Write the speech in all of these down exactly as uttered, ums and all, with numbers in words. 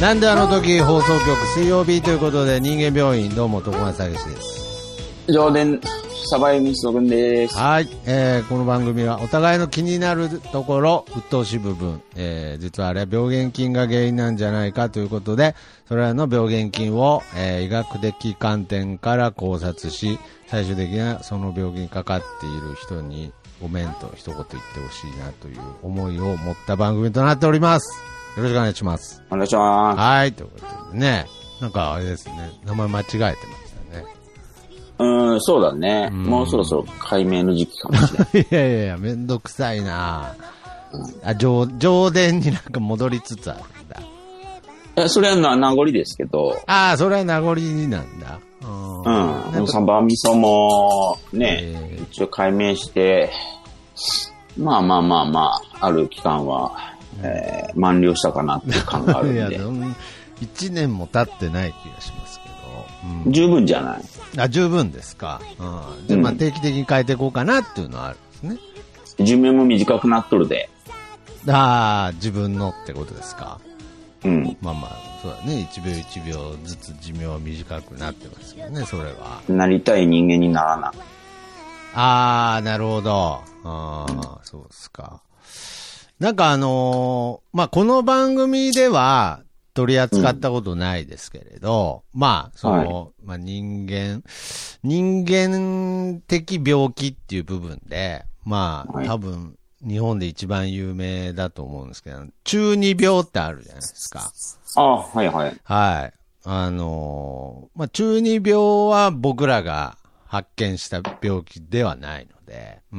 なんであの時放送局水曜日ということで人間病院どうも徳松武史です。 上田サバイミスト君です。 はい、えー、この番組はお互いの気になるところ鬱陶しい部分、えー、実はあれは病原菌が原因なんじゃないかということでそれらの病原菌を、えー、医学的観点から考察し最終的にはその病気にかかっている人にごめんと一言言ってほしいなという思いを持った番組となっております。よろしくお願いします。 お願いします。 はい、ということでね、なんかあれですね、名前間違えてましたね。 うん、そうだね。もうそろそろ解明の時期かもしれない。 いやいやいや、めんどくさいな、うん、あ、上、上田になんか戻りつつあるんだ。 え、それは名残ですけど。 ああ、それは名残なんだ。 うん。サバ味噌もね、えー、一応解明して、まあまあまあまあ、ある期間は、えー、満了したかなっていう感があるんで。いや、 一年も経ってない気がしますけど。 うん、十分じゃない？ あ、十分ですか。うん。じゃあ、まあ定期的に変えていこうかなっていうのはあるんですね。 寿命も短くなっとるで。 ああ、自分のってことですか。 うん。 まあまあ、そうだね。一秒一秒ずつ寿命は短くなってますよね、それは。 なりたい人間にならない。 ああ、なるほど。ああ、そうですか。なんかあのー、まあ、この番組では取り扱ったことないですけれど、うん、まあ、その、はい、まあ、人間、人間的病気っていう部分で、まあ、多分、日本で一番有名だと思うんですけど、中二病ってあるじゃないですか。 ああ、はいはい。 はい。あのー、まあ、中二病は僕らが発見した病気ではないので、うん。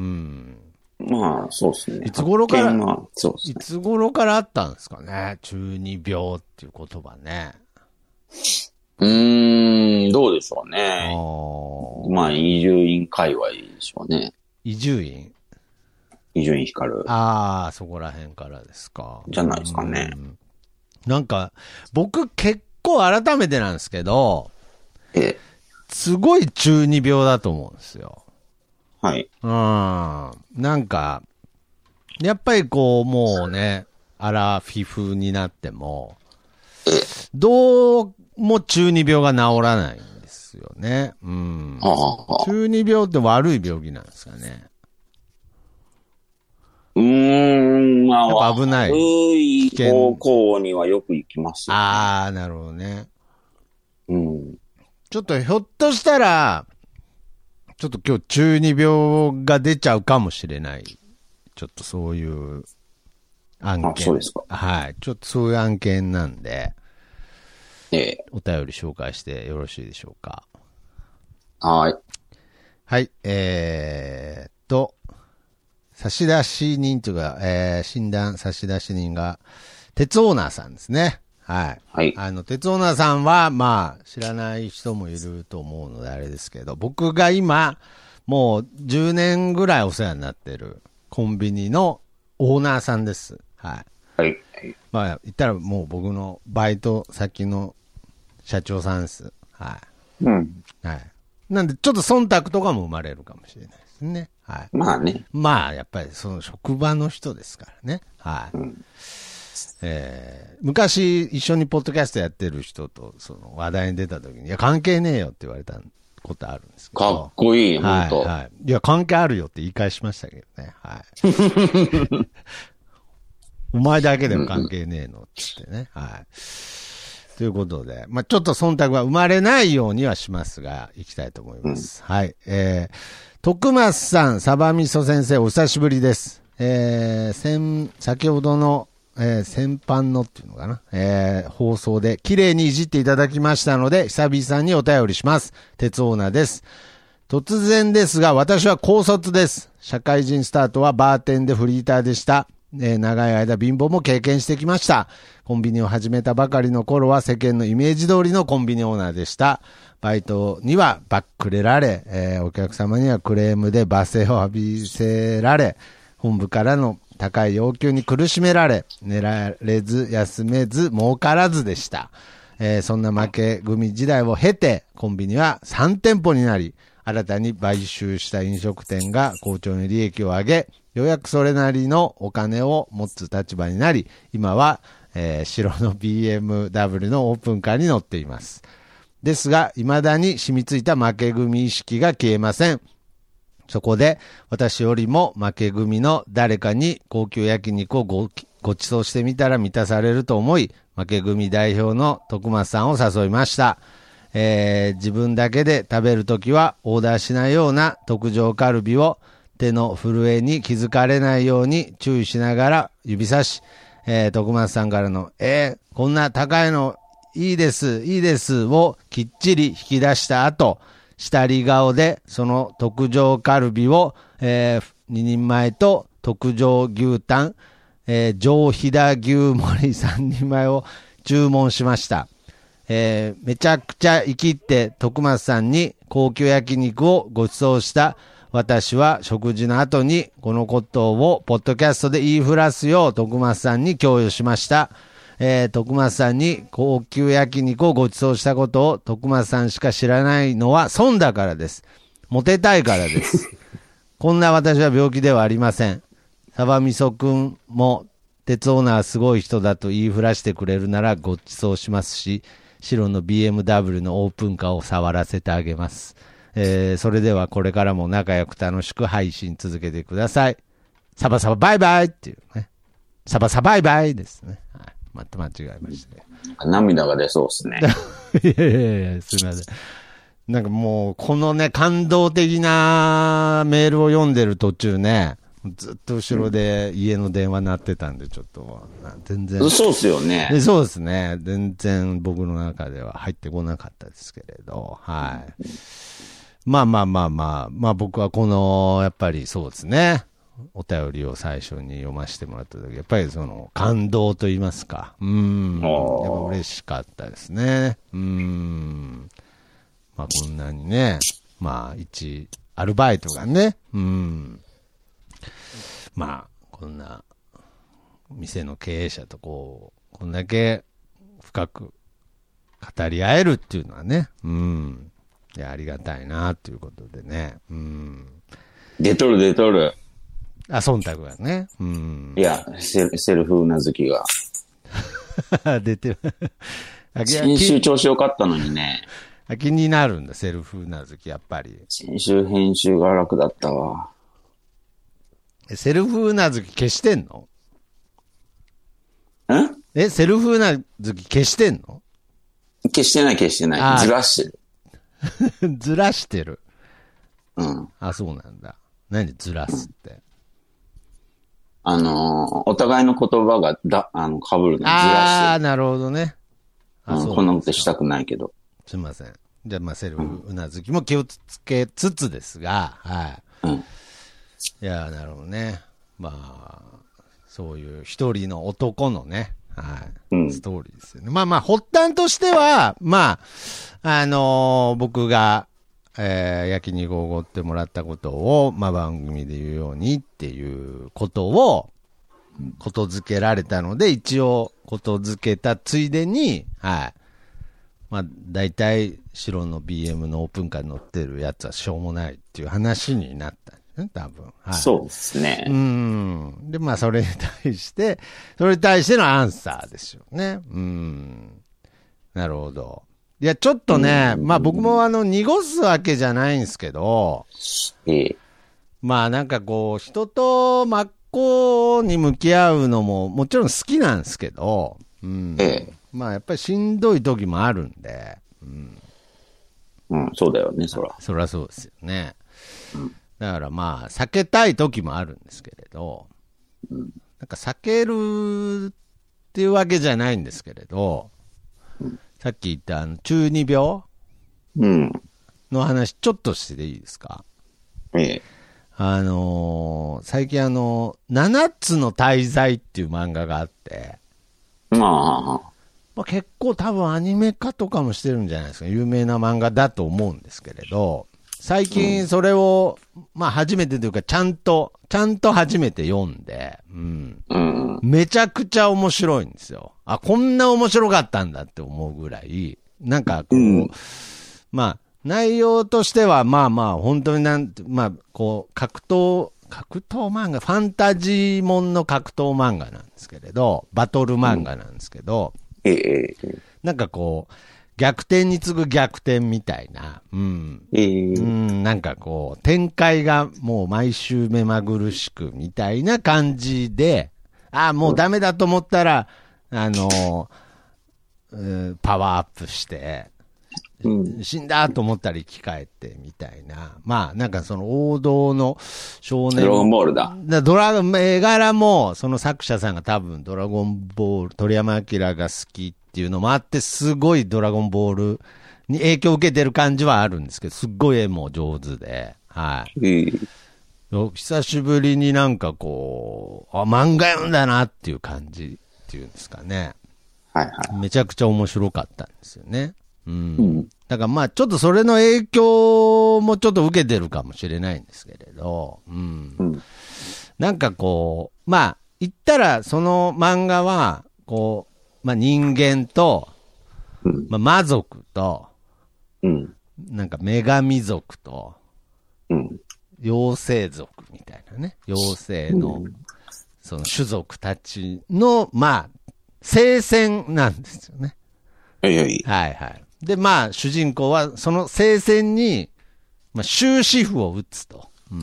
まあ、そうですね。 いつ頃から、 そうですね、 いつ頃からあったんですかね、中二病っていう言葉ね。 うーん、どうでしょうね。まあ、伊集院界隈でしょうね。 伊集院伊集院光る。 ああ、そこら辺からですか。 じゃないですかね。 なんか、僕結構改めてなんですけど、 えすごい中二病だと思うんですよ。 はい。 うん。なんか、やっぱりこう、もうね、アラフィフになっても、どうも中二病が治らないんですよね。うん。中二病って悪い病気なんですかね。 うーん、まあ、 やっぱ危ない。 悪い方向にはよく行きますよね。 ああ、なるほどね。 うん。 ちょっとひょっとしたら、ちょっと今日中二病が出ちゃうかもしれない。ちょっとそういう案件。 あ、そうですか。 はい。ちょっとそういう案件なんで、 ええ。 お便り紹介してよろしいでしょうか。 はい。 はい。えーっと、差出人というか、えー、診断差出人が、鉄オーナーさんですね。はい。 はい。 あの、鉄オーナーさんは、まあ、知らない人もいると思うのであれですけど、僕が今、もうじゅうねんぐらいお世話になってるコンビニのオーナーさんです。はい。 はい。 まあ、言ったらもう僕のバイト先の社長さんです。はい。 うん。 はい。なんで、ちょっと忖度とかも生まれるかもしれないですね。はい。 まあね。 まあ、やっぱりその職場の人ですからね。はい。 うんえー、昔一緒にポッドキャストやってる人とその話題に出た時に、いや関係ねえよって言われたことあるんですけど。 かっこいい、 はい、 本当。 はい。いや、関係あるよって言い返しましたけどね。はい。お前だけでも関係ねえのって言ってね。はい。ということで、まあちょっと忖度は生まれないようにはしますが、行きたいと思います。うん、はい。えー、徳松さん、サバミソ先生、お久しぶりです。えー、先、先ほどの、えー、先般のっていうのかな、えー、放送で綺麗にいじっていただきましたので、久々にお便りします。鉄オーナーです。突然ですが、私は高卒です。社会人スタートはバーテンでフリーターでした。えー、長い間貧乏も経験してきました。コンビニを始めたばかりの頃は世間のイメージ通りのコンビニオーナーでした。バイトにはバックレられ、えー、お客様にはクレームで罵声を浴びせられ、本部からの高い要求に苦しめられ、寝られず休めず儲からずでした。えー、そんな負け組時代を経て、コンビニはさん店舗になり、新たに買収した飲食店が好調に利益を上げ、ようやくそれなりのお金を持つ立場になり、今は、 えー、白の ビーエムダブリュー のオープンカーに乗っています。ですが、未だに染みついた負け組意識が消えません。そこで、私よりも負け組の誰かに高級焼肉を ご, ご馳走してみたら満たされると思い、負け組代表の徳松さんを誘いました。えー、自分だけで食べるときはオーダーしないような特上カルビを手の震えに気づかれないように注意しながら指差し、えー、徳松さんからの、えー、こんな高いのいいです、いいですをきっちり引き出した後、下り顔でその特上カルビを、えー、ににんまえと特上牛タン、えー、上飛騨牛盛りさんにんまえを注文しました。えー、めちゃくちゃ生きって徳松さんに高級焼肉をご馳走した私は食事の後にこのことをポッドキャストで言いふらすよう徳松さんに共有しました。えー、徳松さんに高級焼肉をご馳走したことを徳松さんしか知らないのは損だからです。モテたいからです。こんな私は病気ではありません。サバミソくんも鉄オーナーすごい人だと言いふらしてくれるならご馳走しますし、白の ビーエムダブリュー のオープンカーを触らせてあげます。えー、それではこれからも仲良く楽しく配信続けてください。サバサババイバイっていうね。サバサバイバイですね。はい。また間違えましたね。 涙が出そうですね。 いやいやいや、すいません。なんかもう、このね、感動的なメールを読んでる途中ね、ずっと後ろで家の電話鳴ってたんで、ちょっと、全然。 そうですよね。 そうですね。全然僕の中では入ってこなかったですけれど、はい。まあまあまあまあ、まあ僕はこの、やっぱりそうですね。お便りを最初に読ませてもらった時、やっぱりその感動と言いますか。うん。やっぱ嬉しかったですね。うん。まあこんなにね、まあ一アルバイトがね、うん。まあ、こんな、店の経営者とこう、こんだけ深く語り合えるっていうのはね、うん。いや、ありがたいな、ということでね、うん。 出とる出とる。 あ、忖度がね、うん。 いや、セ, セルフうなずきが。 出てる。 先週調子良かったのにね。 気になるんだ、セルフうなずき、やっぱり。 先週編集が楽だったわ。 セルフうなずき消してんの？ んえ、セルフうなずき消してんの？ 消してない消してない。ずらしてる。ずらしてる。 うん。 あ、そうなんだ。何ずらすって。 あのー、お互いの言葉がだ、あの、被るのずらしてる。 ああ、なるほどね。 あ、うん、こんなことしたくないけど。 すみません。じゃあ、まあ、セルフうなずきも気をつけつつですが、はい。うん。いや、なるほどね。まあ、そういう一人の男のね、はい、うん、ストーリーですよね。まあまあ、発端としては、まあ、あのー、僕が、えー、焼肉をおごってもらったことを、まあ番組で言うようにっていうことを、ことづけられたので、一応、ことづけたついでに、はい。まあ、大体、白の ビーエム のオープンカーに乗ってるやつはしょうもないっていう話になったんですね、多分。はい、 そうですね。 うん。で、まあ、それに対して、それに対してのアンサーですよね。うん。なるほど。いや、ちょっとね、まあ僕もあの、濁すわけじゃないんですけど、 ええ、 まあなんかこう、人と真っ向に向き合うのももちろん好きなんですけど、うん、ええ、まあやっぱりしんどい時もあるんで、うん、 うん、そうだよね、そら。 そらそうですよね。うん、だからまあ、避けたい時もあるんですけれど、うん、なんか避けるっていうわけじゃないんですけれど、うんさっき言ったあの中二病の話ちょっとしていいですか？ ええ。 あのー、最近あの、七つの大罪っていう漫画があって、 まあ、 まあ、結構多分アニメ化とかもしてるんじゃないですか。有名な漫画だと思うんですけれど、最近それを、うん、まあ初めてというかちゃんと、ちゃんと初めて読んで、うん。うん、めちゃくちゃ面白いんですよ。あ、こんな面白かったんだって思うぐらい、なんかこう、うん、まあ内容としてはまあまあ本当になんて、まあこう格闘格闘漫画、ファンタジーもんの格闘漫画なんですけれど、バトル漫画なんですけど、 うん、ええ、 なんかこう、逆転に次ぐ逆転みたいな、うん。 ええ、 うん、なんかこう、展開がもう毎週目まぐるしくみたいな感じで、ああ、もうダメだと思ったら、あの、うん、パワーアップして、うん、死んだと思ったら生き返ってみたいな。まあ、なんかその王道の少年。 ドラゴンボールだ。 だドラゴン、絵柄も、その作者さんが多分ドラゴンボール、鳥山明が好きっていうのもあって、すごいドラゴンボールに影響を受けてる感じはあるんですけど、すっごい絵も上手で、はい。えー、久しぶりになんかこう、あ、漫画読んだなっていう感じっていうんですかね。 はいはい。 めちゃくちゃ面白かったんですよね。うん。うん、だからまあちょっとそれの影響もちょっと受けてるかもしれないんですけれど、うん。うん、なんかこう、まあ言ったらその漫画は、こう、まあ人間と、うん、まあ魔族と、うん、なんか女神族と、うん、妖精族みたいなね、妖精の、うん、その種族たちの、まあ、聖戦なんですよね。 はいはい。 はいはい。で、まあ、主人公は、その聖戦に、まあ、終止符を打つと。うん。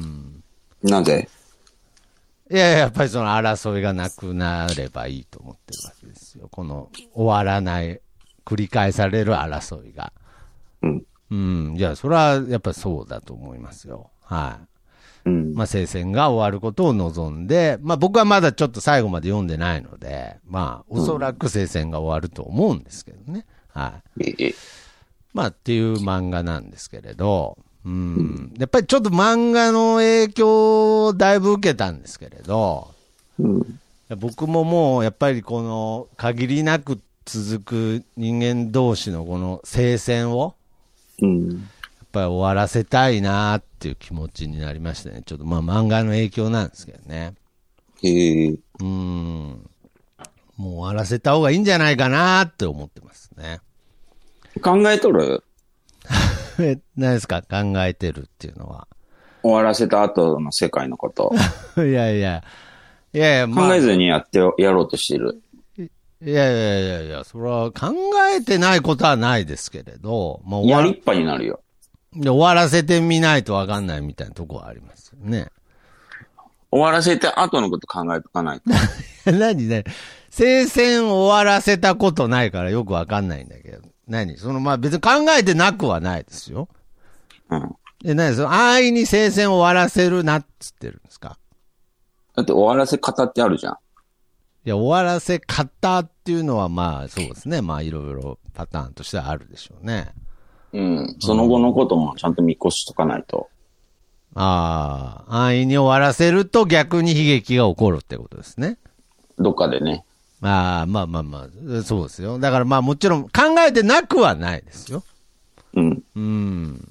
なぜ？ いやいや、やっぱりその争いがなくなればいいと思ってるわけですよ。この、終わらない、繰り返される争いが。うん。うん。いや、それは、やっぱりそうだと思いますよ。はい。うん、まあ、聖戦が終わることを望んで、まあ、僕はまだちょっと最後まで読んでないので、まあ、おそらく聖戦が終わると思うんですけどね。はい。まあ、っていう漫画なんですけれど、うん。やっぱりちょっと漫画の影響をだいぶ受けたんですけれど、うん、僕ももう、やっぱりこの、限りなく続く人間同士のこの聖戦を、うんやっぱり終わらせたいなっていう気持ちになりましたね。ちょっとまあ漫画の影響なんですけどね。 へえ。 うん。もう終わらせた方がいいんじゃないかなって思ってますね。 考えとる？ え、何ですか考えてるっていうのは。 終わらせた後の世界のこと。 いやいや。いやいや、 まあ、考えずにやって、やろうとしてる。 いやいやいやいや、それは考えてないことはないですけれど。 まあ、やりっぱになるよ。 で終わらせてみないとわかんないみたいなとこはありますよね。 終わらせて後のこと考えとかないと。何ね。聖戦終わらせたことないからよくわかんないんだけど。何そのまあ別に考えてなくはないですよ。うん。で、何その安易に聖戦終わらせるなっつってるんですか？ だって終わらせ方ってあるじゃん。 いや、終わらせ方っていうのはまあそうですね。まあいろいろパターンとしてはあるでしょうね。 うん。その後のこともちゃんと見越しとかないと。 うん、ああ、安易に終わらせると逆に悲劇が起こるってことですね。 どっかでね。 ああ、まあまあまあ、そうですよ。だからまあもちろん考えてなくはないですよ。 うん。 うん。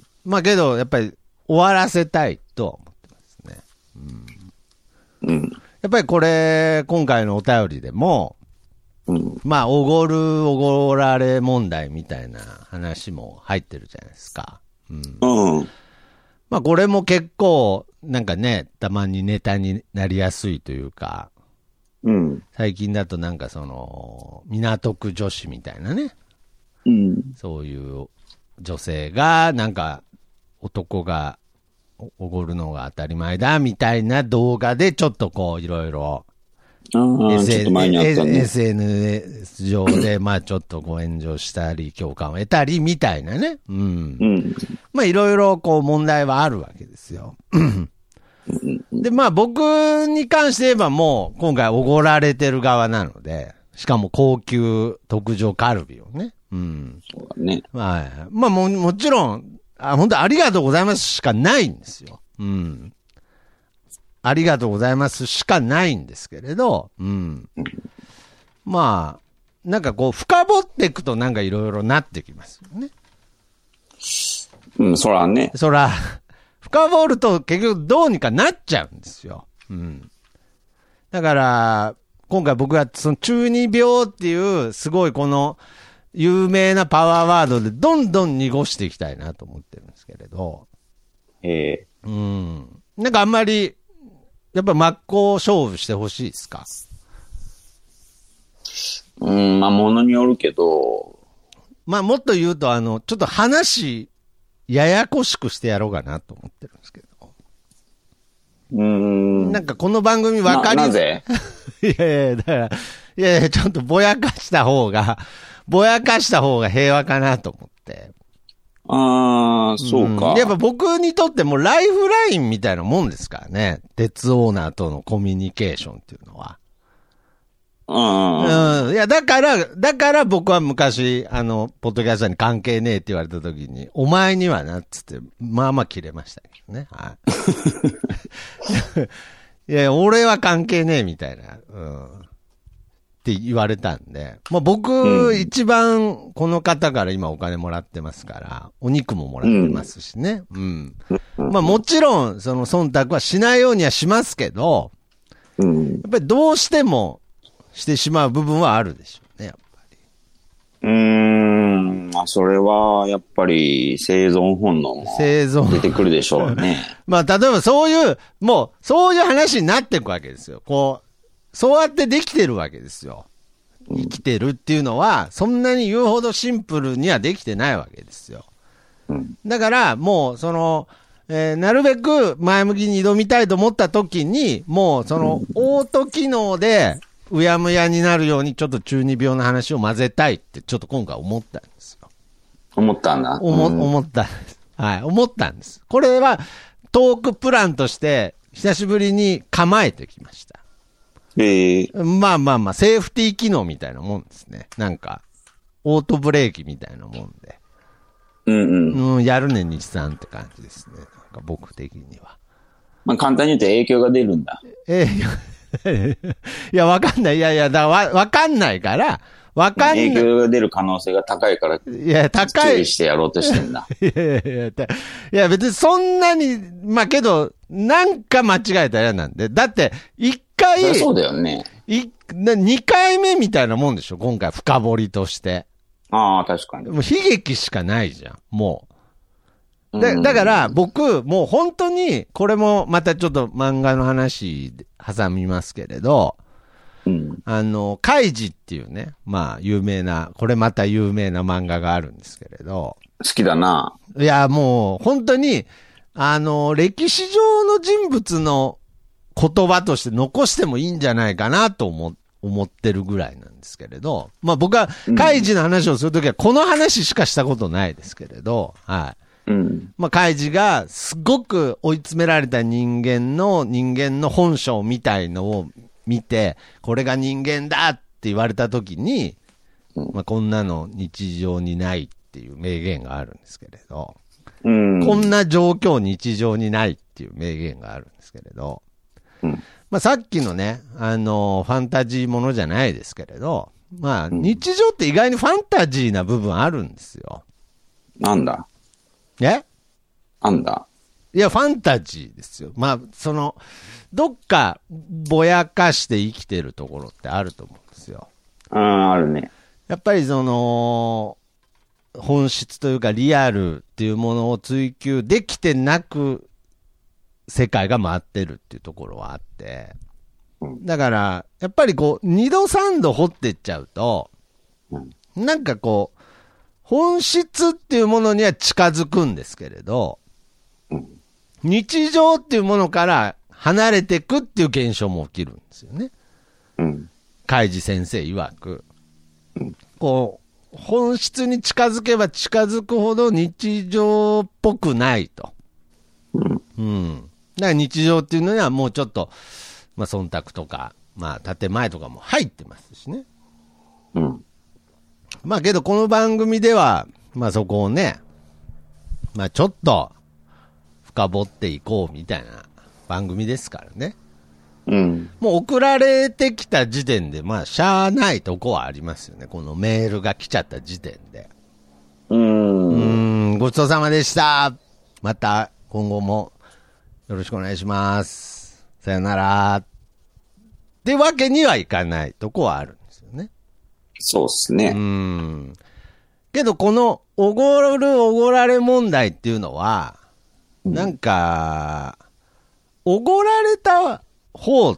まあけど、やっぱり終わらせたいとは思ってますね。うん。うん。やっぱりこれ、今回のお便りでも、うん、まあ、おごる、おごられ問題みたいな話も入ってるじゃないですか。うん。うん、まあ、これも結構、なんかね、たまにネタになりやすいというか、うん。最近だとなんかその、港区女子みたいなね。うん。そういう女性が、なんか、男がおごるのが当たり前だみたいな動画でちょっとこう、いろいろ、エスエヌエス 上で、まあちょっとご炎上したり、共感を得たり、みたいなね。うん。うん、まあいろいろこう問題はあるわけですよ。で、まあ僕に関して言えばもう、今回おごられてる側なので、しかも高級特上カルビをね。うん。 そうだね。 はい。まあも、もちろん、あ、本当ありがとうございますしかないんですよ。うん。ありがとうございますしかないんですけれど、うん。まあ、なんかこう、深掘っていくとなんかいろいろなってきますよね。 うん、そらね。 そら、深掘ると結局どうにかなっちゃうんですよ。うん。だから、今回僕はその中二病っていうすごいこの有名なパワーワードでどんどん濁していきたいなと思ってるんですけれど。 ええー。うん。なんかあんまり、 やっぱ真っ向勝負してほしいですか？ うん、まあ、ものによるけど。 まあ、もっと言うと、あの、ちょっと話、ややこしくしてやろうかなと思ってるんですけど。 うーん。 なんかこの番組分かり、 な、なぜいやいや、だから、いやいや、ちょっとぼやかした方が、ぼやかした方が平和かなと思って。 ああ、そうか、 うん。やっぱ僕にとってもライフラインみたいなもんですからね。鉄オーナーとのコミュニケーションっていうのは。 うん。 うん。いや、だから、だから僕は昔、あの、ポッドキャストに関係ねえって言われた時に、お前にはなっつって、まあまあ切れましたけどね。はい。いや、俺は関係ねえみたいな、うん。って言われたんで。まあ僕、うん、一番この方から今お金もらってますから、お肉ももらってますしね。うん。うん、まあもちろん、その忖度はしないようにはしますけど、うん、やっぱりどうしても、してしまう部分はあるでしょうね、やっぱり。 うーん、まあ、それは、やっぱり、生存本能も出てくるでしょうね。 まあ、例えばそういう、もう、そういう話になっていくわけですよ。こう、そうやってできてるわけですよ。生きてるっていうのは、そんなに言うほどシンプルにはできてないわけですよ。うん、だから、もう、その、えー、なるべく前向きに挑みたいと思った時に、もう、その、オート機能で、うやむやになるようにちょっと中二病の話を混ぜたいってちょっと今回思ったんですよ。 思ったんだ。 思、うん、思ったんです。はい、思ったんです。これはトークプランとして久しぶりに構えてきました。 えー、まあまあまあ、セーフティー機能みたいなもんですね。なんか、オートブレーキみたいなもんで。 うんうん。 うん、やるね、日産って感じですね。なんか僕的には。 まあ簡単に言うと影響が出るんだ。 ええいや、わかんない。いやいや、だわ、わかんないから、わかんない。 影響が出る可能性が高いから、 いや、高い。 注意してやろうとしてんだ。 いやいやいや、いや別にそんなに、まあけど、なんか間違えたら嫌なんで。だって、一回、 そうだよね。 い、二回目みたいなもんでしょ今回深掘りとして。 ああ、確かに。 もう悲劇しかないじゃん、もう。で、だから僕、もう本当に、これもまたちょっと漫画の話挟みますけれど、うん、あの、カイジっていうね、まあ有名な、これまた有名な漫画があるんですけれど。 好きだな。 いや、もう本当に、あの、歴史上の人物の言葉として残してもいいんじゃないかなと思、思ってるぐらいなんですけれど、まあ僕はカイジの話をするときはこの話しかしたことないですけれど、はい。うん、まあ、カイジがすごく追い詰められた人間の人間の本性みたいのを見て、これが人間だって言われたときに、まあ、こんなの日常にないっていう名言があるんですけれど、うん、こんな状況日常にないっていう名言があるんですけれど、うん、まあ、さっきのね、あの、ファンタジーものじゃないですけれど、まあ、日常って意外にファンタジーな部分あるんですよ。 なんだえなんだいや、ファンタジーですよ。まあ、その、どっかぼやかして生きてるところってあると思うんですよ。 ああ、あるね。 やっぱりその、本質というかリアルっていうものを追求できてなく、世界が回ってるっていうところはあって。だから、やっぱりこう、二度三度掘ってっちゃうと、なんかこう、本質っていうものには近づくんですけれど、日常っていうものから離れていくっていう現象も起きるんですよね。うん。カイジ先生曰く、うん、こう、本質に近づけば近づくほど日常っぽくないと。うん。うん。だから日常っていうのにはもうちょっと、まあ忖度とか、まあ建前とかも入ってますしね。うん。まあけどこの番組では、まあそこをね、まあちょっと深掘っていこうみたいな番組ですからね。うん。もう送られてきた時点で、まあしゃあないとこはありますよね。このメールが来ちゃった時点で。うーん。うーん、ごちそうさまでした。また今後もよろしくお願いします。さよなら。ってわけにはいかないとこはあるんですよね。 そうですね。 うん。けどこのおごるおごられ問題っていうのは、なんか、おごられた方って、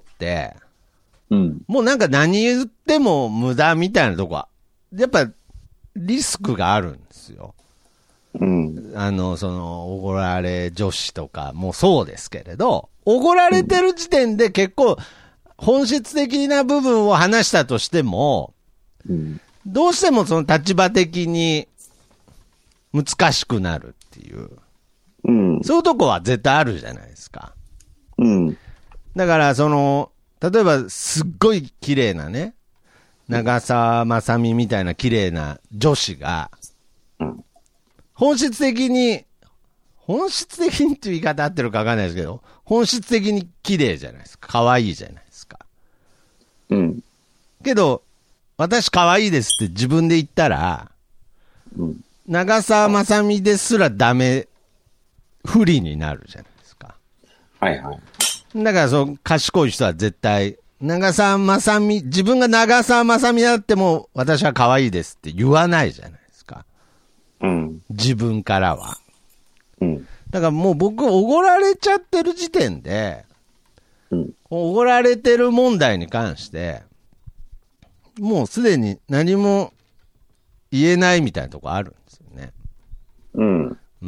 うん、 もうなんか何言っても無駄みたいなとこは、やっぱリスクがあるんですよ。 うん、 あの、その、おごられ女子とかもそうですけれど、おごられてる時点で結構本質的な部分を話したとしても、うん、どうしてもその立場的に難しくなるっていう、うん、そういうとこは絶対あるじゃないですか。うん。だからその、例えばすっごい綺麗なね、長澤まさみみたいな綺麗な女子が、うん、本質的に、本質的にっていう言い方合ってるか分かんないですけど、本質的に綺麗じゃないですか。可愛いじゃないですか。うん。けど、私可愛いですって自分で言ったら、うん、長澤まさみですらダメ、不利になるじゃないですか。 はいはい。 だからそう、賢い人は絶対、長澤まさみ、自分が長澤まさみだっても私は可愛いですって言わないじゃないですか。うん。自分からは。うん。だからもう僕、おごられちゃってる時点で、うん。おごられてる問題に関して、もうすでに何も言えないみたいなとこあるんですよね。うん。うん。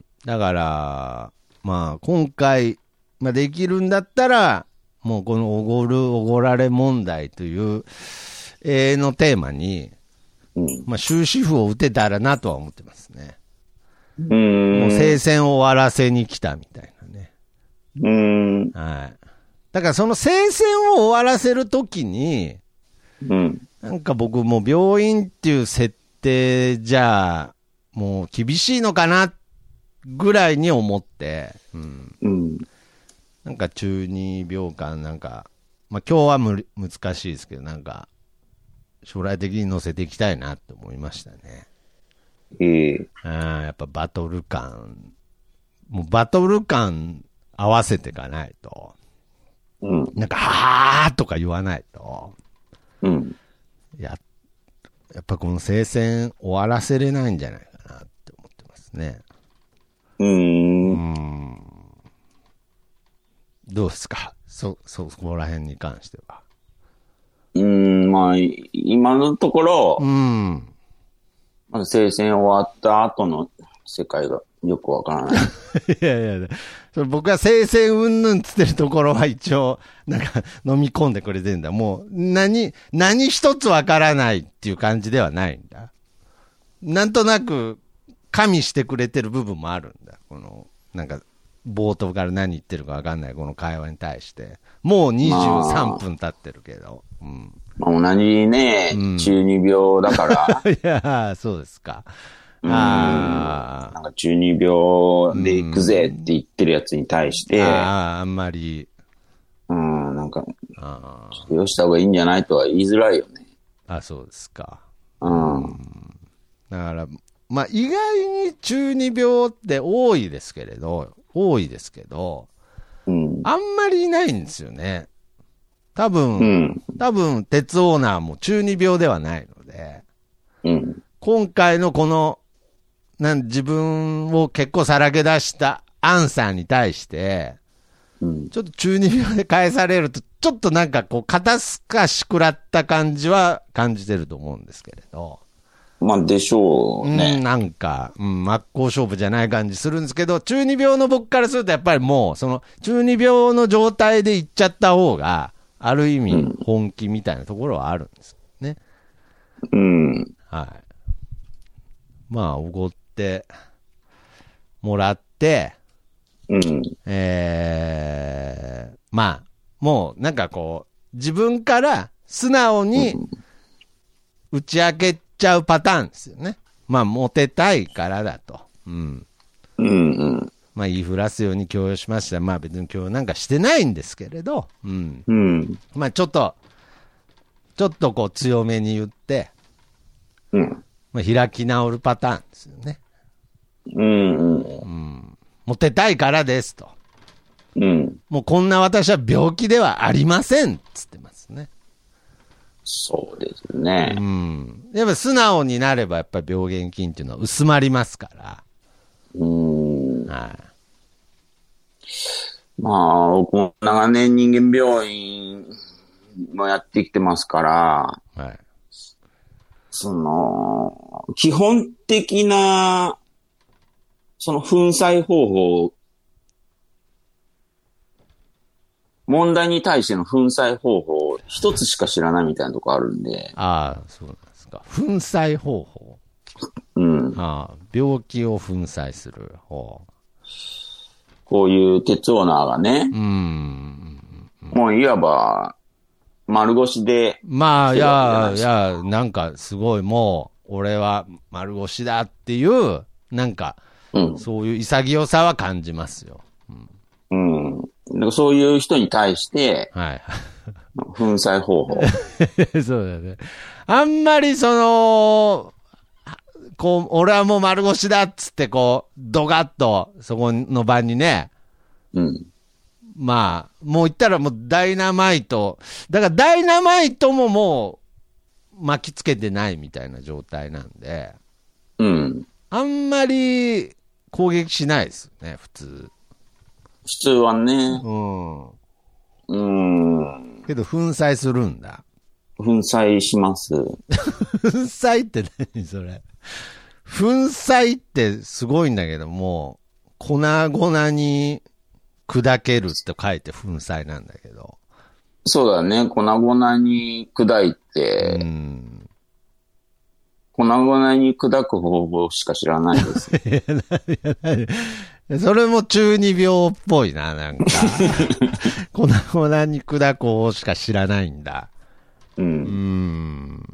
だから、まあ今回、まあできるんだったら、もうこのおごる、おごられ問題という、永遠のテーマに、うん、まあ終止符を打てたらなとは思ってますね。うーん。もう聖戦を終わらせに来たみたいなね。うーん。はい。だからその聖戦を終わらせるときに、うん。なんか僕もう病院っていう設定じゃ、もう厳しいのかな、ぐらいに思って、うん。うん。なんか中二病感なんか、まあ今日はむ難しいですけど、なんか、将来的に乗せていきたいなって思いましたね。ええー。やっぱバトル感、もうバトル感合わせていかないと。うん。なんか、はーとか言わないと。うん。や、やっぱこの聖戦終わらせれないんじゃないかなって思ってますね。うーん。うーん。どうですか？そ、そ、そこら辺に関しては。 うーん、まあ、今のところ、うん。まず聖戦終わった後の世界がよくわからない。 いやいや、それ僕は聖戦うんぬんつってるところは一応、なんか飲み込んでくれてるんだ。もう、何、何一つわからないっていう感じではないんだ。なんとなく、加味してくれてる部分もあるんだ。この、なんか、冒頭から何言ってるかわかんないこの会話に対して。もうにじゅうさんぷん経ってるけど。うん。 まあ、同じね、うん、中二病だから。 いや、そうですか。ああ。 なんか中二病で行くぜって言ってるやつに対して。 ああ、あんまり。 うん、なんか、あちょっとよした方がいいんじゃないとは言いづらいよね。 あ、そうですか。 うん。うん、 だから、まあ意外に中二病って多いですけれど、多いですけど、うん、あんまりいないんですよね。多分、うん、多分、鉄オーナーも中二病ではないので、うん、今回のこの、なん自分を結構さらけ出したアンさんに対して、うん、ちょっと中二病で返されると、ちょっとなんかこう、肩透かし食らった感じは感じてると思うんですけれど。 まあ、でしょうね。 うん、なんか、うん、真っ向勝負じゃない感じするんですけど、中二病の僕からするとやっぱりもう、その、中二病の状態で行っちゃった方が、ある意味、本気みたいなところはあるんですね。 うん。 はい。まあ、おごってもらって、うん。えー、まあ、もう、なんかこう、自分から素直に打ち明けちゃうパターンですよね。まあ、モテたいからだと。うん。 うんうん。 まあ、言いふらすように強要しました。まあ、別に強要なんかしてないんですけれど、うん。うん。まあ、ちょっと、ちょっとこう強めに言って、うん。まあ、開き直るパターンですよね。 うんうん。 うん。モテたいからですと。 うん。 もうこんな私は病気ではありません、つってますね。 そうですね。 うん。やっぱ素直になればやっぱり病原菌っていうのは薄まりますから。 うん。 はい。 まあ、僕も長年人間病院もやってきてますから、はい、その、基本的な、その粉砕方法、問題に対しての粉砕方法、一つしか知らないみたいなとこあるんで。 ああ、そうなんですか。粉砕方法。 うん。 ああ、病気を粉砕する方。 こういう鉄オーナーがね。 うん。 もういわば、丸腰で。 まあ、いや、いや、なんかすごいもう、俺は丸腰だっていう、なんか、うん、そういう潔さは感じますよ。 うん。うん、なんかそういう人に対して、 はい。 粉砕方法。 そうだね。あんまりその、こう、俺はもう丸腰だっつって、こう、ドガッと、そこの場にね。 うん。 まあ、もう言ったらもうダイナマイト。だからダイナマイトももう巻きつけてないみたいな状態なんで。 うん。 あんまり攻撃しないですよね、普通。 普通はね。 うん。 うん。 けど粉砕するんだ。 粉砕します。粉砕って何それ。粉砕ってすごいんだけども、粉々に砕けるって書いて粉砕なんだけど。 そうだね。粉々に砕いて、うん、粉々に砕く方法しか知らないです。 それも中二病っぽいな、なんか。粉々に砕く方法しか知らないんだ。 うん。うん。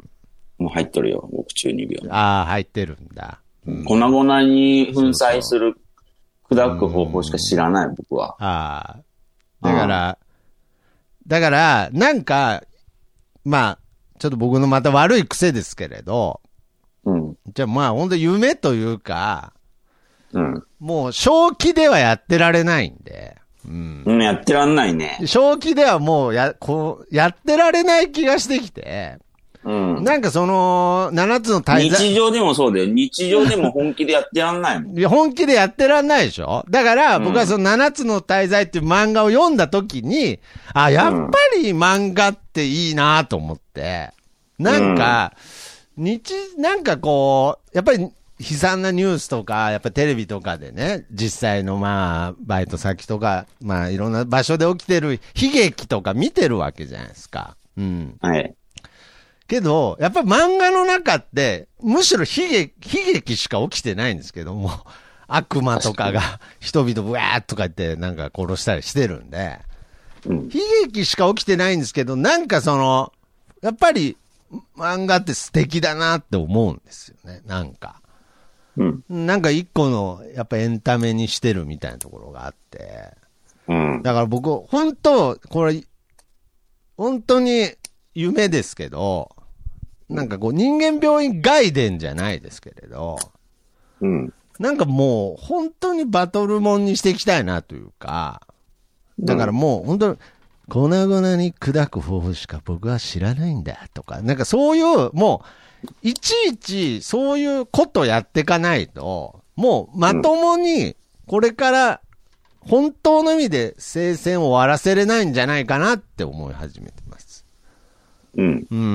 もう入っとるよ、僕中二病。 ああ、入ってるんだ。 うん、粉々に粉砕する、砕く方法しか知らない、僕は。 ああ。だから、だから、なんか、まあ、ちょっと僕のまた悪い癖ですけれど、 うん。 じゃあまあ、ほんと夢というか、 うん。 もう、正気ではやってられないんで、うん。 うん、やってらんないね。 正気ではもう、や、こう、やってられない気がしてきて、うん。なんかその、七つの大罪。 日常でもそうだよ。日常でも本気でやってらんないもん。 いや、本気でやってらんないでしょ。だから、僕はその七つの大罪っていう漫画を読んだときに、あ、やっぱり漫画っていいなと思って、なんか、日、なんかこう、やっぱり悲惨なニュースとか、やっぱテレビとかでね、実際のまあ、バイト先とか、まあいろんな場所で起きてる悲劇とか見てるわけじゃないですか。うん。 はい。 けど、やっぱり漫画の中って、むしろ悲劇、悲劇しか起きてないんですけども、悪魔とかが人々ブワーッとか言ってなんか殺したりしてるんで、うん、悲劇しか起きてないんですけど、なんかその、やっぱり漫画って素敵だなって思うんですよね、なんか。うん、なんか一個の、やっぱエンタメにしてるみたいなところがあって、うん、だから僕、本当これ、本当に夢ですけど、なんかこう人間病院外伝じゃないですけれど、うん。なんかもう本当にバトルモンにしていきたいなというか、だからもう本当に粉々に砕く方法しか僕は知らないんだとか、なんかそういう、もういちいちそういうことやっていかないと、もうまともにこれから本当の意味で聖戦を終わらせれないんじゃないかなって思い始めてます。 うん。 うん、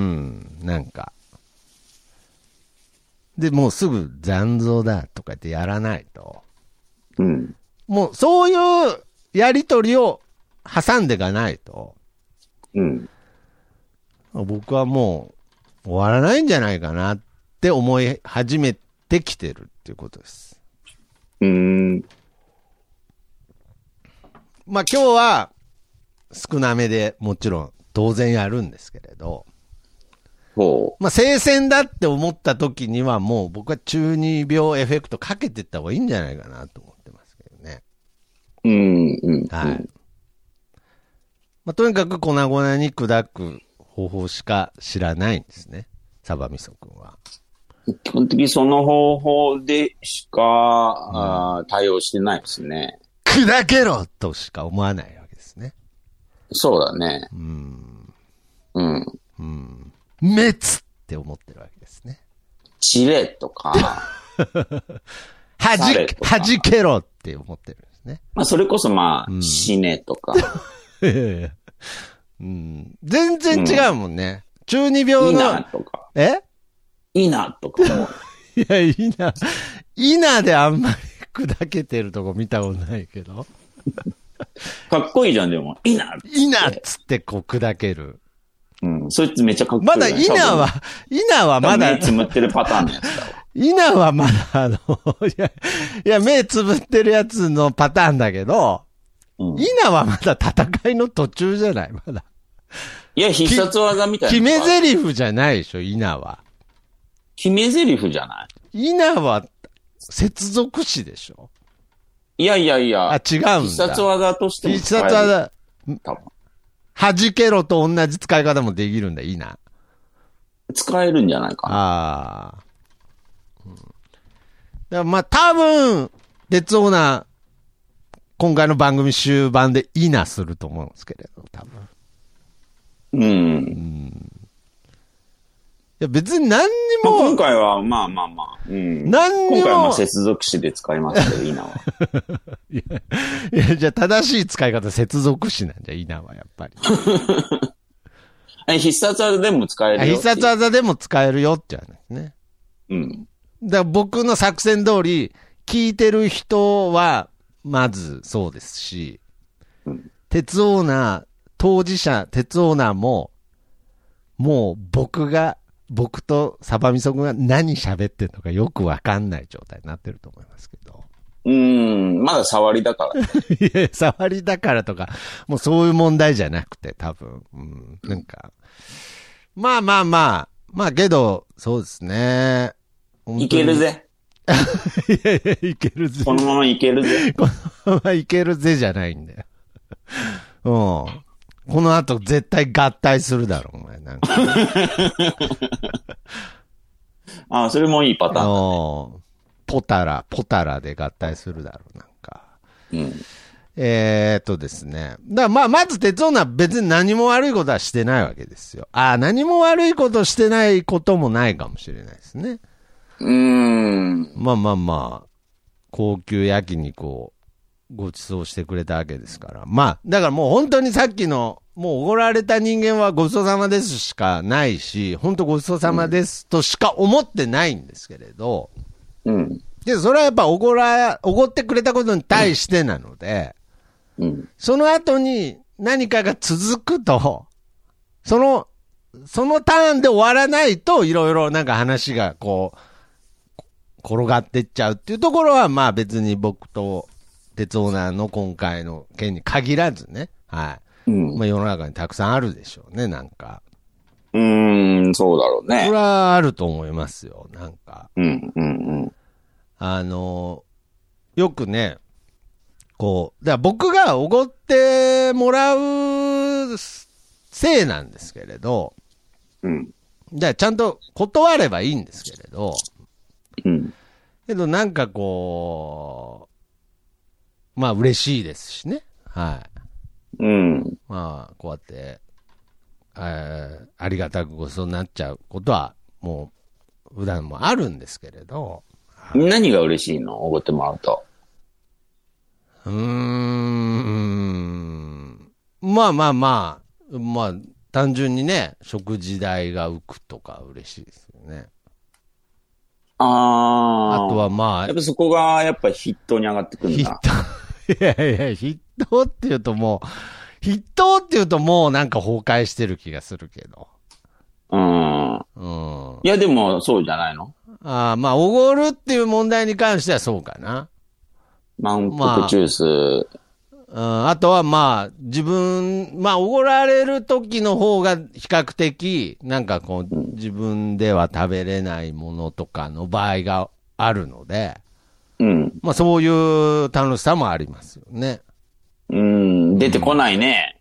なんか。で、もうすぐ残像だとかってやらないと。 うん。 もうそういうやりとりを挟んでいかないと。 うん。 僕はもう終わらないんじゃないかなって思い始めてきてるっていうことです。 うーん。 まあ今日は少なめでもちろん当然やるんですけれど、 ほう。 まあ、聖戦だって思った時にはもう僕は中二病エフェクトかけていった方がいいんじゃないかなと思ってますけどね。 うん、うん。 はい。まあ、とにかく粉々に砕く方法しか知らないんですね。サバミソ君は。 基本的にその方法でしか、うん、あ対応してないですね。 砕けろとしか思わないわけですね。 そうだね。 うん。 うん。 うん。滅って思ってるわけですね。 散れとか。 はじ、はじけろって思ってるんです。 ですね。 まあ、それこそまあ、うん、死ねとか。 うん、全然違うもんね。うん、中二病の。いいなとか。 えいいなとかも。 いや、いいな。いいなであんまり砕けてるとこ見たことないけど。 かっこいいじゃん、でも。いいなっつって。 いいなっつってこう砕ける。 うん。そいつめっちゃかっこいい、 ね。まだいなは、いなはまだ。 目つむってるパターンのやつだわ。 いなはまだ、あの、いや、いや、目つぶってるやつのパターンだけど、うん、いなはまだ戦いの途中じゃないまだ。 いや、必殺技みたいな。 決め台詞じゃないでしょ、いなは。 決め台詞じゃないいなは、接続詞でしょ。 いやいやいや。 あ、違うんだ。 必殺技としても必殺技。多分。弾けろと同じ使い方もできるんだ、いいな。 使えるんじゃないかな。 ああ。うん、だからまあ、多分、鉄オーナー、今回の番組終盤でいいなすると思うんですけれど、多分。 うん。うん、いや別に何にも、 まあ、今回はまあまあまあ、うん、何にも今回はまあ接続詞で使いますけどいいなはいや、いやじゃあ正しい使い方接続詞なんじゃいいなはやっぱり必殺技でも使えるよ必殺技でも使えるよって言われるんですね。 うんだから僕の作戦通り聞いてる人はまずそうですし、うん、鉄オーナー当事者鉄オーナーももう僕が僕とサバミソ君が何喋ってんのかよくわかんない状態になってると思いますけど。 うーん、まだ触りだから。 いや、触りだからとか、もうそういう問題じゃなくて多分。うん、なんか、まあまあまあ、まあけど、そうですね。 いけるぜ。 いやいや、いけるぜ。 このままいけるぜ。 このままいけるぜじゃないんだよ。うん。この後絶対合体するだろ、お前。なんかああ、それもいいパターン、ね。 ポタラ、ポタラで合体するだろう、なんか。 うん。 えーっとですね。だからまあ、まず鉄オーナー別に何も悪いことはしてないわけですよ。ああ、何も悪いことしてないこともないかもしれないですね。 うーん。 まあまあまあ、高級焼肉をご馳走してくれたわけですから。まあ、だからもう本当にさっきの、もうおごられた人間はごちそうさまですしかないし、本当ごちそうさまですとしか思ってないんですけれど、 うん。 で、それはやっぱおごら、おごってくれたことに対してなので、 うん。その後に何かが続くと、その、そのターンで終わらないと、いろいろなんか話がこう、転がってっちゃうっていうところは、まあ別に僕と鉄オーナーの今回の件に限らずね、はい。うん、まあ世の中にたくさんあるでしょうね、なんか。 うーん、そうだろうね。 それはあると思いますよ、なんか。 うん、うん、うん。 あの、よくね、こう、だから僕がおごってもらうせいなんですけれど、 うん。 だからちゃんと断ればいいんですけれど、 うん。 けどなんかこう、まあ嬉しいですしね。はい。 うん。 まあ、こうやって、えー、ありがたくごちそうになっちゃうことは、もう、普段もあるんですけれど。 何が嬉しいの？おごってもらうと。 うーん。まあまあまあ、まあ、単純にね、食事代が浮くとか嬉しいですよね。 ああ。 あとはまあ。 やっぱそこが、やっぱ筆頭に上がってくるんだ。 筆頭。いやいや、筆頭って言うともう、筆頭って言うともうなんか崩壊してる気がするけど。 うん。うん。いやでも、そうじゃないの？ ああ、まあ、おごるっていう問題に関してはそうかな。 満腹ジュース。 まあ、うん、あとはまあ、自分、まあ、おごられる時の方が比較的、なんかこう、うん、自分では食べれないものとかの場合があるので、 うん。 まあ、そういう楽しさもありますよね。 うん、出てこないね。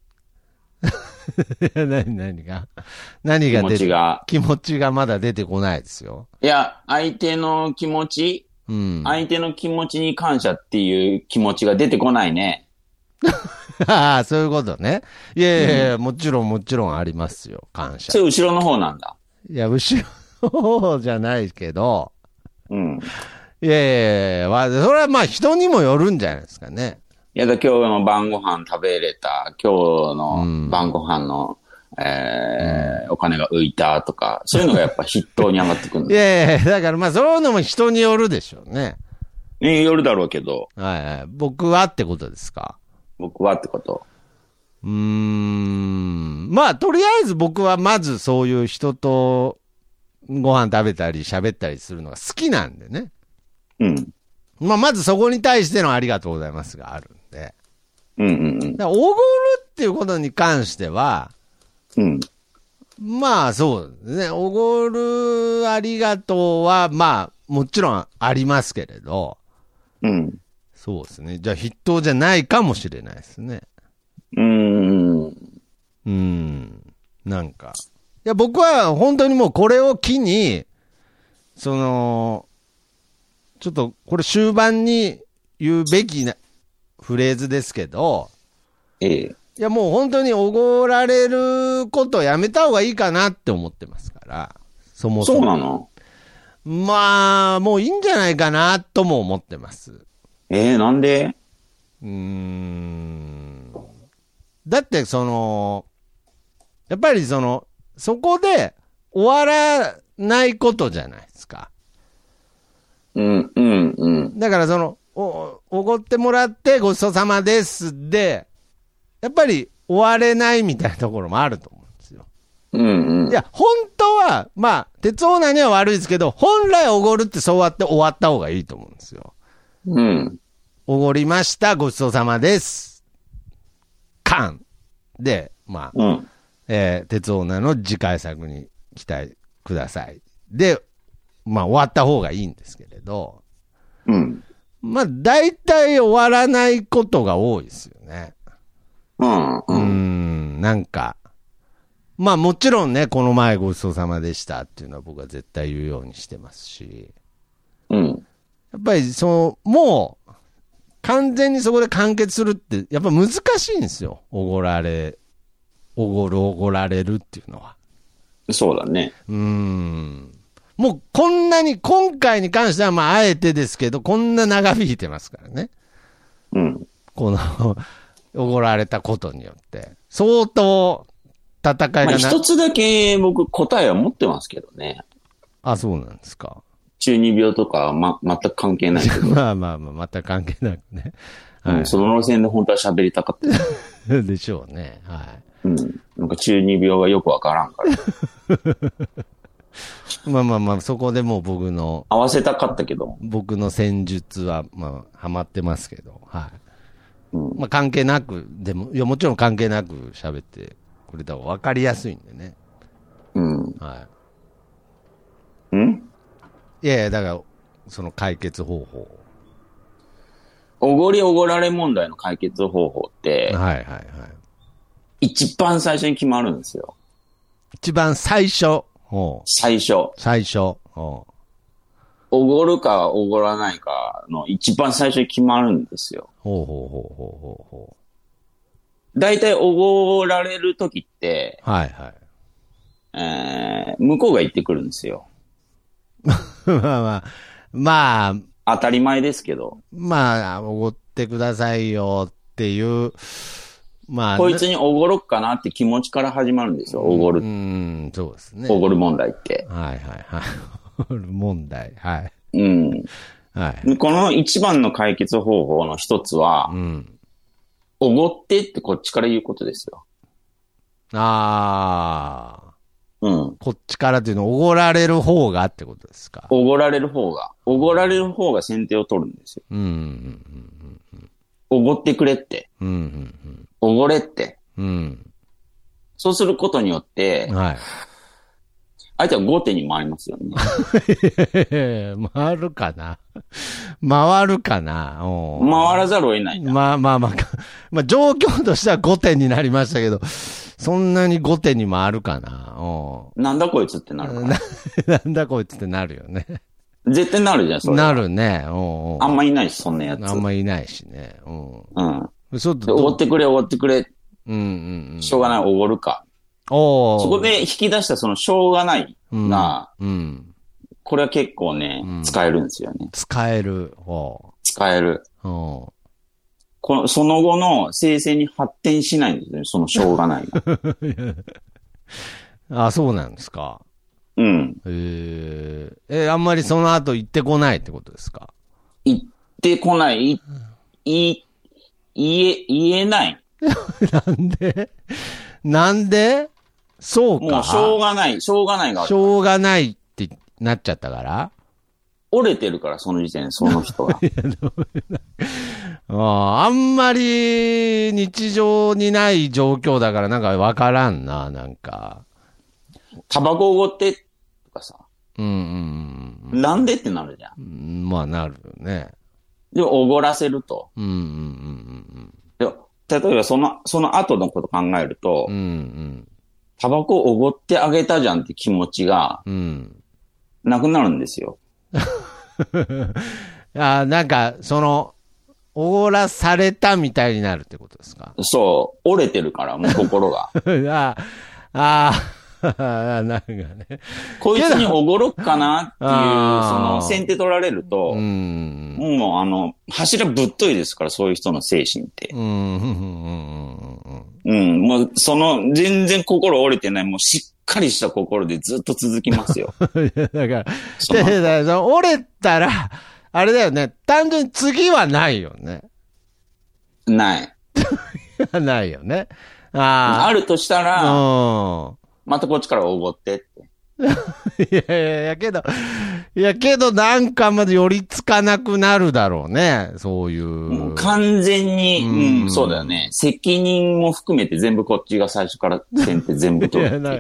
何、何が何が出て、 気持ちが。 気持ちがまだ出てこないですよ。 いや、相手の気持ち、 うん、 相手の気持ちに感謝っていう気持ちが出てこないね。 ああ、そういうことね。いやいやいや、うん、もちろんもちろんありますよ、感謝。 それ後ろの方なんだ。 いや、後ろの方じゃないけど、 うん。 いやいやいや、まあ、それはまあ人にもよるんじゃないですかね。 いやだ、今日の晩ご飯食べれた、今日の晩ご飯の、うん、えーうん、お金が浮いたとか、そういうのがやっぱ筆頭に上がってくるんだ。 いやいや、だからまあそういうのも人によるでしょうね。 え、よるだろうけど。 はいはい。僕はってことですか？ 僕はってこと。 うーん。まあ、とりあえず僕はまずそういう人とご飯食べたり喋ったりするのが好きなんでね。 うん。 まあ、まずそこに対してのありがとうございますがあるんで。 うんうんうん。 だからおごるっていうことに関しては、 うん。 まあそうですね。おごるありがとうは、まあ、もちろんありますけれど。 うん。 そうですね。じゃあ筆頭じゃないかもしれないですね。 うーん。うーん。なんか。いや、僕は本当にもうこれを機に、その、ちょっとこれ終盤に言うべきなフレーズですけど、 ええ。 いやもう本当におごられることをやめた方がいいかなって思ってますから、そもそも。 そうなの？ まあ、もういいんじゃないかなとも思ってます。 ええー、なんで？ うーん。だってその、やっぱりその、そこで終わらないことじゃないですか。 うん、うん、うん。 だからその、お、おごってもらってごちそうさまですで、やっぱり終われないみたいなところもあると思うんですよ。 うんうん。 いや、本当は、まあ、鉄オーナーには悪いですけど、本来おごるってそうやって終わった方がいいと思うんですよ。 うん。 おごりました、ごちそうさまです。カン。で、まあ、 うん、 えー、鉄オーナーの次回作に期待ください。で、まあ終わった方がいいんですけれど、 うん。 まあ大体終わらないことが多いですよね。 うん、うん。 うーん、なんか、まあもちろんね、この前ごちそうさまでしたっていうのは僕は絶対言うようにしてますし、 うん。 やっぱりその、もう、完全にそこで完結するって、やっぱ難しいんですよ。おごられ、おごる、おごられるっていうのは。 そうだね。 うーん。もうこんなに、今回に関してはまああえてですけど、こんな長引いてますからね。 うん。 この、おごられたことによって。相当、戦いがな、まあ、 一つだけ僕答えは持ってますけどね。 あ、そうなんですか。 中二病とか、ま、全く関係ないけど。 まあまあまあ、全く関係なくね。 はい、うん、その路線で本当は喋りたかった。 でしょうね。はい。 うん。なんか中二病がよくわからんから。 まあまあまあ、そこでもう僕の。 合わせたかったけど。 僕の戦術は、まあ、はまってますけど。はい。 うん、 まあ関係なく、でも、いやもちろん関係なく喋ってくれた方が分かりやすいんでね。 うん。 はい。 んいやいや、だから、その解決方法。 おごりおごられ問題の解決方法って、 はいはいはい。 一番最初に決まるんですよ。 一番最初。 最初。 最初。おごるかおごらないかの一番最初に決まるんですよ。 ほうほうほうほうほうほう。大体おごられるときって、 はいはい。 えー、向こうが言ってくるんですよ。 まあまあ、まあ、 当たり前ですけど。 まあ、おごってくださいよっていう、まあ。 こいつにおごろっかなって気持ちから始まるんですよ、おごる。 うん、そうですね。 おごる問題って。 はいはいはい。おごる問題。はい。 うん。 はい。 この一番の解決方法の一つは、うん。おごってってこっちから言うことですよ。 ああ。 うん。 こっちからっていうのは、おごられる方がってことですか。 おごられる方が。おごられる方が先手を取るんですよ。 うんうんうんうん。 おごってくれって。 うんうんうん。 おごれって。 うん。 そうすることによって、 はい。 相手は後手に回りますよね。 回るかな回るかな回らざるを得ないな。 まあまあまあ、まあ状況としては後手になりましたけど、そんなに後手に回るかななんだこいつってなるからな。なんだこいつってなるよね。 絶対なるじゃん、それ。 なるね。 おうあんまいないし、そんなやつ。 あんまいないしね。うん。 うん。ちょっと。おごってくれ、おごってくれ。 うんうんうん。 しょうがない、おごるか。おそこで引き出したそのしょうがないが、うん。うん、 これは結構ね、うん、使えるんですよね。 使える。ほう使える。 ほうこの、その後の生成に発展しないんですね。そのしょうがないあ、そうなんですか。 うん。 えー、え、あんまりその後行ってこないってことですか？ 行ってこない、い、言え、言えない。 なんでなんでそうか。 もうしょうがない、しょうがないがある。 しょうがないってなっちゃったから折れてるから、その時点で、その人は。 あ, あんまり日常にない状況だからなんかわからんな、なんか。 タバコおごってとかさ。 うんうんうん。 なんでってなるじゃん。 うん、まあなるね。 でもおごらせると。 うんうんうんうん。 で例えばその、その後のこと考えると、 うんうん。 タバコおごってあげたじゃんって気持ちが、うん。なくなるんですよ。 あ、なんか、その、おごらされたみたいになるってことですか？ そう。折れてるから、もう心が。 ああ、なんかね。 こいつにおごろっかなっていう、その、先手取られると、うん、もうあの、柱ぶっといですから、そういう人の精神って。うん、うん、もう、その、全然心折れてない、もうしっかりした心でずっと続きますよ。 だから、その折れたら、あれだよね。単純に次はないよね。 ない。 ないよね。あ, あるとしたら、うん、またこっちからおごってって。 いやいやいや、けど、いやけどなんかまで寄りつかなくなるだろうね。そういう。もう完全に、うん、うん、そうだよね。責任も含めて全部こっちが最初から先手全部取るっていう。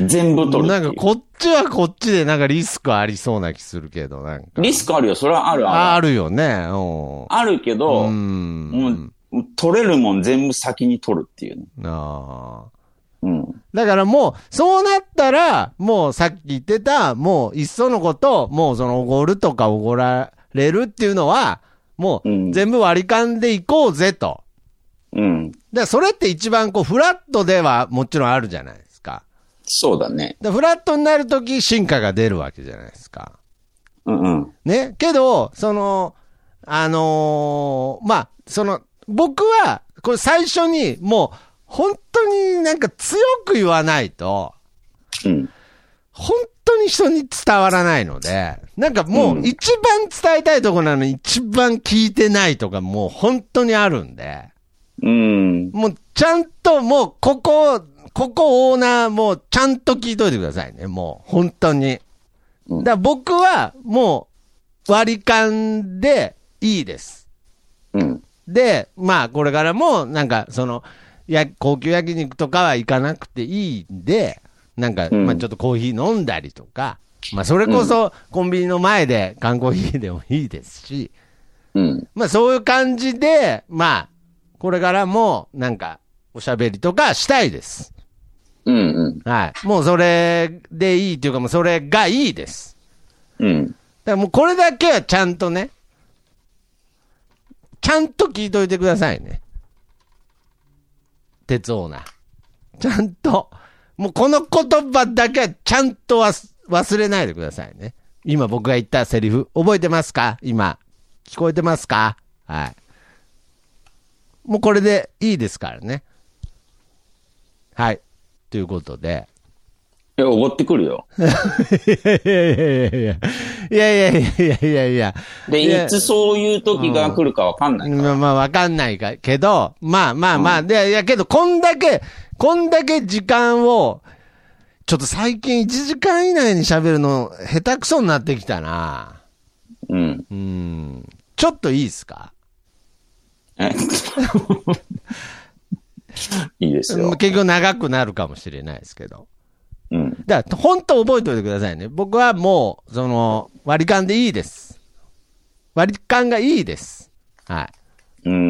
全部取るっていう。 なんかこっちはこっちでなんかリスクありそうな気するけど、なんか。 リスクあるよ。それはあるある。 あ, あるよね。 あるけど、うん、もう取れるもん全部先に取るっていう、ね。ああ。 うん。だからもう、そうなったら、もうさっき言ってた、もういっそのこと、もうそのおごるとかおごられるっていうのは、もう全部割り勘でいこうぜと。うん。だからそれって一番こう、フラットではもちろんあるじゃないですか。 そうだね。 だフラットになるとき進化が出るわけじゃないですか。 うんうん。 ね。けど、その、あのー、まあ、その、僕は、これ最初にもう、本当になんか強く言わないと、うん、本当に人に伝わらないので、なんかもう一番伝えたいところなのに一番聞いてないとかもう本当にあるんで、うん、もうちゃんともうここ、ここオーナーもうちゃんと聞いといてくださいね、もう本当に。だから僕はもう割り勘でいいです。うん、で、まあこれからもなんかその、や高級焼肉とかは行かなくていいんで、なんか、うん、まあちょっとコーヒー飲んだりとか、まあそれこそコンビニの前で缶コーヒーでもいいですし、うん、まあそういう感じで、まあ、これからもなんかおしゃべりとかしたいです。うんうん。はい。もうそれでいいというかもうそれがいいです。うん。だからもうこれだけはちゃんとね、ちゃんと聞いといてくださいね。鉄オーナー。ちゃんと、もうこの言葉だけはちゃんと忘れないでくださいね。今僕が言ったセリフ、覚えてますか？今。聞こえてますか？はい。もうこれでいいですからね。はい。ということで。 いや、おごってくるよ。 いやいやいやいやいや。いやいやいやいやいや。 で、いつそういう時が来るかわかんないから。 まあまあわかんないかけど、まあまあまあ、うん、で、いやけど、こんだけ、こんだけ時間を、ちょっと最近いちじかん以内に喋るの、下手くそになってきたな。うん。うん。ちょっといいですか？ えいいですよ。 結局長くなるかもしれないですけど。うん。だから、本当覚えておいてくださいね。僕はもう、その、割り勘でいいです。割り勘がいいです。はい。うん。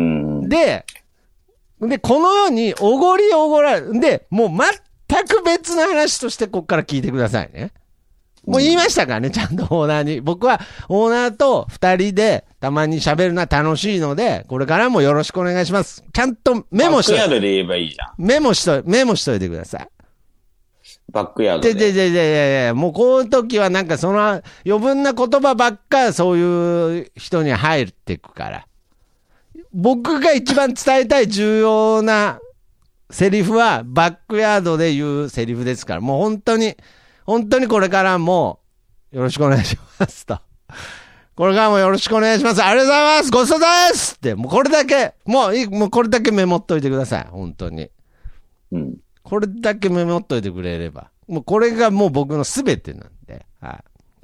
で、で、このように、おごりおごられ、で、もう全く別の話としてこっから聞いてくださいね。もう言いましたからね、ちゃんとオーナーに。僕はオーナーと二人でたまに喋るのは楽しいので、これからもよろしくお願いします。ちゃんとメモしといて。 バックヤードで言えばいいじゃん。 メモしと、メモしといてください。 バックヤードで。 ででででででもうこういう時はなんかその余分な言葉ばっかそういう人に入っていくから。僕が一番伝えたい重要なセリフはバックヤードで言うセリフですから、もう本当に、本当にこれからもよろしくお願いしますと。これからもよろしくお願いします。ありがとうございます。ごちそうさまですって、もうこれだけ、もういい、もうこれだけメモっといてください。本当に。 うん。 これだけメモっといてくれれば。もうこれがもう僕の全てなんで。はい。 うん。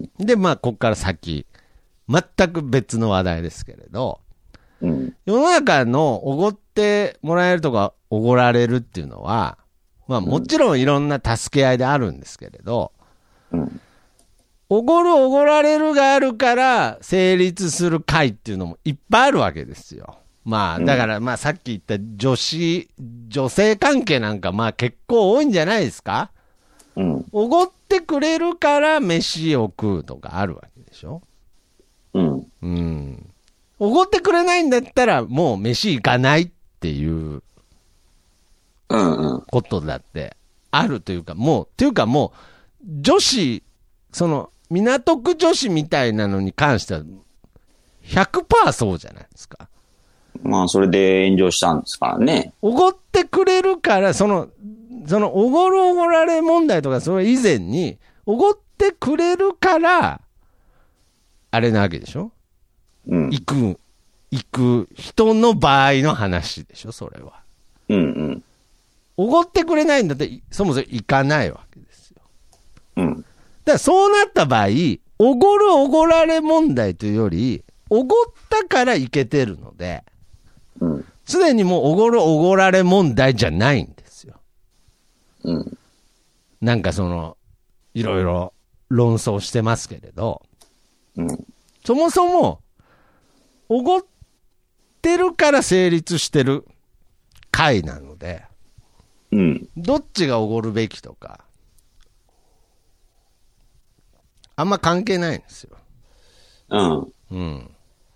で、まあ、こっから先、全く別の話題ですけれど、 うん、 世の中のおごってもらえるとかおごられるっていうのは、まあもちろんいろんな助け合いであるんですけれど、 うん、 おごるおごられるがあるから成立する会っていうのもいっぱいあるわけですよ。まあだからまあさっき言った女子、女性関係なんかまあ結構多いんじゃないですか。 うん、 おごってくれるから飯を食うとかあるわけでしょ。 うん。 うん。おごってくれないんだったらもう飯行かないっていうことだってあるというか、もう、というかもう、女子、その、港区女子みたいなのに関しては、ひゃくパーセント そうじゃないですか。 まあ、それで炎上したんですからね。 おごってくれるから、その、その、おごるおごられ問題とか、それ以前に、おごってくれるから、あれなわけでしょ？うん、行く、行く人の場合の話でしょ、それは。 うんうん。 おごってくれないんだって、そもそも行かないわけですよ。 うん。 だからそうなった場合、おごるおごられ問題というより、おごったから行けてるので、 うん。 すでにもうおごるおごられ問題じゃないんですよ。 うん。 なんかその、いろいろ論争してますけれど、 うん。 そもそも、おごってるから成立してる会なので、 うん、 どっちがおごるべきとか、あんま関係ないんですよ。 うん。 うん。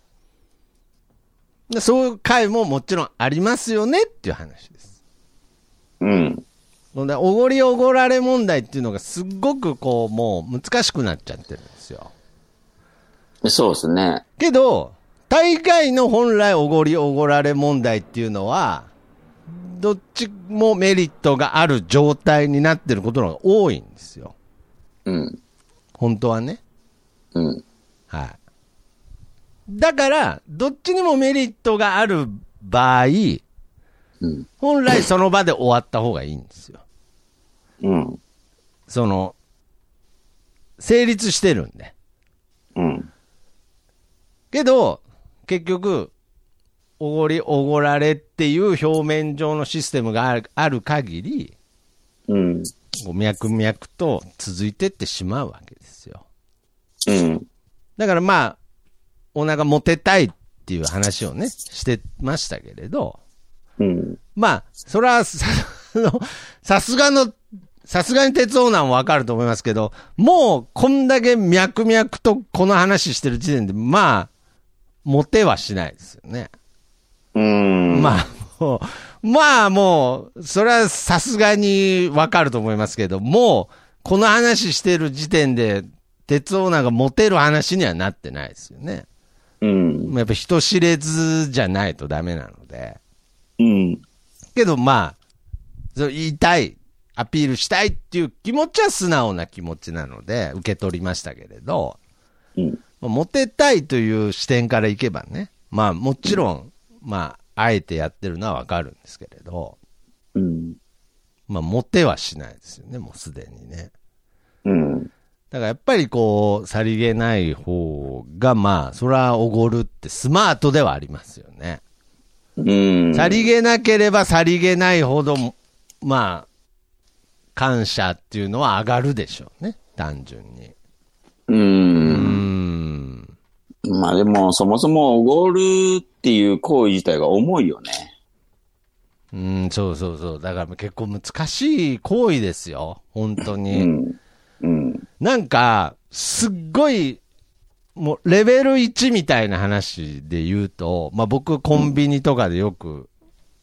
でそういう会ももちろんありますよねっていう話です。 うん。 でおごりおごられ問題っていうのがすっごくこうもう難しくなっちゃってるんですよ。 そうですね。 けど、大概の本来おごりおごられ問題っていうのは、どっちもメリットがある状態になってることのが多いんですよ。 うん。 本当はね。 うん。 はい。だから、どっちにもメリットがある場合、うん、本来その場で終わった方がいいんですよ。 うん。 その、成立してるんで。 うん。 けど、結局、おごりおごられっていう表面上のシステムがある、ある限り、 うん。 こう脈々と続いてってしまうわけですよ。 うん。だからまあ、お腹モテたいっていう話をね、してましたけれど、 うん。 まあ、それはさ、さすがの、さすがに鉄オーナーもわかると思いますけど、もうこんだけ脈々とこの話してる時点で、まあ、モテはしないですよね。 うーん。 まあ、もう、まあもう、それはさすがにわかると思いますけど、もう、この話してる時点で、鉄オーナーがモテる話にはなってないですよね。 うん。 やっぱ人知れずじゃないとダメなので。 うん。 けどまあ、そう言いたい、アピールしたいっていう気持ちは素直な気持ちなので、受け取りましたけれど、 うん。 モテたいという視点からいけばね、まあもちろん、まあ、あえてやってるのはわかるんですけれど、 うん。 まあ、モテはしないですよね、もうすでにね。 うん。 だからやっぱりこう、さりげない方が、まあ、それはおごるってスマートではありますよね。 うん。 さりげなければさりげないほど、まあ、感謝っていうのは上がるでしょうね、単純に。 うーん。うーん。まあでも、そもそもおごるっていう行為自体が重いよね。 うん、そうそうそう。だから結構難しい行為ですよ、本当に。うん。うん、なんか、すっごい、もうレベルいちみたいな話で言うと、まあ僕コンビニとかでよく、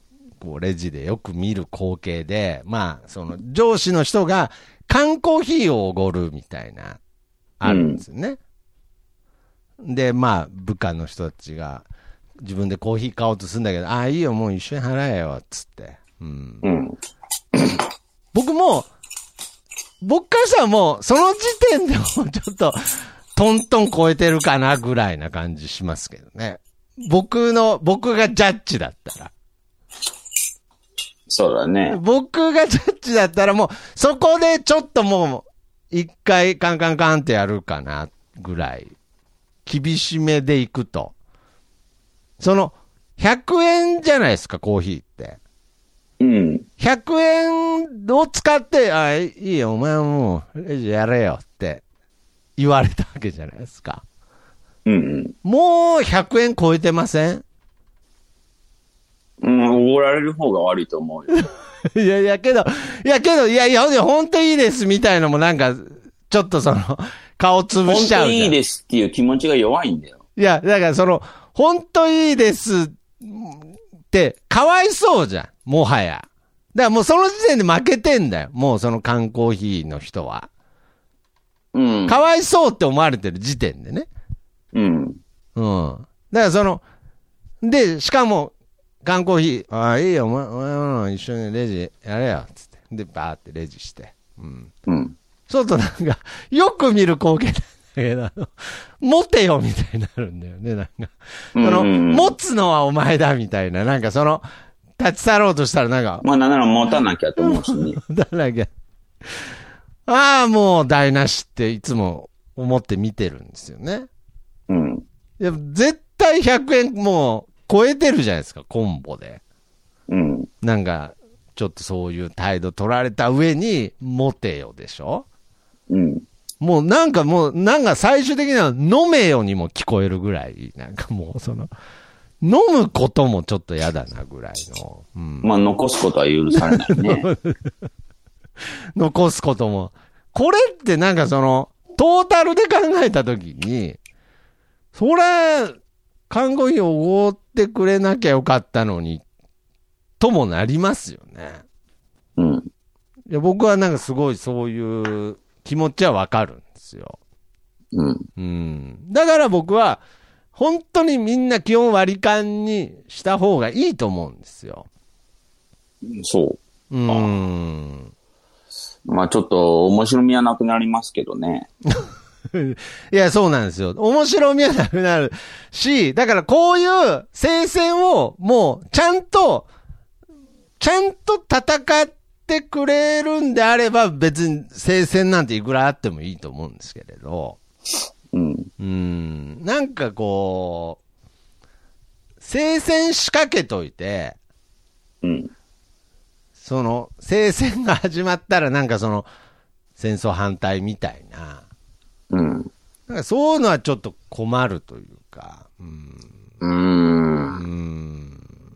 こうレジでよく見る光景で、まあ、その上司の人が缶コーヒーをおごるみたいな、あるんですよね。うん、で、まあ、部下の人たちが自分でコーヒー買おうとするんだけど、ああ、いいよ、もう一緒に払えよ、つって。うん。うん、僕も、僕からしたらもう、その時点でもちょっと、トントン超えてるかなぐらいな感じしますけどね。僕の、僕がジャッジだったら。 そうだね。 僕がジャッジだったらもう、そこでちょっともう、一回カンカンカンってやるかなぐらい。厳しめでいくと。その、ひゃくえんじゃないですか、コーヒーって。 うん。 ひゃくえんを使って、あ、いいよ、お前もう、レジやれよって言われたわけじゃないですか。 うんうん。 もうひゃくえん超えてません？ うん、おごられる方が悪いと思うよ。 いやいや、けど、いやけど、いやいや、ほんといいですみたいのもなんか、ちょっとその、顔つぶしちゃうじゃん。 ほんといいですっていう気持ちが弱いんだよ。 いや、だからその、ほんといいですって、かわいそうじゃん。もはや。だからもうその時点で負けてんだよ。もうその缶コーヒーの人は。 うん。 かわいそうって思われてる時点でね。 うん。 うん。だからその、で、しかも、缶コーヒー、ああ、いいよ、お前、お前も一緒にレジやれよ、つって。で、バーってレジして。うん。 うん。 そうとなんか、よく見る光景なんだけど、あの、持てよ、みたいになるんだよね、なんか。その、うん、持つのはお前だ、みたいな。なんかその、立ち去ろうとしたらなんか。 まあ、なんなら持たなきゃと思うしね。 持たなきゃ。ああ、もう台無しっていつも思って見てるんですよね。 うん。 いや、絶対ひゃくえんもう超えてるじゃないですか、コンボで。 うん。 なんか、ちょっとそういう態度取られた上に、持てよでしょ？ うん。 もうなんかもう、なんか最終的には飲めよにも聞こえるぐらい、なんかもうその、飲むこともちょっと嫌だなぐらいの。 うん、まあ残すことは許されないね。 残すことも。これってなんかその、トータルで考えたときに、それ、看護費をおごってくれなきゃよかったのに、ともなりますよね。 うん。 いや僕はなんかすごいそういう気持ちはわかるんですよ。 うん。 うん。だから僕は、本当にみんな基本割り勘にした方がいいと思うんですよ。 そう。 うん。 まあちょっと面白みはなくなりますけどね。 いや、そうなんですよ。面白みはなくなるし、だからこういう聖戦をもうちゃんと、ちゃんと戦ってくれるんであれば別に聖戦なんていくらあってもいいと思うんですけれど。 うん。 うん。なんかこう、聖戦仕掛けといて、 うん。 その、聖戦が始まったらなんかその、戦争反対みたいな。 うん。 なんかそういうのはちょっと困るというか。うん。 うーん。 うん。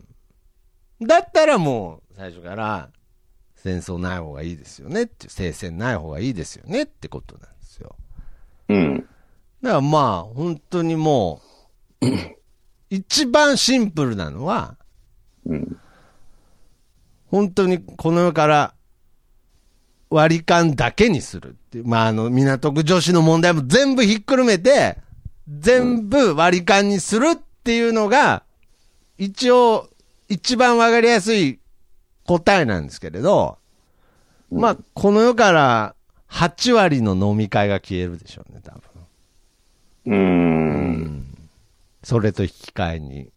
だったらもう、最初から、戦争ない方がいいですよねって、聖戦ない方がいいですよねってことなんですよ。 うん。 だからまあ、本当にもう、一番シンプルなのは、 うん、 本当にこの世から割り勘だけにするっていう。まあ、あの、港区女子の問題も全部ひっくるめて、全部割り勘にするっていうのが、一応、一番わかりやすい答えなんですけれど、まあ、この世からはち割の飲み会が消えるでしょうね、多分。 うーん。うん、 それと引き換えに。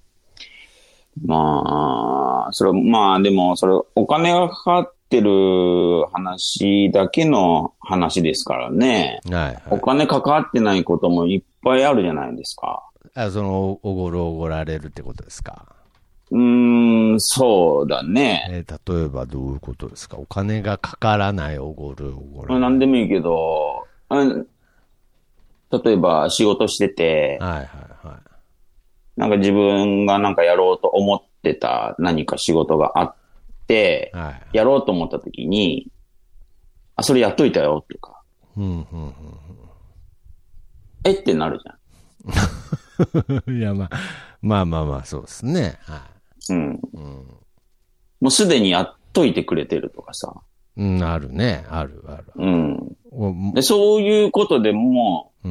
まあ、それ、まあでも、それ、お金がかかってる話だけの話ですからね。 はい、はい。 お金かかってないこともいっぱいあるじゃないですか。 あ、その、おごるおごられるってことですか。 うーん、そうだね。 えー、例えばどういうことですか。お金がかからないおごるおごられる。 なんでもいいけど、例えば仕事してて、 はいはいはい。 なんか自分がなんかやろうと思ってた何か仕事があって、はい、やろうと思った時に、あ、それやっといたよとか。 うんうんうんうん、 えってなるじゃん。いやまあ、まあまあまあそうですね。はい。 うん。 うん、 もうすでにやっといてくれてるとかさ。 うん、あるね。ある、ある。 うん。で、そういうことでも、 うん、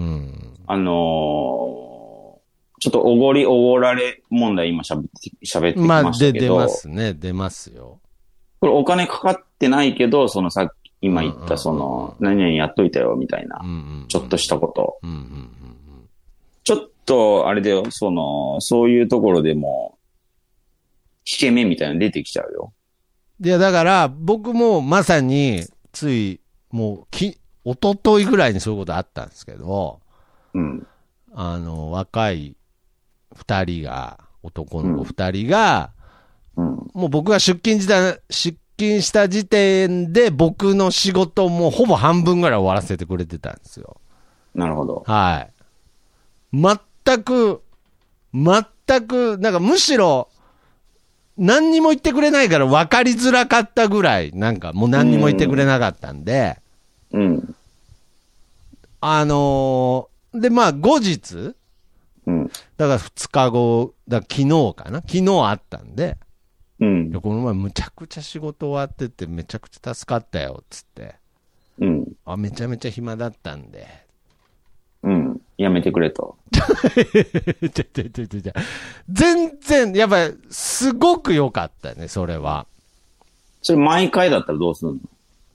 あのー、ちょっとおごりおごられ問題今喋って、喋ってきましたけど。 まあ、で、出ますね。出ますよ。 これお金かかってないけど、そのさっき今言ったその、何々やっといたよみたいな、ちょっとしたこと。ちょっと、あれだよ、その、そういうところでも、引け目みたいなの出てきちゃうよ。 いや、だから、僕もまさに、つい、もう、き、一昨日ぐらいにそういうことあったんですけど、 うん。 あの、若い二人が、男の子二人が、 うん、 もう僕が出勤した、出勤した時点で僕の仕事もほぼ半分ぐらい終わらせてくれてたんですよ。 なるほど。 はい。全く、全く、なんかむしろ、何にも言ってくれないから分かりづらかったぐらい、なんかもう何にも言ってくれなかったんで、 うん。 あのー、で、まあ後日、 うん。 だから二日後、だから昨日かな昨日あったんで、 うん。 いやこの前むちゃくちゃ仕事終わっててめちゃくちゃ助かったよ、つって。 うん。 あ、めちゃめちゃ暇だったんで。 うん。やめてくれと。 ちょちょちょちょちょ。全然、やっぱり、すごく良かったね、それは。 それ毎回だったらどうするの？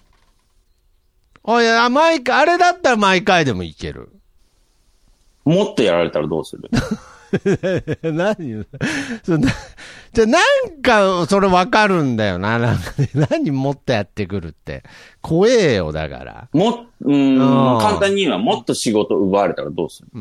あ、いや、毎回、あれだったら毎回でもいける。 もっとやられたらどうする？ 何そなじゃ、なんか、それわかるんだよな。なんかね、何もっとやってくるって。怖えよ、だから。 も、うーん、簡単に言えばもっと仕事奪われたらどうする？ うん。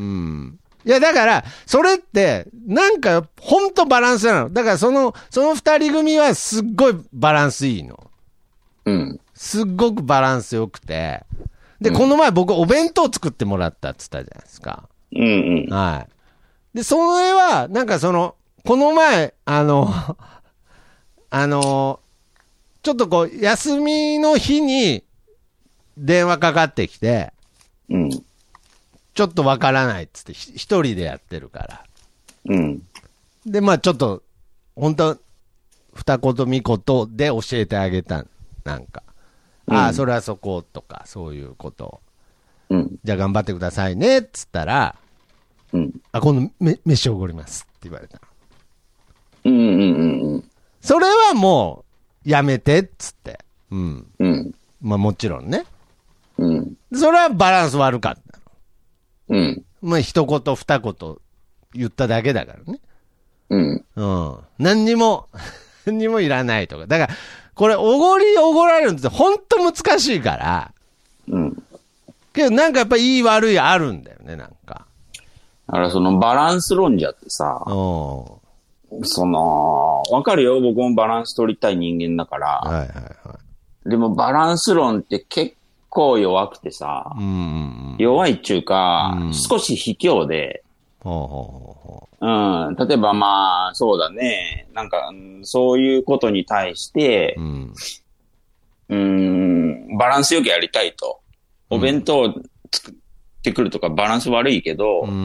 いや、だから、それって、なんか、ほんとバランスなの。だから、その、その二人組はすっごいバランスいいの。 うん。 すっごくバランス良くて。で、うん、この前僕お弁当作ってもらったって言ったじゃないですか。 うんうん。 はい。で、それは、なんかその、この前、あの、あの、ちょっとこう、休みの日に電話かかってきて、 うん。 ちょっとわからないっつって、一人でやってるから。 うん。 で、まあちょっと、本当二言三言で教えてあげた。なんか。うん、ああ、それはそことか、そういうことを。 うん。 じゃあ頑張ってくださいね、っつったら、 うん。 あ、今度め、飯おごりますって言われた。 うんうんうんうん。 それはもう、やめてっつって。うん。 うん。 まあもちろんね。 うん。 それはバランス悪かったの。うん。 まあ一言二言言っただけだからね。 うん。 うん。何にも、何にもいらないとか。だから、これおごりおごられるんって本当難しいから。 うん。 けどなんかやっぱいい悪いあるんだよね、なんか。 だからそのバランス論者ってさ、その、わかるよ、僕もバランス取りたい人間だから。 はいはいはい。 でもバランス論って結構弱くてさ、 うんうんうん、 弱いっちゅうか、 うん、 少し卑怯で、 ほうほうほううん、例えばまあ、そうだね、なんか、そういうことに対して、うん、うーんバランスよくやりたいと。お弁当を作ってくるとかバランス悪いけど、 うん、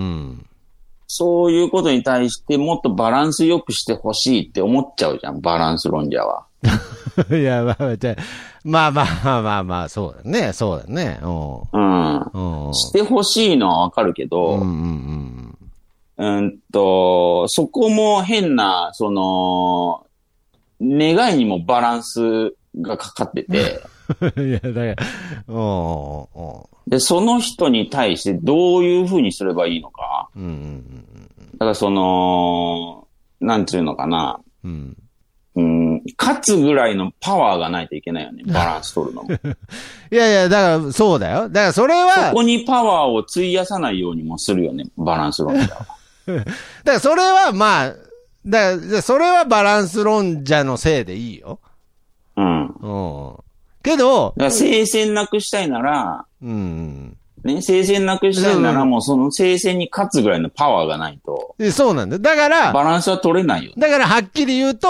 そういうことに対してもっとバランスよくしてほしいって思っちゃうじゃん、バランス論者は。 いや、まあ、じゃまあまあまあまあ、そうだね、そうだね。 うん。うん、してほしいのはわかるけど、うんうんうん、うんと、そこも変な、その、願いにもバランスがかかってて、 いや、だから、おうおうで、その人に対してどういうふうにすればいいのか。 うんうんうん、 だからその、なんていうのかな。うんうん、勝つぐらいのパワーがないといけないよね、バランス取るのも。いやいや、だからそうだよ。だからそれは。 そこにパワーを費やさないようにもするよね、バランス論者は。 だからそれはまあ、だからそれはバランス論者のせいでいいよ。うん。うん。けど、 だから聖戦なくしたいなら、 うん。 ね、聖戦なくしたいならもうその聖戦に勝つぐらいのパワーがないと。 そうなんだ。だから、 バランスは取れないよ、ね。 だからはっきり言うと、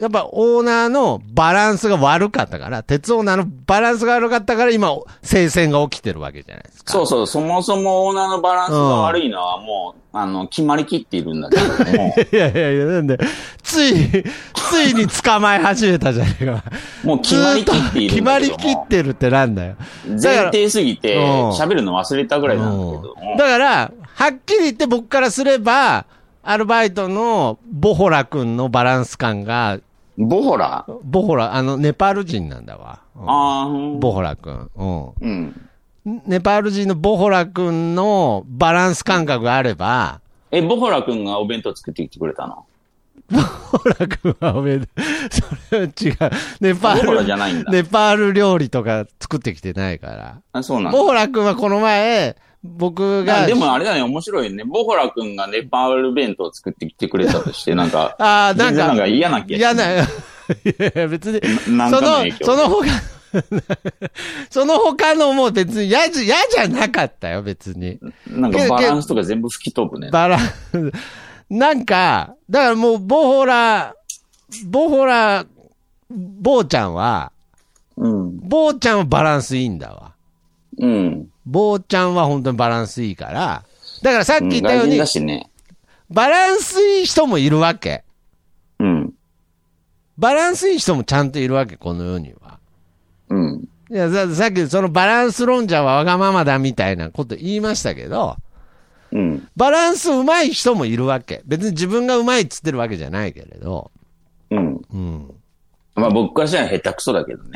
やっぱオーナーのバランスが悪かったから、鉄オーナーのバランスが悪かったから今、聖戦が起きてるわけじゃないですか。 そうそう、そもそもオーナーのバランスが悪いのはもう、うん、あの、決まりきっているんだけども。 いやいやいや、なんで、つい、ついに捕まえ始めたじゃないか。 もう決まりきっているんだけども。 決まりきってるってなんだよ。 前提すぎて、喋るの忘れたぐらいなんだけども。 だから、はっきり言って僕からすれば、アルバイトのボホラ君のバランス感が、 ボホラボホラ、あの、ネパール人なんだわ。うん、 あーボホラ君。うん。 うん。 ネパール人のボホラ君のバランス感覚があれば。 え、ボホラ君がお弁当作ってきてくれたの？ ボホラ君はお弁当、それは違う。ネパール、 ボホラじゃないんだ。 ネパール料理とか作ってきてないから。 あ、そうなんだ。 ボホラ君はこの前、僕が。 でもあれだね、面白いね。ボホラ君がネパール弁当を作ってきてくれたとして、なんか、 ああ、なんか、 なんか嫌な気が嫌な、いや別に、 なんかの影響その、その他、その他のも別に嫌じ、嫌じゃなかったよ、別に。 なんかバランスとか全部吹き飛ぶね。 バランス、なんか、だからもう、ボホラ、ボホラ、ボーちゃんは、 うん。 ボーちゃんはバランスいいんだわ。 うん。 ボーちゃんは本当にバランスいいから、だからさっき言ったように、 うん、だしね、 バランスいい人もいるわけ。 うん。 バランスいい人もちゃんといるわけ、この世には。 うん。 いや、さ, さっきそのバランス論者はわがままだみたいなこと言いましたけど、 うん。 バランス上手い人もいるわけ。別に自分が上手いっつってるわけじゃないけれど。 うん。 うん。 まあ僕からしたら下手くそだけどね。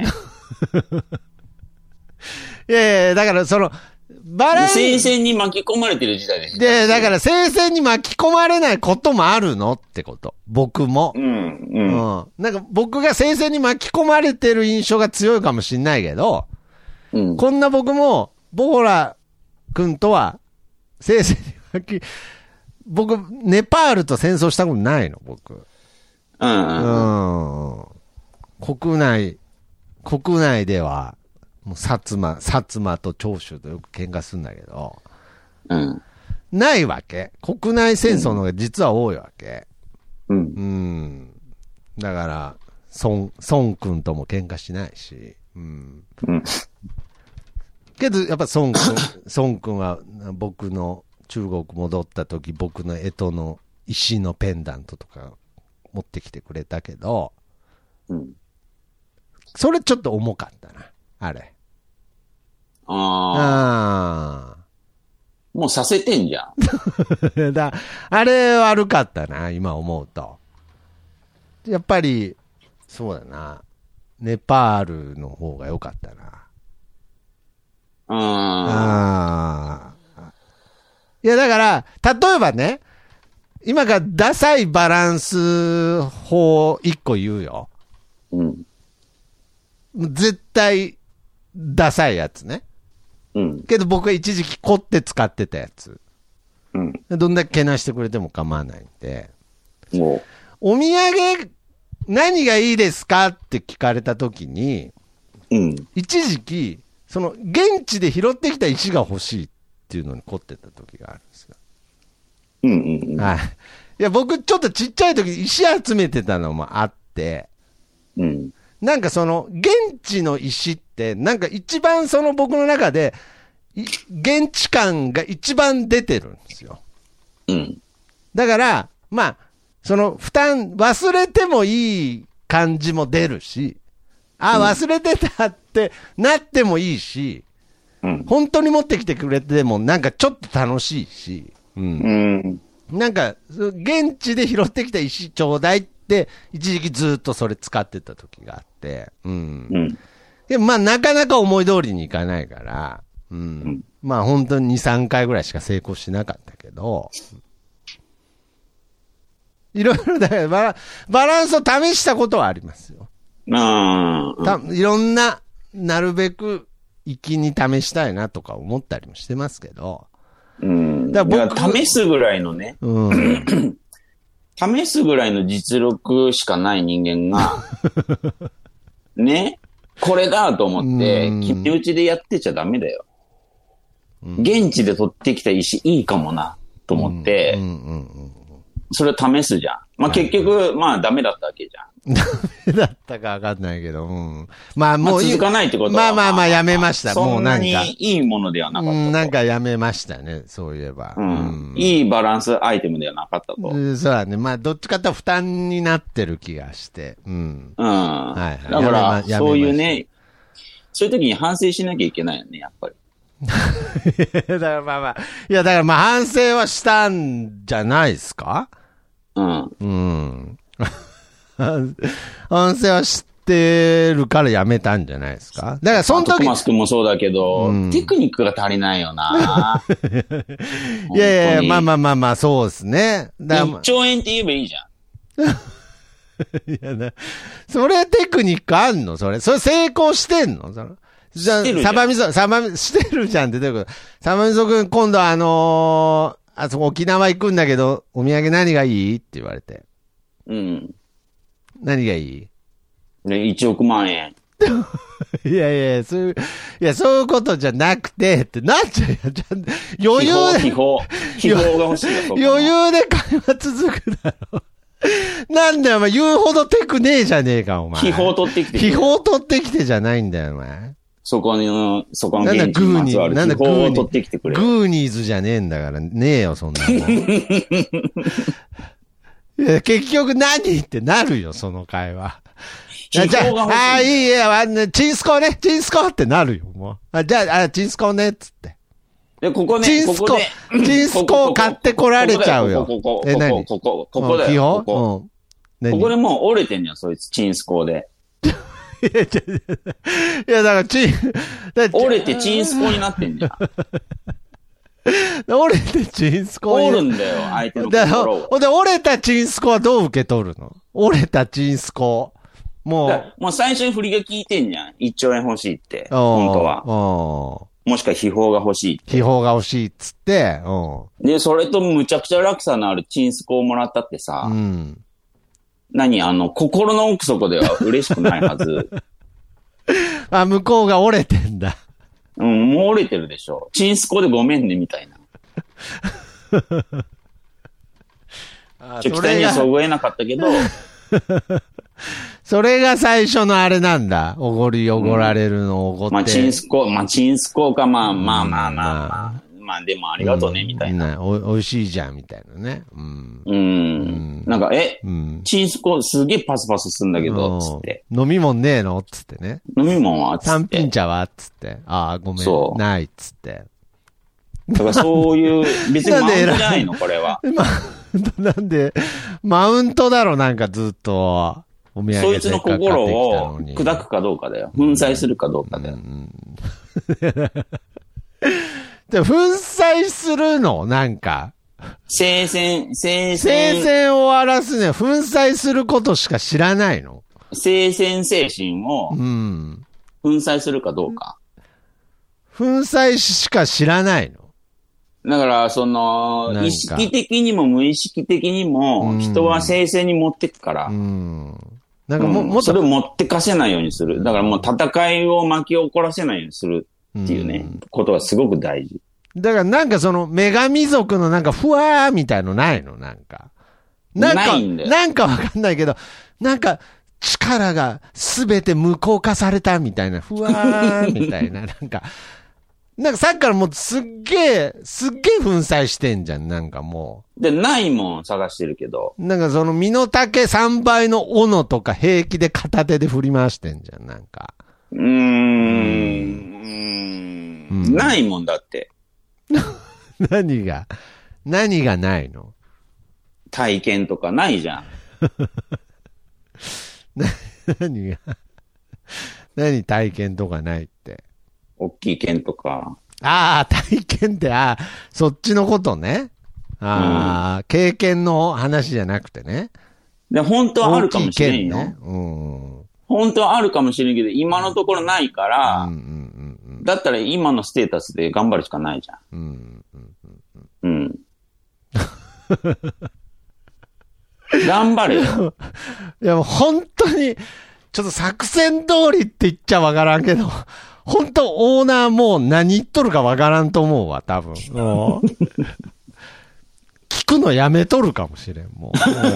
いやいや、だからその、バランス。 聖戦に巻き込まれてる時代です。 で、だから聖戦に巻き込まれないこともあるのってこと。僕も。 うん。うん。 うん。なんか僕が聖戦に巻き込まれてる印象が強いかもしんないけど、 うん。 こんな僕も、ボホラ君とは、聖戦に巻き、僕、ネパールと戦争したことないの、僕。 うん。 うん。国内、国内では、もう薩摩、薩摩と長州とよく喧嘩するんだけど、 うん。 ないわけ。国内戦争の方が実は多いわけ。 うん。 うん。だから、孫、孫君とも喧嘩しないし。うん。 うん。 けど、やっぱ孫君、孫君は僕の中国戻った時、僕の干支の石のペンダントとか持ってきてくれたけど、 うん。 それちょっと重かったな。あれ。 ああ。もうさせてんじゃん。だあれ悪かったな、今思うと。やっぱり、そうだな。ネパールの方が良かったな。 ああ。いや、だから、例えばね、今がダサいバランス法一個言うよ。 うん。 絶対、ダサいやつね。 うん。 けど僕は一時期凝って使ってたやつ。 うん。 どんだけけなしてくれても構わないんで。 もう。お土産、何がいいですかって聞かれたときに、 うん。 一時期、その、現地で拾ってきた石が欲しいっていうのに凝ってた時があるんですよ。 うんうんうん。 はい。いや、僕ちょっとちっちゃい時石集めてたのもあって、 うん。 なんかその、現地の石って、なんか一番その僕の中で、現地感が一番出てるんですよ。 うん。 だから、まあ、その負担、忘れてもいい感じも出るし、あ、忘れてたってなってもいいし、 うん、 本当に持ってきてくれてもなんかちょっと楽しいし、うん。うん、なんか、現地で拾ってきた石ちょうだいって、一時期ずっとそれ使ってた時があって、うん。うん、でもまあなかなか思い通りにいかないから、うん。うん、まあ本当にに、さんかいぐらいしか成功しなかったけど、いろいろだからバラ、バランスを試したことはありますよ。 あたいろんな、なるべく、粋に試したいなとか思ったりもしてますけど。 うん。だから僕試すぐらいのね。うん。試すぐらいの実力しかない人間が、ね、これだと思って、決め打ちでやってちゃダメだよ。現地で取ってきた石いいかもな、と思って、 それを試すじゃん。まあ結局、まあダメだったわけじゃん。 ダメだったかわかんないけど、うん。まあもう、 まあ、続かないってことは。 まあまあまあやめました。もうなんか。 そんなにいいものではなかったと。 うん、なんかやめましたね、そういえば。 うん。うん、いいバランスアイテムではなかったと。 うん、そうだね。まあどっちかというと負担になってる気がして。うん。 うん。はいはい。だから、そういうね、そういう時に反省しなきゃいけないよね、やっぱり。 だからまあまあ、いやだからまあ反省はしたんじゃないですか？ うん。 うん。反省はしてるからやめたんじゃないですか？だからその時。 トマス君もそうだけど、うん、テクニックが足りないよな。 いやいや、まあまあまあまあ、そうですね。 だいっちょうえんって言えばいいじゃん。 いやな、それテクニックあんの？それ。それ成功してんの？それ。じゃあ、サバみそ、サバみ、してるじゃんってどういうこと？サバみそくん、今度あのー、あそこ沖縄行くんだけど、お土産何がいいって言われて。 うん。 何がいい？ ね、いちおくまんえん。 いやいや、そういう、いや、そういうことじゃなくて、ってなっちゃうよ。ちゃんと余裕で。 秘宝、秘宝が欲しいよ、 余裕で会話続くだろ。なんだよ、お前、言うほどテクねえじゃねえか、お前。 秘宝取ってきて。 秘宝取ってきてじゃないんだよ、お前。 そこの、そこの現地にまつわる秘宝を取ってきてくれ。 グーニーズじゃねえんだから、ねえよ、そんなの。いや結局何ってなるよ、その会話。じゃあ、ああ、いいや、チンスコね、チンスコってなるよ、もう。あじゃあ、あチンスコね、つって。 で、ここね、 チンスコ、 ここチンスコ買ってこられちゃうよ。 ここ、ここ、ここ、ここ、ここだよ。ここ。ここでもう折れてんじゃん、そいつ、チンスコで。 いや、だから、チン、 折れてチンスコになってんじゃん。 折れてチンスコに。 折るんだよ、相手の心を。 で、折れたチンスコはどう受け取るの？折れたチンスコ。もう。 もう最初に振りが効いてんじゃん。いっちょうえん欲しいって。本当は。もしくは秘宝が欲しいって。 秘宝が欲しいっつって。 で、それとむちゃくちゃ落差のあるチンスコをもらったってさ。うん。何あの、心の奥底では嬉しくないはず。 あ、向こうが折れてんだ。 うん、もう折れてるでしょ。チンスコでごめんね、みたいな。ちょ、期待にはそぐえなかったけど。 それが最初のあれなんだ。おごりおごられるのおごって。 まあ、チンスコ、まあ、チンスコか、まあまあまあまあまあ。まあ、でもありがとうね、みたいな。 お、おいしいじゃん、みたいなね。うん。 うん。なんか、え、チンスコすげえパスパスすんだけど、つって。 飲み物ねえのつってね。 飲み物はつって。 三品茶はつって。ああ、ごめん。そう。ない、つって。 だからそういう、別にマウントじゃないの、これは。 なんで、マウントだろ、なんかずっと。お土産そいつの心を砕くかどうかだよ。粉砕するかどうかだよ。 で粉砕するのなんか。 聖戦、聖戦。 聖戦を終わらすには粉砕することしか知らないの？ 聖戦精神を、粉砕するかどうか。 粉砕しか知らないの？ だから、その、意識的にも無意識的にも、人は聖戦に持ってくから。うんなんかも、うん、もっとそれを持ってかせないようにする。だからもう戦いを巻き起こらせないようにするっていうね、うん、ことがすごく大事。 だからなんかその女神族のなんかふわーみたいのないのなんか。なんか、 ないんだよ。 なんかわかんないけど、なんか力がすべて無効化されたみたいな、ふわーみたいな、なんか、なんかさっきからもうすっげえ、すっげえ粉砕してんじゃん、なんかもう。で、ないもん探してるけど。 なんかその身の丈さんばいの斧とか平気で片手で振り回してんじゃん、なんか。 うーん。うん、ないもんだって。 何が、何がないの？ 体験とかないじゃん。 何が、何体験とかないって。 大きい剣とか。 ああ、体験って、ああ、そっちのことね。ああ、うん、経験の話じゃなくてね。 で、本当はあるかもしれんよ。 ねうん、 本当はあるかもしれんけど、今のところないから、うんうんうんうん、だったら今のステータスで頑張るしかないじゃん。うんうんうんうん、頑張れよ。 いや、もう本当に、ちょっと作戦通りって言っちゃわからんけど、本当オーナーもう何言っとるかわからんと思うわ、多分。聞聞くのやめとるかもしれん、もう。もう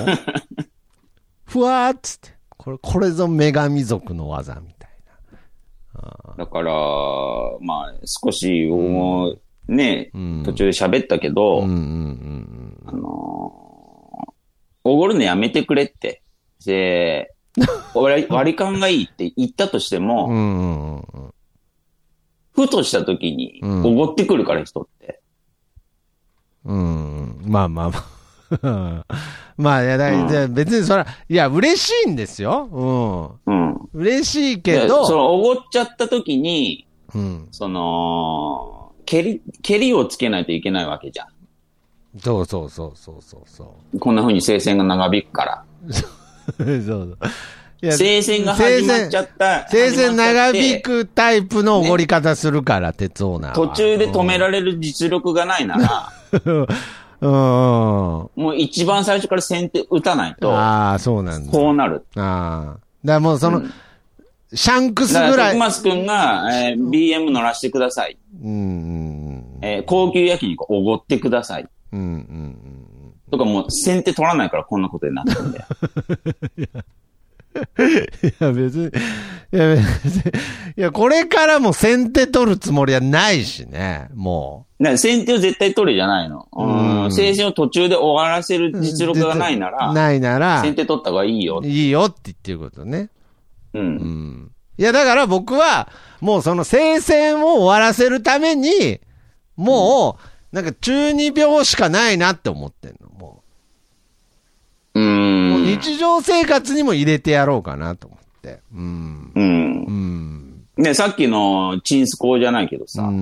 ふわーっつって。これ、これぞ女神族の技みたいな。 あだから、まあ、少し、もう、ね、うん、途中で喋ったけど、うんうんうん、あのー、おごるのやめてくれって。で、割り勘がいいって言ったとしても、うんうんうん、ふとした時に、おごってくるから、人って。 うん、まあまあまあ。まあ、いや、だうん、別にそら、いや、嬉しいんですよ。うん。うん。嬉しいけど。 その、おごっちゃった時に、うん。その、蹴り、蹴りをつけないといけないわけじゃん。 そうそうそうそうそうそう。 こんな風に聖戦が長引くから。そうそう。いや聖戦が始まっちゃった。 聖戦長引くタイプのおごり方するから、ね、鉄オーナーは。 途中で止められる実力がないなら、うん、もう一番最初から先手打たないと。 ああ、そうなんだ。 こうなる。 ああ。だからもうその、うん、シャンクスぐらい。 だから、徳松くんが、えー、ビーエム 乗らしてください。うんうんえー、高級焼肉おごってください。うんうんうん、とかもう先手取らないからこんなことになってるんで。 いやいや別に、いや別に、いやこれからも先手取るつもりはないしね、もう。だ先手を絶対取るじゃないの。うん。聖戦を途中で終わらせる実力がないなら、 ないなら、 先手取った方がいいよ。 いいよって言ってることね。うん。うん。いやだから僕は、もうその聖戦を終わらせるために、もう、なんか中二病しかないなって思ってんの、もう。うーん。もう日常生活にも入れてやろうかなと思って。うん。うん。 うん。ね、さっきのチンスコじゃないけどさ。うん。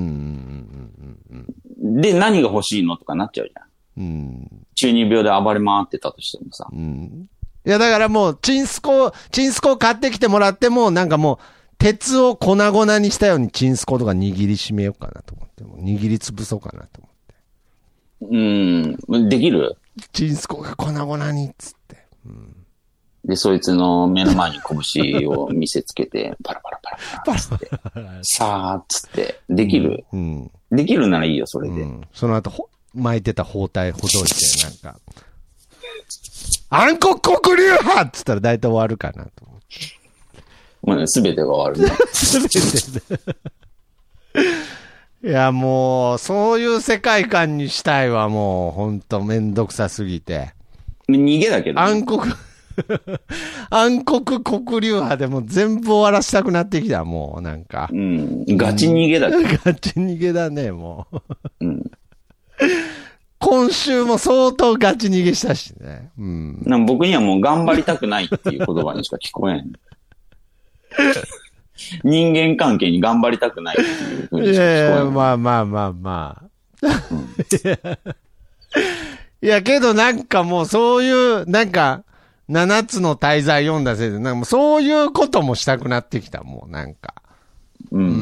で、何が欲しいのとかなっちゃうじゃん。うん。中二病で暴れ回ってたとしてもさ。うん。 いや、だからもう、チンスコ、チンスコ買ってきてもらっても、なんかもう、鉄を粉々にしたようにチンスコとか握りしめようかなと思って。握りつぶそうかなと思って。 うーん。できる？ チンスコが粉々にっつって。うん、 で、そいつの目の前に拳を見せつけて、パラパラパラパラっつって。さーっつって。できる、うん、できるならいいよ、それで。うん、 その後、ほ巻いてた包帯ほどいて、なんか、暗黒黒竜派っつったら大体終わるかなと思って。 もうすべてが終わるね。すべてで。いや、もう、そういう世界観にしたいわ、もう、ほんとめんどくさすぎて。 逃げだけど、 ね。暗黒、暗黒黒竜派でも全部終わらしたくなってきた、もう、なんか。 うん。ガチ逃げだけど。 ガチ逃げだね、もう。うん。今週も相当ガチ逃げしたしね。うん。 なん僕にはもう頑張りたくないっていう言葉にしか聞こえん。人間関係に頑張りたくないっていう風にしか聞こえない。いやいや、 まあまあまあまあ。うん、いや、けどなんかもうそういう、なんか、七つの大罪読んだせいで、なんかもうそういうこともしたくなってきた、もうなんか。うん。うん、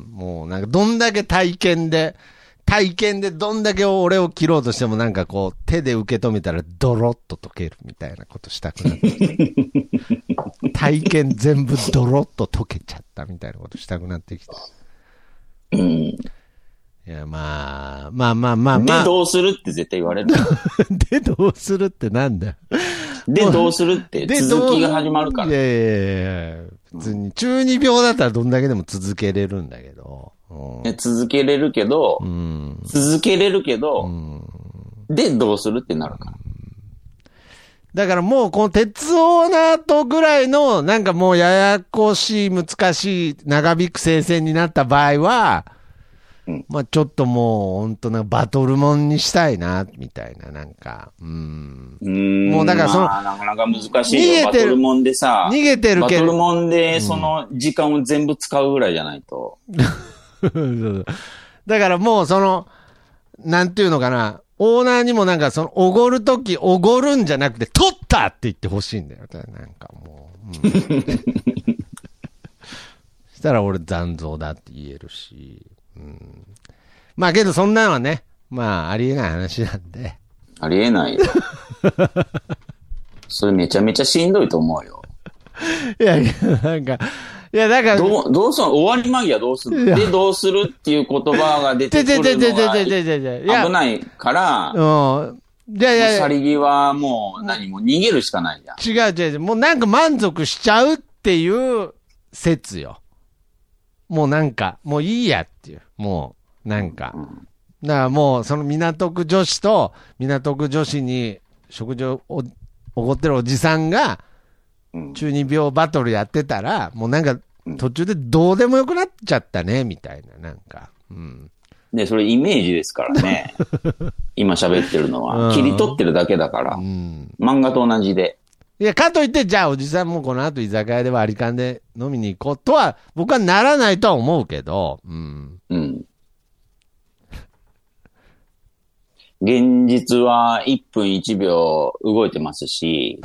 もうなんかどんだけ体験で、体験でどんだけ俺を切ろうとしてもなんかこう手で受け止めたらドロッと溶けるみたいなことしたくなってきた。体験全部ドロッと溶けちゃったみたいなことしたくなってきた。うん。いや、まあ、まあまあまあまあ。 で、どうするって絶対言われる。 で、どうするってなんだよ。 で、どうするって続きが始まるから。 いやいやいや別に中二病だったらどんだけでも続けれるんだけど。 うん、続けれるけど、うん、続けれるけど、うん、で、どうするってなるから。 だからもうこの鉄オーナーとぐらいのなんかもうややこしい難しい長引く聖戦になった場合は、うん、まあちょっともう本当なバトルモンにしたいなみたいななんか、うん、 うんもうだからその、まあ、なかなか難しいよ。バトルモンでさ、 逃げてるけど、 バトルモンでその時間を全部使うぐらいじゃないと。 だからもうその、なんていうのかな、オーナーにもなんかその、おごるとき、おごるんじゃなくて、取ったって言ってほしいんだよ。なんかもう。うん、したら俺残像だって言えるし。うん、まあけどそんなのはね、まあありえない話なんで。 ありえないよ。それめちゃめちゃしんどいと思うよ。 いやいや、なんか、いや、だから。 どう、どうするの終わり間際どうするので、どうするっていう言葉が出てくるのが危ないから。 うん。 いやいやいや。 去り際もう何も逃げるしかないじゃん。 違う違う違う。もうなんか満足しちゃうっていう説よ。もうなんか、もういいやっていう。もう、なんか。うん、だからもう、その港区女子と、港区女子に食事をおごってるおじさんが、中二病バトルやってたら、もうなんか、途中でどうでもよくなっちゃったね、みたいな、なんか。うん。 で、それイメージですからね。今喋ってるのは。切り取ってるだけだから。うん、漫画と同じで。 いや、かといって、じゃあおじさんもこの後居酒屋で割り勘で飲みに行こうとは、僕はならないとは思うけど、うん。うん。 現実はいっぷんいちびょう動いてますし、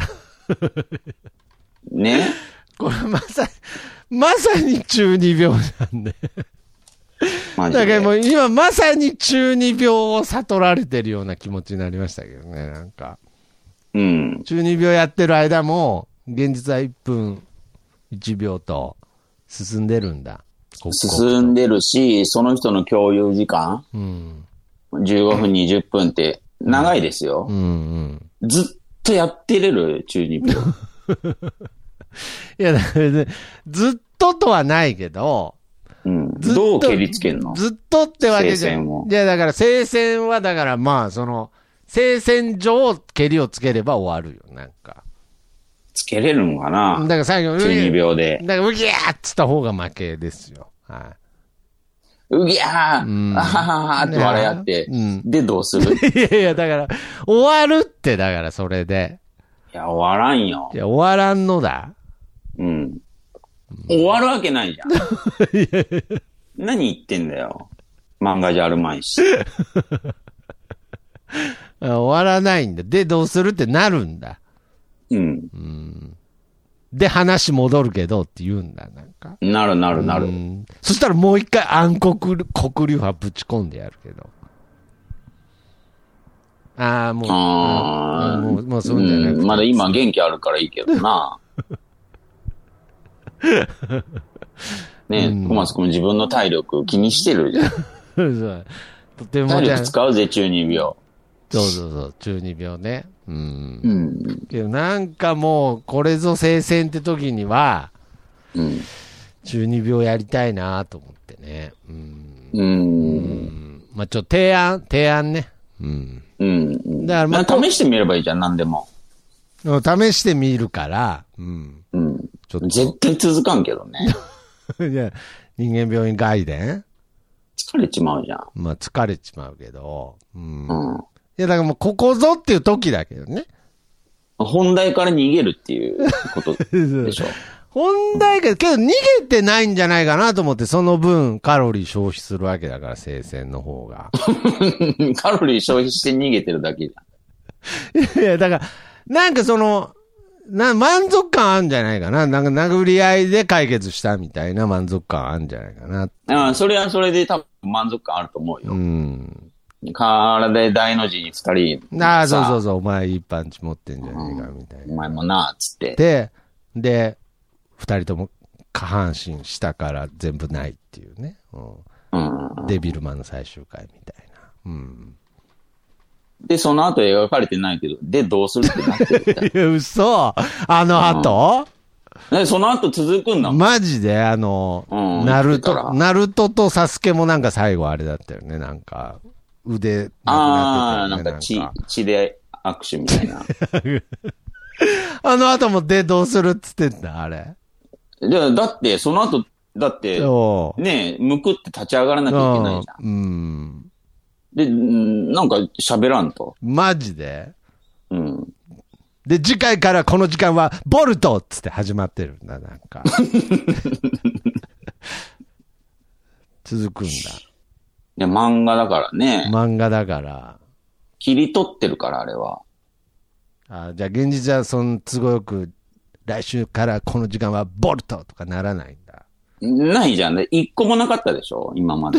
ね。 これまさに、まさに中二病なんで。マジで。だからもう今まさに中二病を悟られてるような気持ちになりましたけどね、なんか。うん。中二病やってる間も、現実はいっぷんいちびょうと進んでるんだ。 進んでるし、その人の共有時間、うん、じゅうごふん、にじゅっぷんって長いですよ。うんうんうん、ずっとやってれる中二病。 いや、だからね、ずっととはないけど、 うん、どう蹴りつけんの？ ずっとってわけじゃん。いや、だから、聖戦は、だから、まあ、その、聖戦上、蹴りをつければ終わるよ、なんか。 つけれるのかな？だから最後、中二病で。 だから、うぎゃーっつった方が負けですよ。はい。 うぎゃー、うん、あはははって笑い合って、うん、で、どうする？ いやいや、だから、終わるって、だから、それで。 いや、終わらんよ。 いや、終わらんのだ。うん。 終わるわけないじゃん。いやいや何言ってんだよ。漫画じゃあるまいし。 終わらないんだ。で、どうするってなるんだ。うん。うん、で、話戻るけどって言うんだ、なんか。 なるなるなる。 そしたらもう一回暗黒、黒竜派ぶち込んでやるけど。ああ、もう。ああ、もう、もうそうじゃなくて。 まだ今元気あるからいいけどな。ねえ、うん、小松君自分の体力気にしてるじゃん。そうとても体力使うぜ、中二病。 そうそうそう、中二病ね。うん。うん、けどなんかもう、これぞ聖戦って時には、うん、中二病やりたいなと思ってね。うん。うん。まあちょっと提案、提案ね。うん。 うん。だからまあ、試してみればいいじゃん、何でも。 試してみるから、うん。 うん。ちょっと絶対続かんけどね。 いや、人間病院外伝疲れちまうじゃん。 まあ疲れちまうけど。うん。うん、いや、だからもうここぞっていう時だけどね。 本題から逃げるっていうことでしょ。 本題か、けど逃げてないんじゃないかなと思って、その分カロリー消費するわけだから、聖戦の方が。 カロリー消費して逃げてるだけじゃん。いや、だから、なんかその、な、満足感あるんじゃないかな。なんか殴り合いで解決したみたいな満足感あるんじゃないかな。 ああ、それはそれで多分満足感あると思うよ。うん。体で大の字に二人。 ああ、そうそうそう、お前いいパンチ持ってんじゃねえか、みたいな、うん。 お前もな、つって。 で、で、二人とも下半身下から全部ないっていうね。うん。うん、デビルマンの最終回みたいな。うん。 で、その後描かれてないけど、で、どうするってなってる。 いや、嘘あの後、 うん、で、その後続くんだもん。 マジであの、うん、ナルト、ナルトとサスケもなんか最後あれだったよね。なんか、腕なくなってたよね。 ああ、なんか血、血で握手みたいな。 あの後もで、どうするっつってんだ、あれ。 じゃあ、だって、その後、だって、ねえ、むくって立ち上がらなきゃいけないじゃん。うん。で、なんか喋らんと。 マジで？うん。で、次回からこの時間は、ボルトっつって始まってるんだ、なんか。続くんだ。いや、漫画だからね。 漫画だから。 切り取ってるから、あれは。 あ、じゃあ現実はその都合よく、来週からこの時間はボルトとかならないんだ。 ないじゃんね。一個もなかったでしょ、今まで。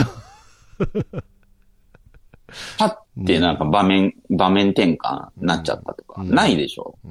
パッてなんか場面、うん、場面転換になっちゃったとか、うん、ないでしょ。うん。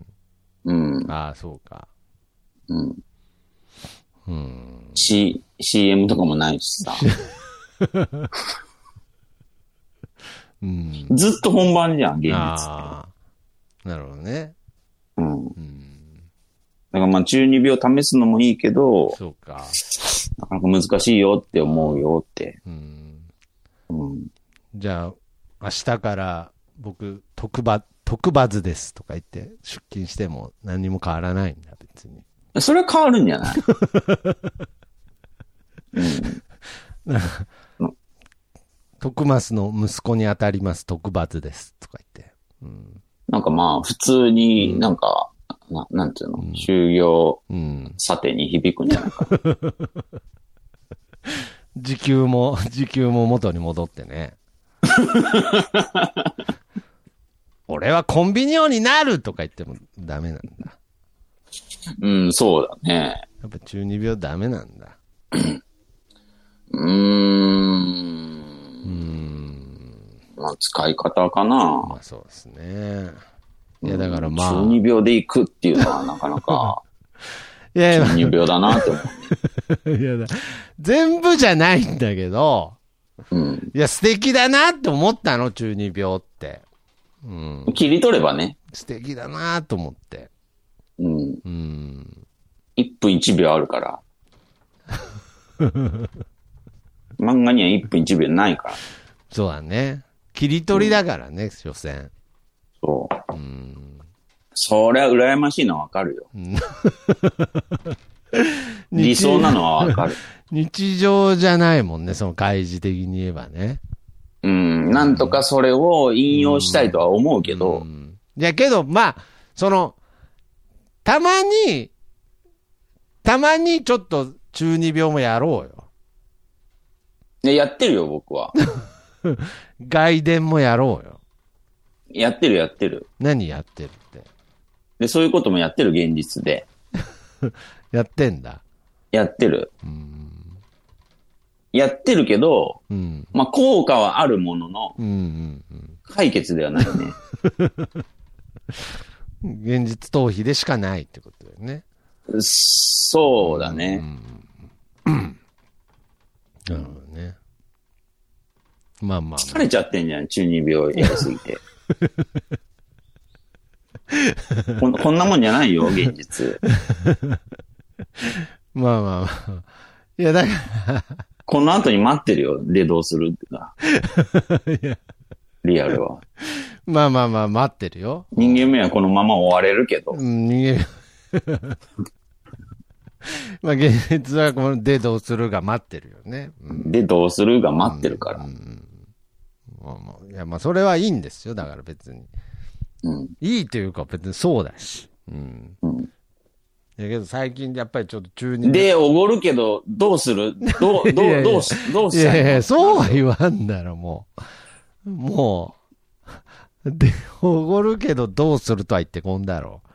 うん。 ああ、そうか。 うん。うん。C、シーエム とかもないしさ。 うん、 ずっと本番じゃん、現実って。 あなるほどね。 うん。うん、だからまあ中二病試すのもいいけど、 そうか。 なかなか難しいよって思うよって。 うん。 うん、 じゃあ、明日から僕、特番、特番ですとか言って出勤しても何にも変わらないんだ、別に。 それは変わるんじゃないうん、徳増の息子に当たります特罰ですとか言って、うん、 なんかまあ普通になんか、うん、な, なんていうの、うん、就業査定に響くんじゃないかな、うん、 時給も時給も元に戻ってね俺はコンビニ王になるとか言ってもダメなんだ。 うん、そうだね。 やっぱ中二病ダメなんだ。 うーん。うーん。まあ、使い方かな。 まあ、そうですね。いや、だからまあ。 中二病で行くっていうのはなかなか、いやいや中二病だなって思う、ね。いやだ、 全部じゃないんだけど、 うん。 いや、素敵だなって思ったの、中二病って。うん。 切り取ればね。 素敵だなと思って。 うん。 うん。 いっぷんいちびょうあるから。漫画にはいっぷんいちびょうないから。 そうだね。切り取りだからね、うん、所詮。 そう。 うん。 そりゃ羨ましいのはわかるよ。理想なのはわかる。 日常じゃないもんね、その開示的に言えばね。 うん。なんとかそれを引用したいとは思うけど。 うんうん、いやけど、まあ、その、たまに、たまにちょっと中二病もやろうよ。 ね、やってるよ、僕は。 外伝もやろうよ。 やってる、やってる。 何やってるって。 で、そういうこともやってる、現実で。 やってんだ。 やってる。 うん、 やってるけど、 うん、 まあ、効果はあるものの、 うんうんうん、 解決ではないね。 現実逃避でしかないってことだよね。 そうだね。 うんうん、なるほどね。まあまあ、まあ。 疲れちゃってんじゃん、中二病やりすぎて。こん。こんなもんじゃないよ、現実。 まあまあまあ。いや、だから。 この後に待ってるよ、でどうするってか。いやリアルは。 まあまあまあ、待ってるよ。 人間味はこのまま終われるけど。 うん、人間まあ現実はこのでどうするが待ってるよね。 うん、でどうするが待ってるから。うんうんまあまあ、いやまあそれはいいんですよ。だから別に。 うん、 いいというか別にそうだし。うん。うん、だけど最近やっぱりちょっと中二でおごるけどどうするどうどういやいやどうしどうしたいの？いやいやそうは言わんだろもうもうでおごるけどどうするとは言ってこんだろう。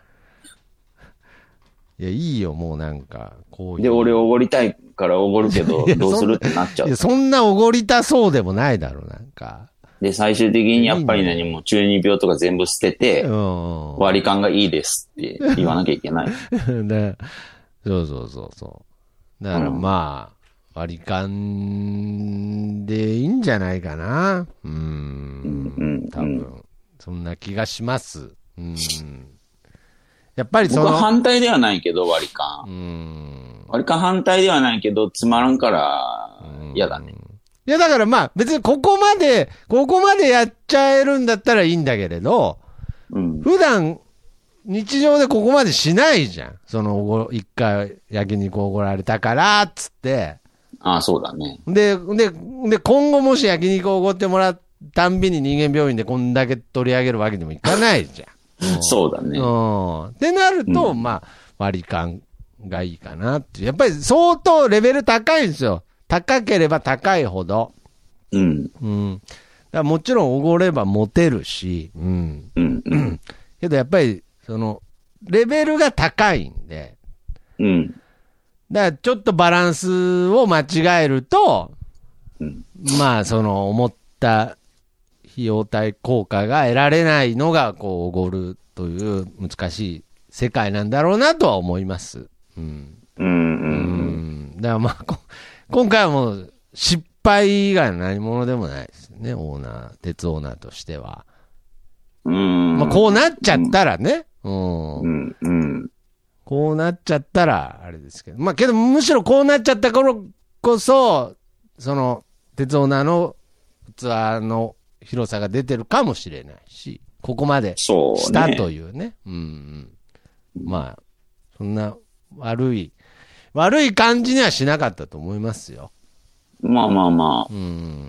いや、いいよ、もうなんか、こういう。 で、俺おごりたいからおごるけど、どうするってなっちゃう。いや、 そんなおごりたそうでもないだろう、なんか。 で、最終的にやっぱり何も中二病とか全部捨てて、うん、割り勘がいいですって言わなきゃいけない。 でそうそうそうそう。だからまあ、うん、割り勘でいいんじゃないかな。うん。うん、多分、うん、そんな気がします。うん。やっぱりその僕は反対ではないけど、割り勘。うん。割り勘反対ではないけど、つまらんから嫌だね。 いや、だからまあ、別にここまで、ここまでやっちゃえるんだったらいいんだけれど、うん、普段、日常でここまでしないじゃん。その、一回焼肉おごられたから、つって。 ああ、そうだね。 で、で、で、今後もし焼肉おごってもらうたんびに人間病院でこんだけ取り上げるわけにもいかないじゃん。 そうだね。 うん。ってなると、うん、まあ、割り勘がいいかなっていう。やっぱり相当レベル高いんですよ。高ければ高いほど。 うん。 うん。だからもちろんおごればモテるし、うん。 うん。うん。 けどやっぱり、その、レベルが高いんで。 うん。 だからちょっとバランスを間違えると、 うん、 まあ、その、思った費用対効果が得られないのが、こう、おごるという難しい世界なんだろうなとは思います。うん。 うん。うん。 だからまあ、今回はもう、失敗以外の何者でもないですよね、オーナー、鉄オーナーとしては。 うん。 まあ、こうなっちゃったらね。うん。 うん。うん。 こうなっちゃったら、あれですけど。まあ、けど、むしろこうなっちゃった頃こそ、その、鉄オーナーの器の広さが出てるかもしれないし、ここまでしたというね。うねうん、うん。まあ、そんな悪い、悪い感じにはしなかったと思いますよ。 まあまあまあ。 うん。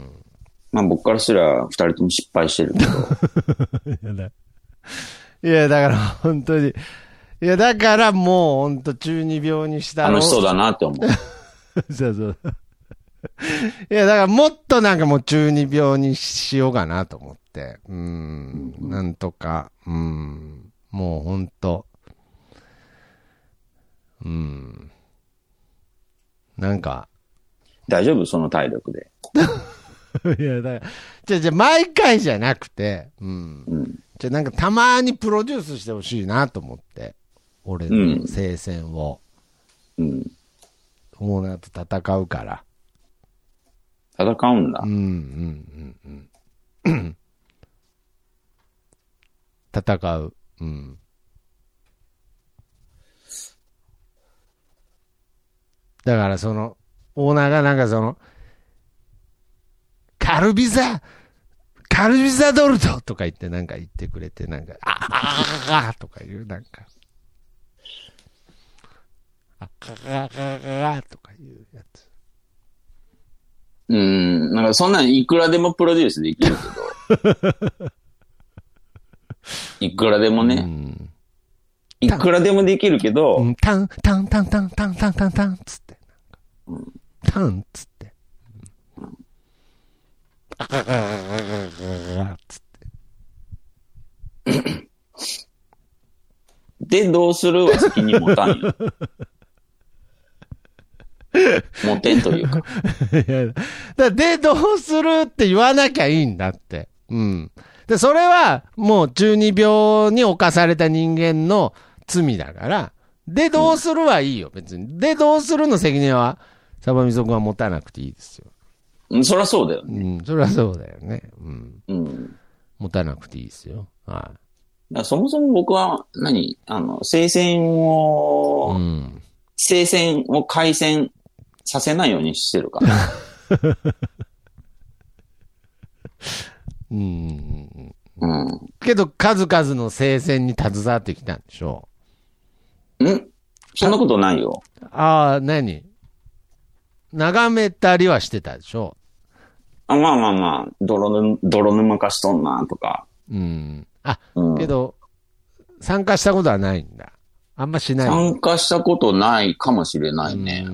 まあ僕からすら二人とも失敗してるけど。 いやだ、いやだから本当に、いやだからもう本当中二病にした楽しそうだなって思う。 そうそう。いやだからもっとなんかもう中二病にしようかなと思って。うん。なんとか、うん。もう本当。うん。なんか。 大丈夫その体力で。 いや、だから、じゃじゃ毎回じゃなくて、うん。うん、じゃなんかたまにプロデュースしてほしいなと思って、俺の聖戦を。うん。オーナーと戦うから。 戦うんだ。 うん、うん、うん、うん。戦う。うん。だからその、オーナーがなんかその、カルビザ、カルビザドルトとか言ってなんか言ってくれて、なんか、あああとか言う、なんか、あああとか言うやつ。 うん、なんかそんなんいくらでもプロデュースできるけど。いくらでもね。うん、いくらでもできるけど。 うん、タン、タン、タン、タン、タン、タン、タン、タン、つって。うん、タン、つって。あああつって。 で、どうするは責任持たんよ。持てんというか。 いやだで、どうするって言わなきゃいいんだって。うん。で、それはもう中二病に侵された人間の罪だから、で、どうするはいいよ、別に。で、どうするの責任は、サバミソ君は持たなくていいですよ。 うん、そりゃそうだよね。 うん、そりゃそうだよね。うん。 うん。 持たなくていいですよ。はい。 だそもそも僕は何、あの、聖戦を、うん、聖戦を開戦させないようにしてるから。 うん。うん。けど、数々の聖戦に携わってきたんでしょう。んそんなことないよ。 ああ、何眺めたりはしてたでしょあまあまあまあ、泥ぬ、泥沼化しとんなとか。 うん。あ、うん、けど、参加したことはないんだ。あんましない。 参加したことないかもしれないね。うん。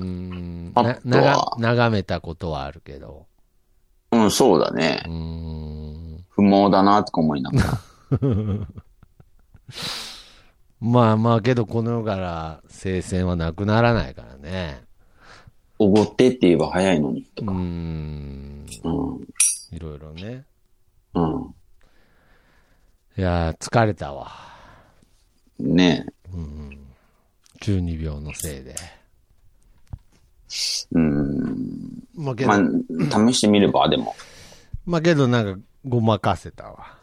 あとはな、眺めたことはあるけど。 うん、そうだね。うん。不毛だなとか思いながら。 まあまあ、けどこの世から聖戦はなくならないからね。 おごってって言えば早いのにとか。うーん。うん。いろいろね。 うん。 いやー、疲れたわ。 ねえ。 うん。中二病のせいで。 うーん。まあ、けどまあ、試してみれば、でも。 まあ、けどなんか、ごまかせたわ。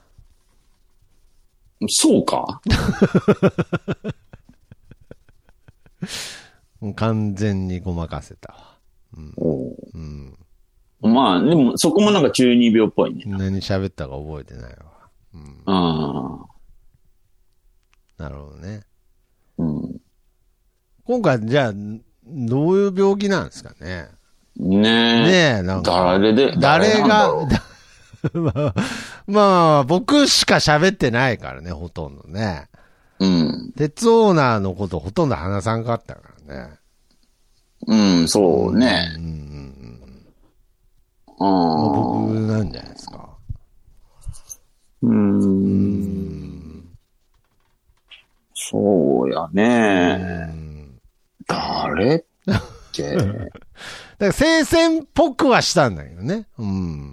そうかもう完全にごまかせたわ。うん。おうん。まあ、でも、そこもなんか中二病っぽいね。 何喋ったか覚えてないわ。うん。 ああ。 なるほどね。 うん。 今回、じゃあ、どういう病気なんですかね。 ねえ。 ねえ、なんか。 誰で、 誰が、まあ、まあ、僕しか喋ってないからね、ほとんどね。 うん。 鉄オーナーのことほとんど話さんかったからね。 うん、そうね。うん。うんうん、僕なんじゃないですか。 うーん。うんそうやね。誰って。だから聖戦っぽくはしたんだけどね。うん。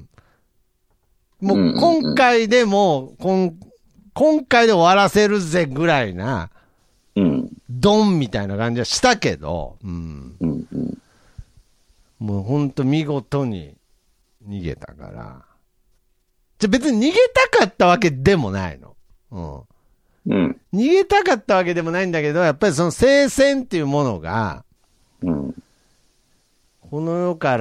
もう今回でも、今今回で終わらせるぜぐらいな、うん、ドンみたいな感じはしたけど、うん。うんうん、もうほんと見事に逃げたから。じゃ別に逃げたかったわけでもないの。うん。うん。逃げたかったわけでもないんだけど、やっぱりその聖戦っていうものが、うん。この世から、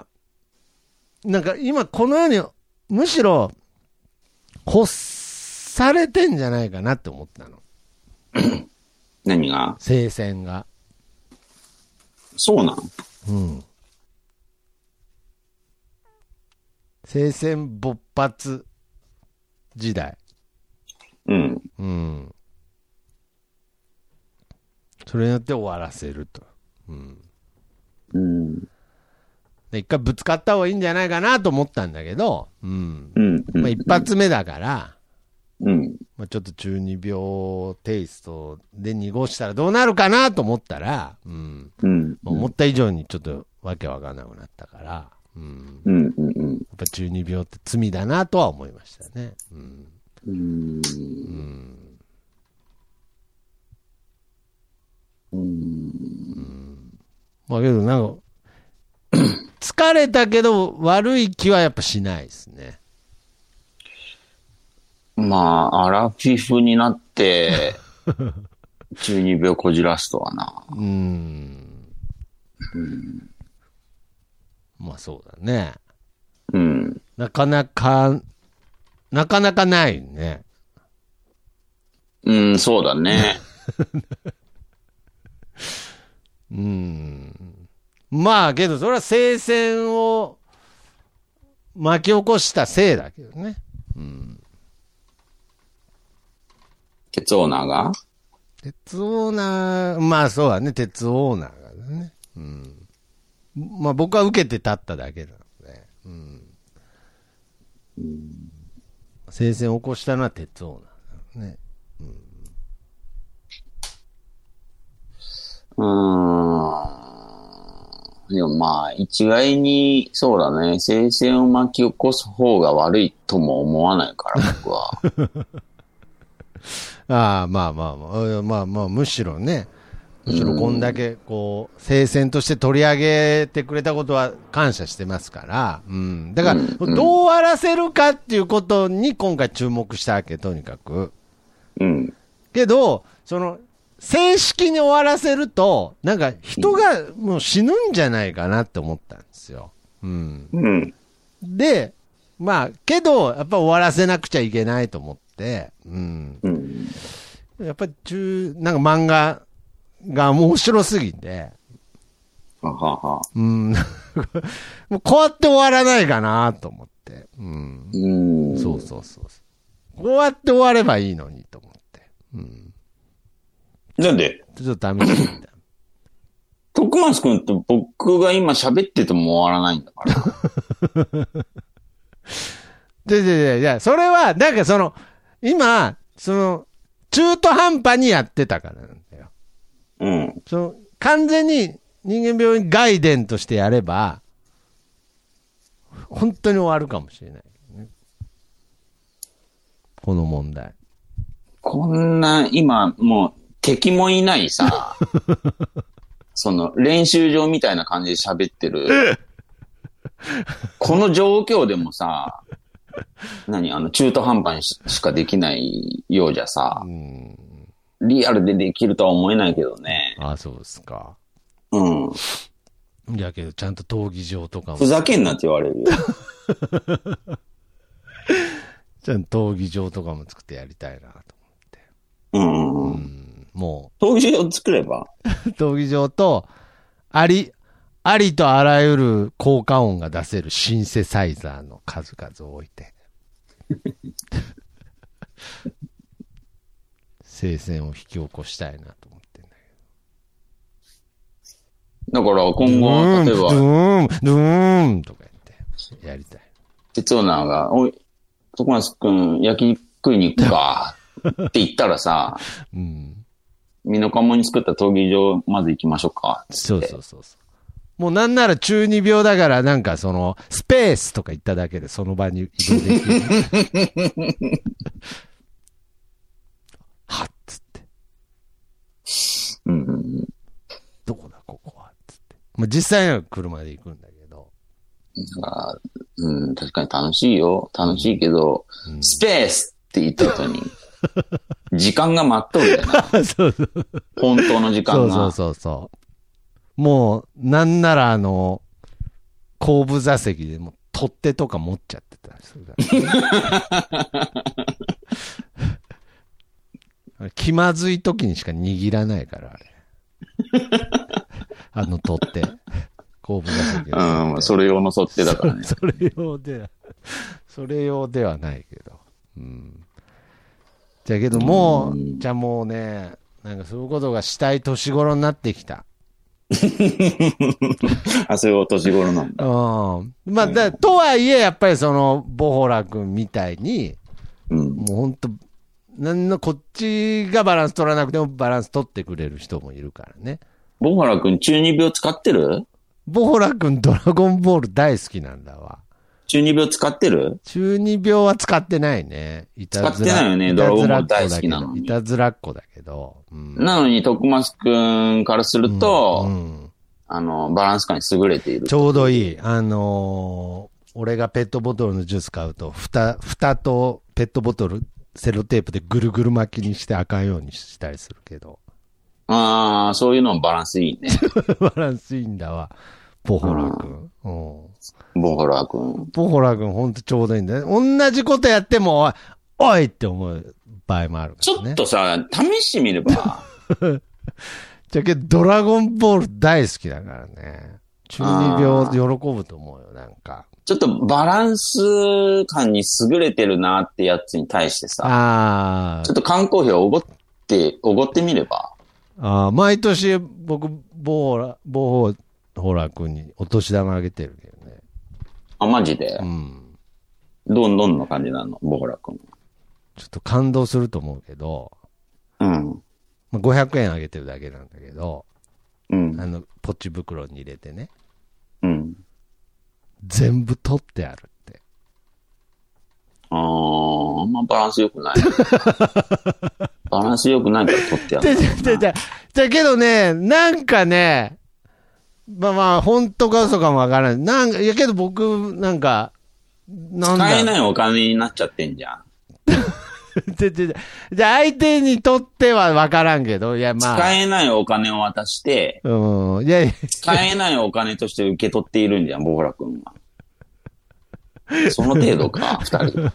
なんか今この世に、むしろ、欲されてんじゃないかなって思ったの。 何が？ 聖戦が。 そうなん？ うん。聖戦勃発時代。うん。うん。それによって終わらせると。うん。うん。で、一回ぶつかった方がいいんじゃないかなと思ったんだけど、うん。うん。まあ一発目だから、うん。まあちょっと中二病テイストで濁したらどうなるかなと思ったら、うん。うん。まあ、思った以上にちょっとわけわかんなくなったから、うん。うんうんうん。やっぱ中二病って罪だなとは思いましたね。うん。うん。うん。うん。まあけどなんか、疲れたけど悪い気はやっぱしないですね。 まあ、アラフィフになって、中二病こじらすとはな。うん。 うん。まあそうだね。うん。なかなか、なかなかないね。 うん、そうだね。 うん。まあけど、それは聖戦を巻き起こしたせいだけどね。うん。 鉄オーナーが？ 鉄オーナー、まあそうだね、鉄オーナーがね。うん。まあ僕は受けて立っただけなので。うん。うん、聖戦を起こしたのは鉄オーナーなのね。 うん。うーん。でもまあ、一概に、そうだね、聖戦を巻き起こす方が悪いとも思わないから、僕は。 ああ、まあまあまあ、まあまあ、むしろね、むしろこんだけ、こう、聖戦として取り上げてくれたことは感謝してますから、うん。だから、どう終わらせるかっていうことに今回注目したわけ、とにかく。うん。けど、その、正式に終わらせると、なんか人がもう死ぬんじゃないかなって思ったんですよ。うん。うん、で、まあ、けど、やっぱ終わらせなくちゃいけないと思って、うん。うん、やっぱり中、なんか漫画が面白すぎて、はははうん。もうこうやって終わらないかなと思って、うん。うん。そうそうそう。こうやって終わればいいのにと思って、うん。 なんでちょっと試してみた。 徳松くんと僕が今喋ってても終わらないんだから。 で、で、で、いや、それは、なんかその、今、その、中途半端にやってたからなんだよ。うん。その、完全に人間病院外伝としてやれば、本当に終わるかもしれない、ね。この問題。 こんな、今、もう、敵もいないさ、その練習場みたいな感じで喋ってる。この状況でもさ、何あの中途半端に し, しかできないようじゃさ、うん、リアルでできるとは思えないけどね。 ああ、そうですか。うん。いやけどちゃんと闘技場とかも。 ふざけんなって言われるよ。 ちゃんと闘技場とかも作ってやりたいなと思って。うん、うんうんもう。闘技場を作れば闘技場と、あり、ありとあらゆる効果音が出せるシンセサイザーの数々を置いて。聖戦を引き起こしたいなと思ってんだけど。だから今後、例えば。 ドゥーン、ドゥーンとか言ってやりたい。 鉄オーナーが、おい、徳松くん焼き食いに行くかって言ったらさ、うん美濃加茂に作った闘技場まず行きましょうか。 そうそうそうそう。もうなんなら中二病だからなんかそのスペースとか言っただけでその場に移動できる。はっつって。うんうんうん、どこだここはっつって。まあ、実際には車で行くんだけど。 なんか、うん、確かに楽しいよ。楽しいけど、うん、スペースって言った後に、時間が待っとるよな。そうそう。本当の時間が。 そうそうそう。もう、なんならあの、後部座席でも取っ手とか持っちゃってたりするから。気まずい時にしか握らないから、あれ。あの取っ手。後部座席うん、それ用の取っ手だからね。 そ, それ用では、それ用ではないけど。うん。じゃけどもう、うん、じゃあもうね、なんかそういうことがしたい年頃になってきた。 あ、そういう年頃なんだ。 うん。まあ、だとはいえ、やっぱりその、ボホラ君みたいに、うん、もうほんと、なんのこっちがバランス取らなくてもバランス取ってくれる人もいるからね。 ボホラ君中二病使ってる？ ボホラ君ドラゴンボール大好きなんだわ。 中二病使ってる？ 中二病は使ってないね。いたずら使ってないよね、ドラゴンボール大好きなのに。 いたずらっ子だけど。 うん、なのに、徳松君からすると、うんうん、あの、バランス感に優れている。 ちょうどいい。あのー、俺がペットボトルのジュース買うと、蓋、蓋とペットボトル、セロテープでぐるぐる巻きにしてあかんようにしたりするけど。 ああ、そういうのもバランスいいね。 バランスいいんだわ。ボホラ君。うん。 ボホラ君。 ボホラ君ほんとちょうどいいんだね。同じことやっても、おいって思う場合もあるからね。 ちょっとさ、試してみれば。 じゃけど、ドラゴンボール大好きだからね。中二病喜ぶと思うよ、なんか。 ちょっとバランス感に優れてるなってやつに対してさ。ああ。ちょっと缶コーヒーをおごって、おごってみれば。 ああ、毎年僕、ボホラ、ボホラ君にお年玉あげてるけどね。 あ、マジで？うん。どんどんな感じなのボホラ君。 ちょっと感動すると思うけど。うん。ごひゃくえんあげてるだけなんだけど。うん。あの、ポチ袋に入れてね。うん。全部取ってあるって。 あー、あんまバランス良くない。バランス良くないから取ってある。 じゃ、じゃ、じゃけどね、なんかね、まあまあ、本当か嘘かもわからない。なんか、いやけど僕、なんか、 なんだ。使えないお金になっちゃってんじゃん。 じゃ、じゃ、じゃ相手にとってはわからんけど、いやまあ。 使えないお金を渡して、うん、いやいや。使えないお金として受け取っているんじゃん、ボホラ君は。その程度か、二人。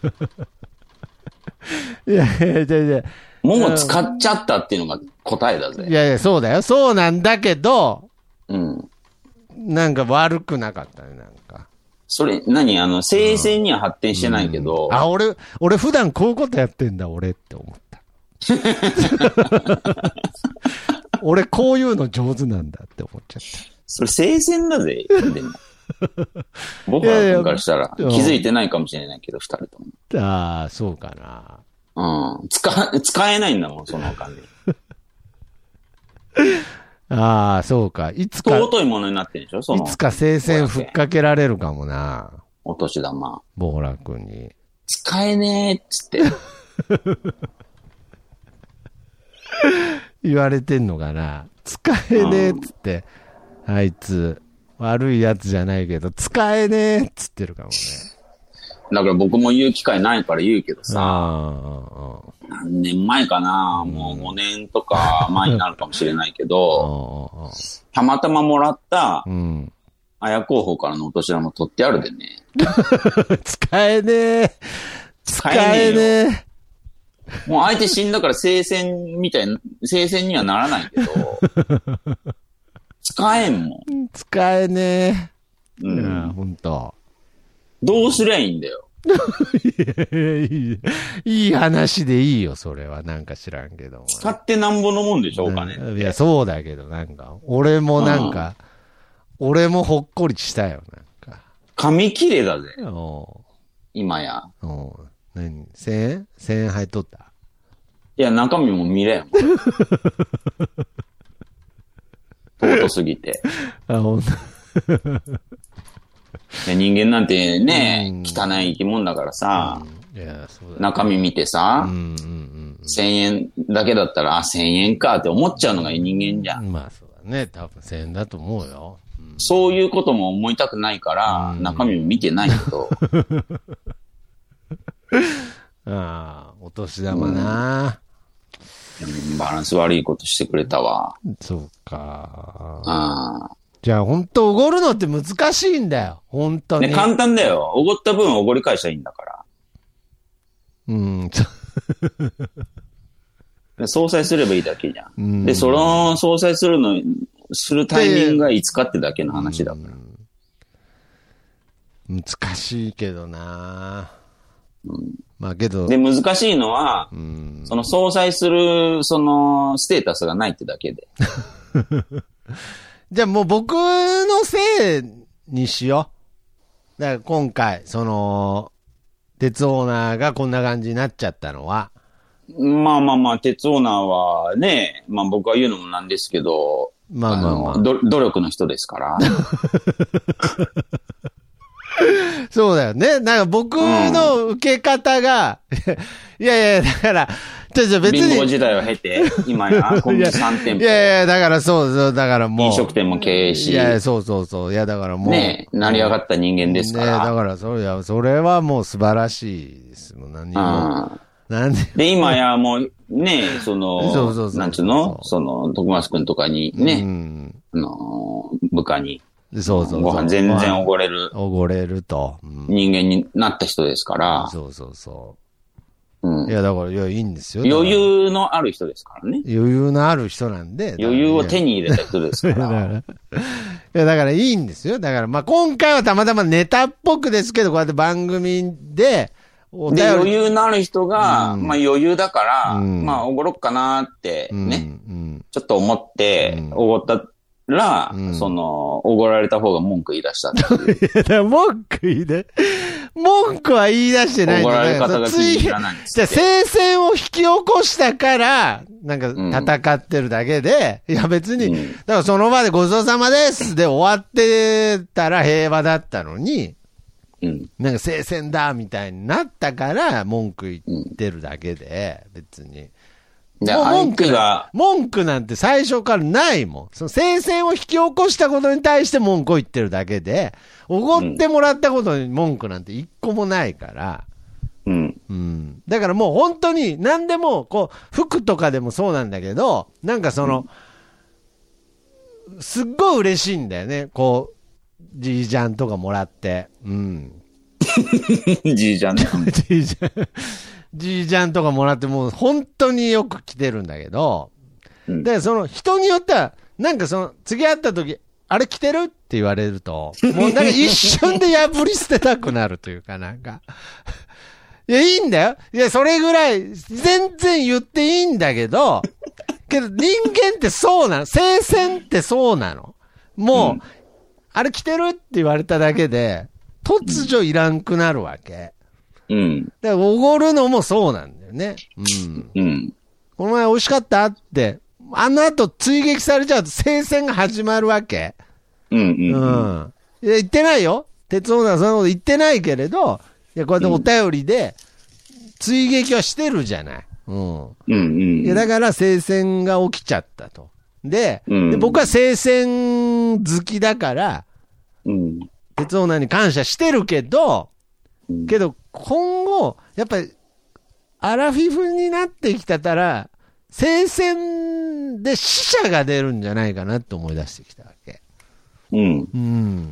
いやいや、じゃじゃもう使っちゃったっていうのが答えだぜ。 いやいや、そうだよ。そうなんだけど、うん。なんか悪くなかったね、なんか。 それ、何あの、聖戦には発展してないけど、 うん。あ、俺、俺普段こういうことやってんだ、俺って思った。俺こういうの上手なんだって思っちゃった。 それ聖戦だぜ、でも。僕らからしたら気づいてないかもしれないけど、二人とも。 ああ、そうかな。 うん。使、使えないんだもん、そのお金。 ああ、そうか。いつか。 尊いものになってるでしょその。 いつか聖戦ふっかけられるかもな。 お年玉。 ボホラ君に。 使えねえっつって。 言われてんのかな。使えねえっつって、うん、あいつ。悪いやつじゃないけど、使えねえっつってるかもね。 だから僕も言う機会ないから言うけどさ。何年前かな、うん、もうごねんとか前になるかもしれないけど、たまたまもらった、うん、綾候補からのお年玉取ってあるでね。 使えねえ。使えねえ。 もう相手死んだから聖戦みたいな、聖戦にはならないけど、使えんもん。 使えねえ。うん。ほんと。 どうすりゃいいんだよ。 い, い, いい話でいいよ、それは。なんか知らんけど。 使ってなんぼのもんでしょ、お金。 いや、そうだけど、なんか、俺もなんか、うん、俺もほっこりしたよ、なんか。 紙切れだぜ。今や。 何千円千円入っとった？ いや、中身も見れん。尊すぎて。あ、ほんと。人間なんてね、うん、汚い生き物だからさ、うん、いやそうだね、中身見てさ、うんうんうんうん、せんえんだけだったら、あ、せんえんかって思っちゃうのが人間じゃん。 まあそうだね。多分せんえんだと思うよ。うそういうことも思いたくないから、中身も見てないけど。 ああ、お年玉な、 うん、バランス悪いことしてくれたわ。 そうか。 ああ。 じゃあ本当おごるのって難しいんだよ。本当に。 ね、簡単だよ。おごった分おごり返したらいいんだから。 うん。 総裁すればいいだけじゃん。うん、で、その総裁するの、するタイミングがいつかってだけの話だから。 うん、難しいけどな、 うん、 まあけど。 で、難しいのは、うん、その総裁する、その、ステータスがないってだけで。 じゃあもう僕のせいにしよう。だから今回、その、鉄オーナーがこんな感じになっちゃったのは。 まあまあまあ、鉄オーナーはね、まあ僕は言うのもなんですけど、 まあまあまあ。 あの、努力の人ですから。 そうだよね。なんか僕の受け方が、うん、いやいや、だから、ちょちょ別に。 貧乏時代を経て、今や、今期さん店舗。 いやいや、だからそうそう、だからもう。 飲食店も経営し。 いや、そうそうそう。いや、だからもう。 ねえ、成り上がった人間ですから。 ねだからそれは、それはもう素晴らしいですもん、何も。 なんでで、今やもう、ねえ、その、そうそうそうなんちゅうのその、徳松くんとかにね、うん、あの、部下に。 そうそうそう。 ご飯全然おごれる。 おごれると。 人間になった人ですから。 そうそうそう。 うん。 いや、だから、いや、いいんですよ。 余裕のある人ですからね。 余裕のある人なんで。 余裕を手に入れた人ですから。 だからいや、だからいいんですよ。だから、まあ、今回はたまたまネタっぽくですけど、こうやって番組で、 で、余裕のある人が、うん、まあ余裕だから、うん、まあおごろっかなってね、うん、ちょっと思って、おごったら、うん、その、おごられた方が文句言い出したっていう。 いや、文句言い出、文句は言い出してないんだおごられ方が気に入らないんですよ。じゃあ、聖戦を引き起こしたから、なんか戦ってるだけで、うん、いや別に、うん、だからその場でごちそうさまですで終わってたら平和だったのに、うん、なんか聖戦だみたいになったから文句言ってるだけで、うん、別に。 文句が文句なんて最初からないもん。その聖戦を引き起こしたことに対して文句を言ってるだけで、おごってもらったことに文句なんて一個もないから。 うん。 うん。だからもう本当に何でも、こう、服とかでもそうなんだけど、なんかその、うん、すっごい嬉しいんだよね。こう、じいちゃんとかもらって。うん。 じいちゃんね。 じいちゃん。じいちゃんとかもらってもう本当によく来てるんだけど、うん、で、その人によっては、なんかその次会った時、あれ着てるって言われると、もうなんか一瞬で破り捨てたくなるというかなんか。いや、いいんだよ。いや、それぐらい、全然言っていいんだけど、けど人間ってそうなの。聖戦ってそうなの。もう、うん、あれ着てるって言われただけで、突如いらんくなるわけ。 うん。 だから、おごるのもそうなんだよね。うん。 うん。 この前美味しかったって、あの後追撃されちゃうと聖戦が始まるわけ。 うんうん、うん。 うん。いや、言ってないよ。鉄オーナーそんなこと言ってないけれど、いや、こうやってお便りで、追撃はしてるじゃない。うん。 うんうん。 いや、だから聖戦が起きちゃったと。で、 うん、 で僕は聖戦好きだから、 うん。 鉄オーナーに感謝してるけど、うん、けど、今後、やっぱり、アラフィフになってきたたら、聖戦で死者が出るんじゃないかなって思い出してきたわけ。 うん。 うん。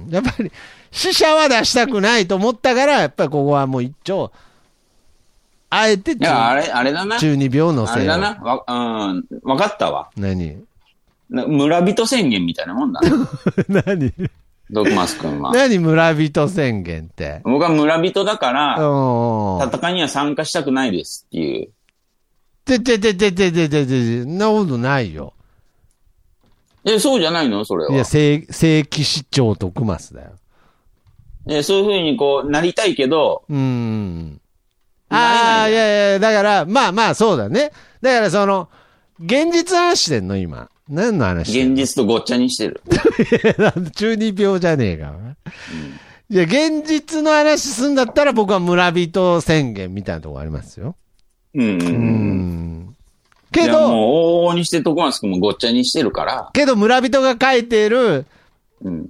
やっぱり、死者は出したくないと思ったから、やっぱりここはもう一丁、あえて中、いや、あれ、あれだな。 中二病のせい。 あれだな。わ、うん、わかったわ。 何？ 村人宣言みたいなもんだな。何？ ドクマス君は。 何村人宣言って。 僕は村人だから、戦いには参加したくないですっていう。 てててててててて、そんなことないよ。 え、そうじゃないのそれは。 いや、正、正規市長徳増だよ。 え、そういう風にこう、なりたいけど。 うーん。ああ、いやいや、だから、まあまあ、そうだね。だから、その、現実話してんの今。何の話してんの？ 現実とごっちゃにしてる。 中二病じゃねえか。うん、いや、現実の話すんだったら僕は村人宣言みたいなとこありますよ。 うんうんうん。 うんけど、 もう往々にして徳松君もごっちゃにしてるから。 けど村人が書いている、 うん、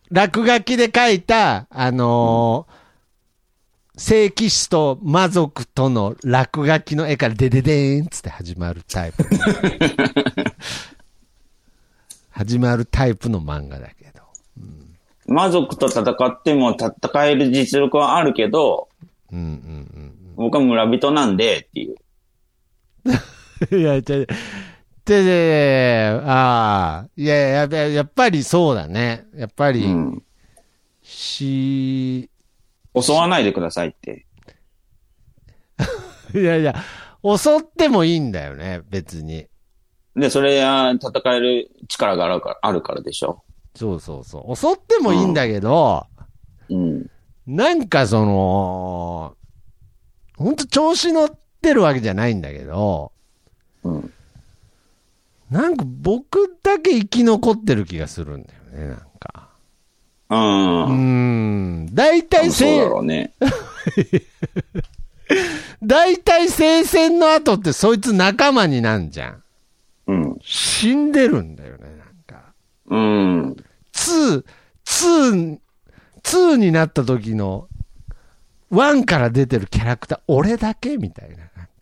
落書きで書いた、あのー、聖騎士と魔族との落書きの絵からデデデーンつって始まるタイプ。始まるタイプの漫画だけど。 うん、魔族と戦っても戦える実力はあるけど、 うんうんうん、 僕は村人なんでっていう。 いや、ちょ、で、で、ああ、いやや、やっぱりそうだね。やっぱり、うん、し、 襲わないでくださいって。 いやいや、襲ってもいいんだよね、別に。 で、それや戦える力があるから、あるからでしょ。 そうそうそう。襲ってもいいんだけど、うん。うん、なんかその、ほんと調子乗ってるわけじゃないんだけど、うん。なんか僕だけ生き残ってる気がするんだよね、なんか。うん。うん。大体そうだろうね。 大体聖戦の後ってそいつ仲間になんじゃん。うん。死んでるんだよね、なんか。うん。ツー、ツー、ツーになった時のワンから出てるキャラクター、俺だけみたいな。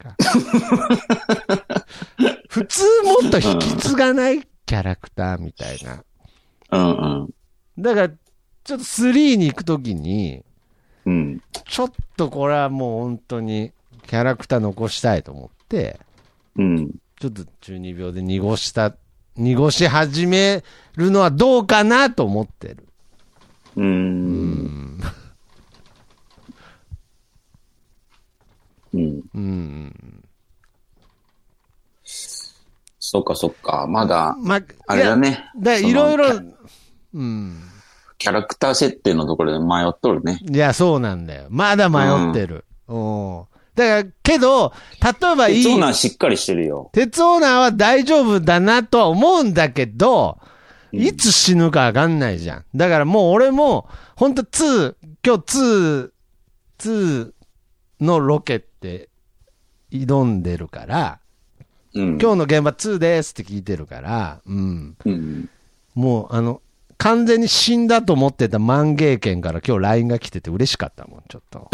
普通もっと引き継がないキャラクターみたいな。うんうん。だから、ちょっとスリーに行くときに、うん。ちょっとこれはもう本当にキャラクター残したいと思って、うん。ちょっと中二病で濁した、濁し始めるのはどうかなと思ってる。うーん。うんうん。うん。そっかそっか。まだ、ま、あれだね。 だいろいろ、うん。 キャラクター設定のところで迷っとるね。 いや、そうなんだよ。まだ迷ってる。うん。おだから、けど、例えばいい。 鉄オーナーしっかりしてるよ。 鉄オーナーは大丈夫だなとは思うんだけど、いつ死ぬかわかんないじゃん。だからもう俺も、ほんとツー、今日ツー、ツーのロケって挑んでるから、うん、今日の現場ツーですって聞いてるから、うん。うん、もうあの、完全に死んだと思ってた万芸犬から今日 ライン が来てて嬉しかったもん、ちょっと。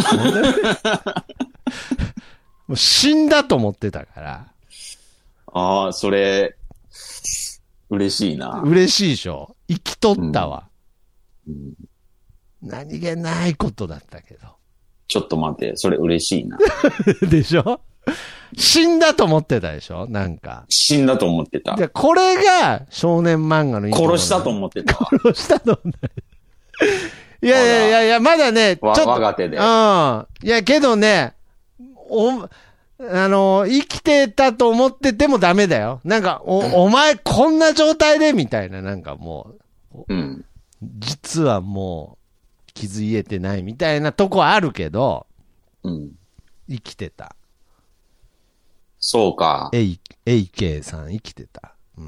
もう死んだと思ってたから。 ああ、それ、嬉しいな。 嬉しいでしょ。生きとったわ。うんうん、何気ないことだったけど。 ちょっと待って、それ嬉しいな。 でしょ？死んだと思ってたでしょなんか。 死んだと思ってた。 で、これが少年漫画のいいところ。 殺したと思ってた。 殺したと思ってた。いやいやいやいや、まだね、ちょっと。 我が手で。 うん。いや、けどね、お、あの、生きてたと思っててもダメだよ。なんか、お、お前こんな状態でみたいな、なんかもう。うん。実はもう、気づいてないみたいなとこあるけど、うん。生きてた。 そうか。 エイ、エイケーさん生きてた。うん、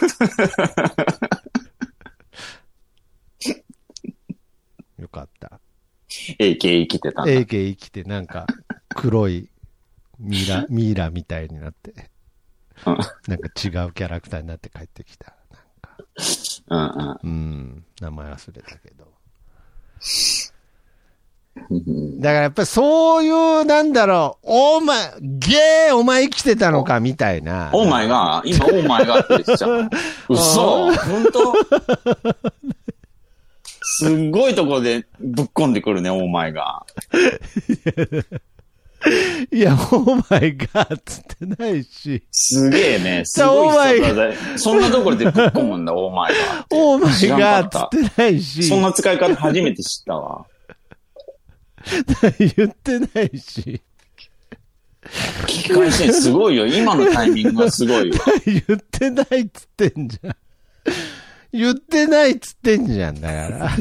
よかった。 エイケー 生きてたんだ。 エイケー 生きて、なんか、黒いミイラ、ミイラみたいになって、うん、なんか違うキャラクターになって帰ってきた。なんか。うんうん。うん。名前忘れたけど。だからやっぱりそういう、なんだろう、お前、ゲーお前生きてたのかみたいな。 オーマイが、今オーマイがって言ってた。嘘本当すっごいところでぶっこんでくるね、オーマイが。 いや、オーマイがーつってないし。 すげえね。すごい人だ。そんなところでぶっ込むんだ、オーマイが。 オーマイがーつってないし。 そんな使い方初めて知ったわ。 言ってないし。 聞き返しすごいよ。今のタイミングはすごいわ。 言ってないっつってんじゃん。言ってないっつってんじゃん、だから。だ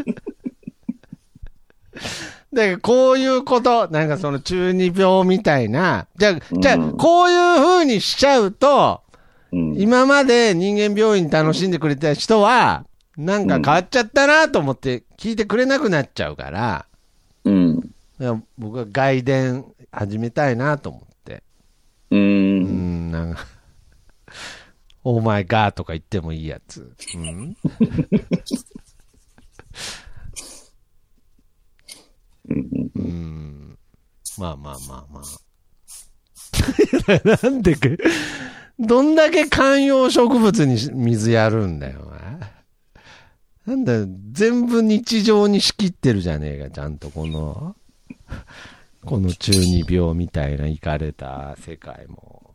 からこういうこと、なんかその中二病みたいな。じゃあ、うん、じゃあ、こういう風にしちゃうと、うん、今まで人間病院楽しんでくれた人は、なんか変わっちゃったなと思って聞いてくれなくなっちゃうから、うん。だから僕は外伝始めたいなと思って。うーん。うん、なんか、オーマイガーとか言ってもいいやつ。うん。 うん。まあまあまあまあ。なんでか、どんだけ観葉植物に水やるんだよ、お前。なんだよ、全部日常に仕切ってるじゃねえか、ちゃんとこの、この中二病みたいなイかれた世界も。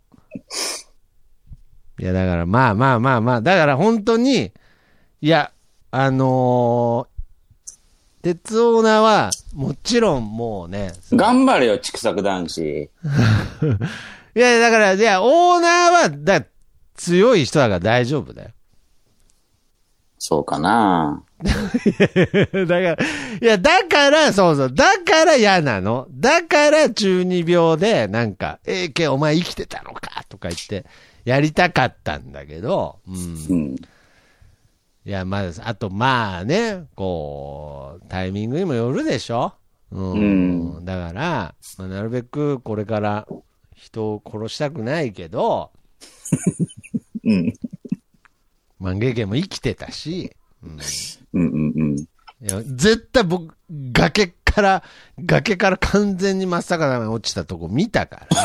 いや、だからまあまあまあまあ、だから本当に、いや、あのー、鉄オーナーは、もちろんもうね。 頑張れよ、畜作男子。 いや、だから、いや、オーナーは、だ強い人だから大丈夫だよ。 そうかな。 だから、いや、だから、そうそう、だから嫌なの。だから中二病で、なんか、ええけ、お前生きてたのか、とか言って、やりたかったんだけど、うん。うん、いや、まあ、あと、まあね、こう、タイミングにもよるでしょ。うん。うん、だから、まあ、なるべくこれから人を殺したくないけど、 うん。 万華鏡も生きてたし、 うん、うんうんうん。いや絶対僕、崖から、崖から完全に真っ逆さに落ちたとこ見たから。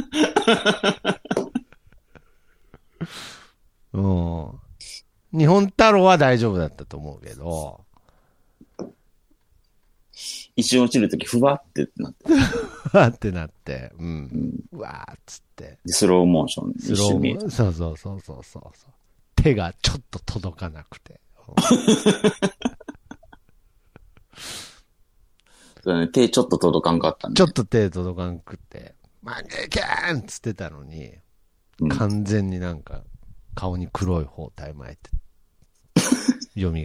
うん。日本太郎は大丈夫だったと思うけど。 一瞬落ちるとき、ふわってなって。 ふわってなって、うん。うん、うわーっつって。 スローモーション。 スローモーション。そうそうそうそうそう。手がちょっと届かなくて。 そうね、手ちょっと届かんかったね。 ちょっと手届かんくて、マンゲキャーンっつってたのに、うん、完全になんか顔に黒い包帯巻いて、蘇った。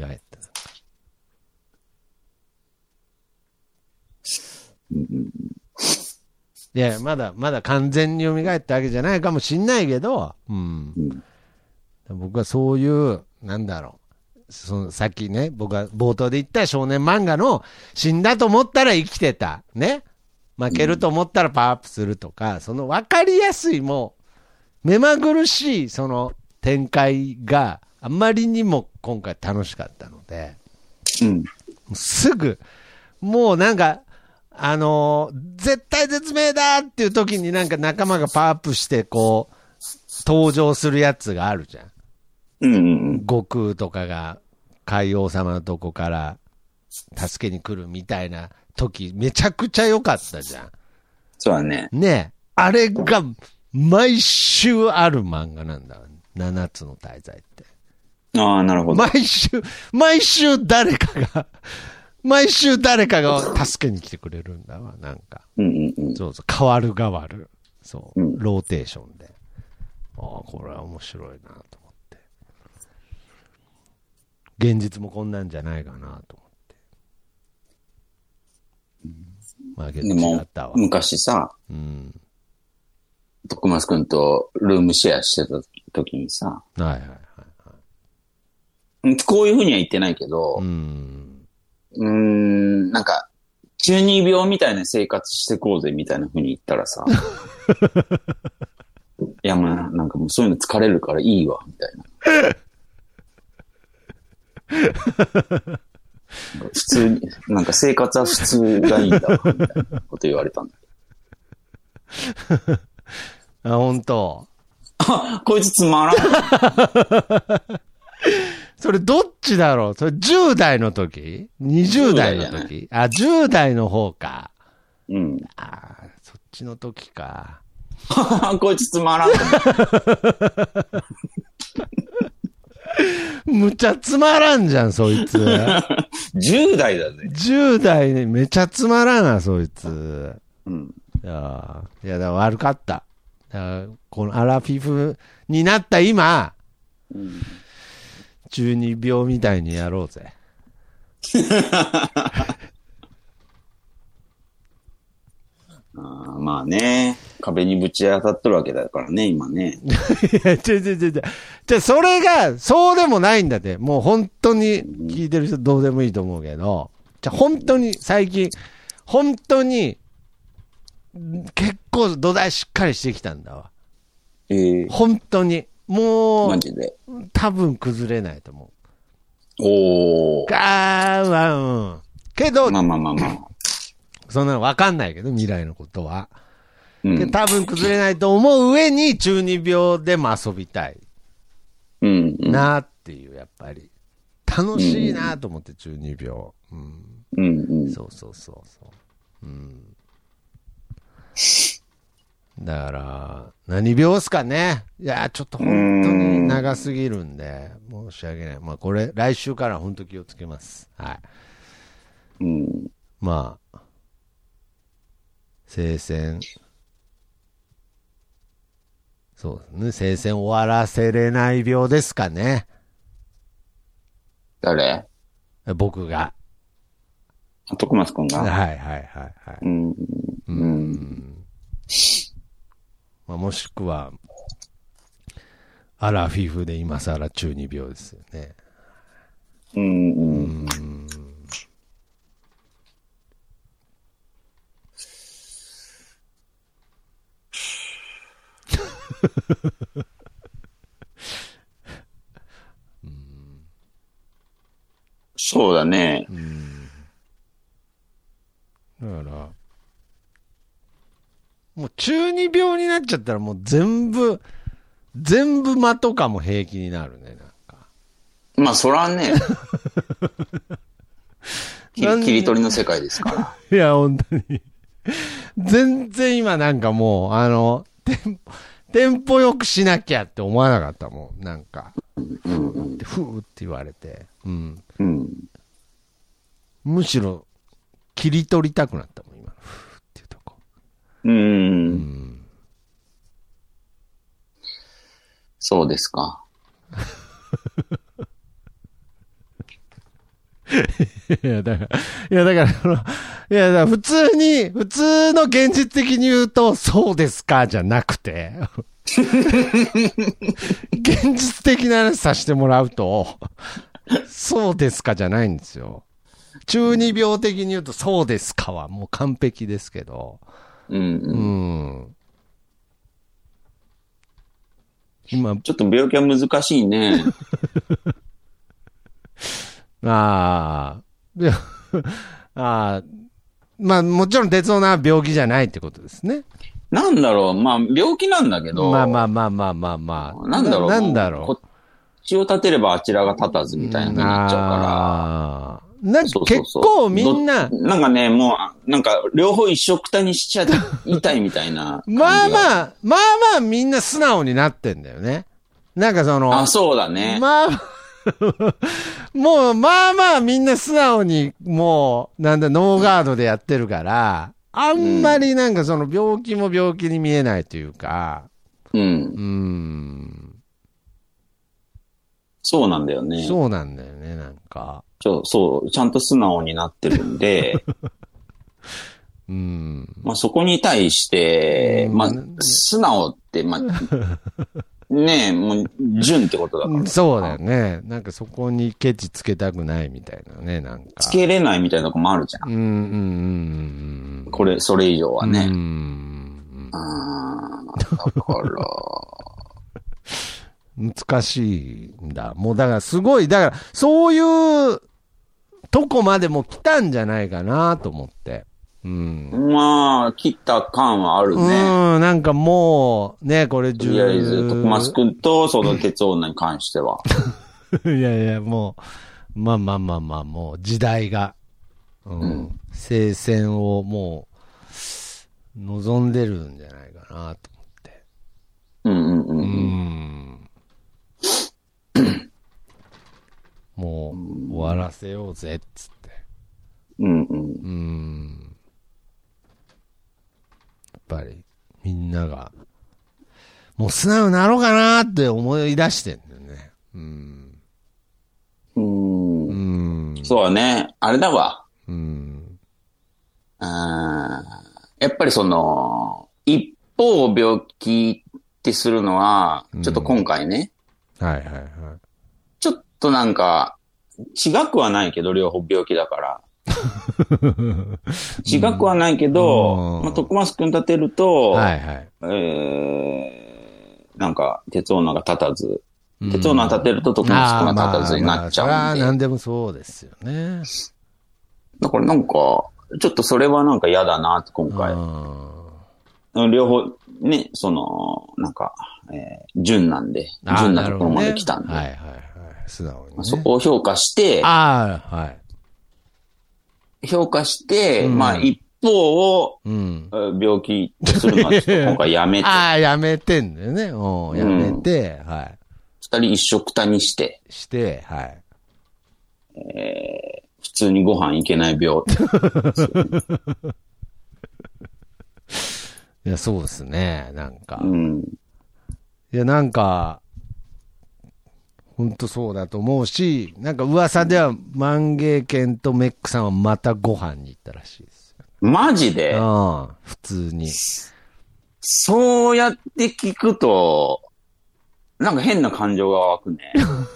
いや、まだ、まだ完全に蘇ったわけじゃないかもしんないけど、うん。うん、僕はそういう、なんだろう。その、さっきね、僕が冒頭で言った少年漫画の、死んだと思ったら生きてた。ね。負けると思ったらパワーアップするとか、うん、その分かりやすい、もう、目まぐるしい、その展開があまりにも今回楽しかったので、 うん、 すぐ、もうなんか、あのー、絶対絶命だっていう時になんか仲間がパワーアップして、こう、登場するやつがあるじゃん。 うんうんうん、 悟空とかが海王様のとこから助けに来るみたいな時、めちゃくちゃ良かったじゃん。 そうだね。 ねえ。あれが毎週ある漫画なんだ。七つの大罪って。 ああ、なるほど。 毎週、毎週誰かが、毎週誰かが助けに来てくれるんだわ、なんか。 うんうんうん。 そうそう、変わる変わる。そう、 うん、 ローテーションで。ああ、これは面白いなと思って。現実もこんなんじゃないかなと思って。 うん、 まあ、けど違ったわ。 昔さ、 うん。 徳松くんとルームシェアしてた時にさ、 はいはいはいはい。こういうふうには言ってないけど、 うん。 うーん、なんか、中二病みたいな生活してこうぜみたいなふうに言ったらさ、いやまあ、なんかもうそういうの疲れるからいいわ、みたいな。普通に、なんか生活は普通がいいんだわ、みたいなこと言われたんだけど。あ、本当。 あ、こいつつまらん。 それどっちだろう？それじゅう代の時？ にじゅう 代の時？あ、じゅう代の方か。 うん。 あ、そっちの時か。 こいつつまらん。 むちゃつまらんじゃん、そいつ。 じゅう代だぜ。 じゅう代にめちゃつまらんな、そいつ。 うん。 いや、いやだから悪かった。だからこのアラフィフになった今、 うん、 中二病みたいにやろうぜ。 あ、まあね、壁にぶち当たっとるわけだからね、今ね。 いや、ちょちょちょちょ。じゃそれが、そうでもないんだって。もう本当に聞いてる人どうでもいいと思うけど、じゃ本当に最近、本当に、結構土台しっかりしてきたんだわ。 えー、 本当に。もう、 マジで多分崩れないと思う。おー。 あーは、うん。 けど、 まあまあまあまあ。 そんなのわかんないけど、未来のことは。 うん、 で多分崩れないと思う上に中二病でも遊びたい。 うんうん、 なっていう、やっぱり。楽しいなと思って、中二病。うん。 うんうん、 そうそうそうそう。うん。だから、何病っすかね。いや、ちょっと本当に長すぎるんで、申し訳ない。まあ、これ、来週から本当気をつけます。はい。 うん、 まあ、聖戦。そうですね。聖戦終わらせれない病ですかね。 誰？ 僕が。 徳松くんが。 はいはいはいはい。 うん。 うん。うんまあ、もしくは、アラフィフで今更中二病ですよね。 うんうん。 うんそうだね。 うん。だから、もう中二病になっちゃったらもう全部、全部間とかも平気になるね、なんか。 まあ、そらね。切り取りの世界ですから。 いや、本当に。全然今なんかもう、あの、テンポ、テンポよくしなきゃって思わなかったもん、なんか。 うんうん、 ふーって言われて。うん。 うん、 むしろ、切り取りたくなったもん、今。ふーっていうとこ。 うん。 うん。 そうですか。 いや、だから、いや、だから、いや、だから普通に、普通の現実的に言うと、そうですか、じゃなくて、現実的な話させてもらうと、そうですかじゃないんですよ。中二病的に言うと、そうですかはもう完璧ですけど、 うん、うん。 うん今、 ちょっと病気は難しいね。 ああ、ああ、まあもちろん鉄道な病気じゃないってことですね。 なんだろう、まあ病気なんだけど。 まあまあまあまあまあまあ。 なんだろう。 な、なんだろう。 こっちを立てればあちらが立たずみたいな風になっちゃうから。 なんか結構みんな。 なんかね、もう、なんか両方一緒くたにしちゃいたいみたいな。 まあまあ、まあまあみんな素直になってんだよね。なんかその。 あ、そうだね。 まあ、もう、まあまあみんな素直に、もう、なんだ、ノーガードでやってるから、あんまりなんかその病気も病気に見えないというか、 うん。 うーん。 そうなんだよね。 そうなんだよね、なんか。 ちょ、そう、ちゃんと素直になってるんで、 うん。 まあそこに対して、まあ、素直って、まあ、ねえ、もう、純ってことだから。 そうだよね。なんかそこにケチつけたくないみたいなね、なんか。 つけれないみたいなとこもあるじゃん。 うん、うん、うん。 これ、それ以上はね。 うん。 あだから。 難しいんだ。もうだからすごい、だからそういうとこまでも来たんじゃないかなと思って。うん、 まあ、切った感はあるね。 うん、なんかもう、ね、これとりあえず、徳松くんとその鉄女に関しては。 いやいや、もう、まあまあまあまあ、もう時代が、うん、うん、聖戦をもう、望んでるんじゃないかなと思って。 うんうんうん。 うんもう、終わらせようぜ、っつって。 うんうん。 うん。やっぱり、みんなが、もう素直になろうかなって思い出してんだよね。うん。 うん。 うん。 そうだね。あれだわ。 うん。 あやっぱりその、一方病気ってするのは、ちょっと今回ね。 うん、はいはいはい。 ちょっとなんか、違くはないけど、両方病気だから。違くはないけど、うんまあ、徳松くん立てると、 はいはい。 えー、なんか、鉄女が立たず、うん、鉄女が立てると徳松くんが立たずになっちゃうんで。 まあ、それは何でもそうですよね。 だからなんか、ちょっとそれはなんか嫌だなって今回。両方、ね、その、なんか、えー、純なんで、純なところまで来たんで。 ね、はいはいはい。素直に、ね。 そこを評価して、 ああ、はい。 評価して、うん、まあ一方を、うん、病気とするのはちょっと今回やめて。 ああ、やめてんだよね。おやめて、うん、はい。 二人一緒くたにして。 して、はい。 えー、普通にご飯いけない病。 いや、そうですね、なんか。 うん、 いや、なんか、ほんとそうだと思うし、なんか噂では、万芸軒とメックさんはまたご飯に行ったらしいですよ。 マジで？ うん、普通に。 そうやって聞くと、なんか変な感情が湧くね。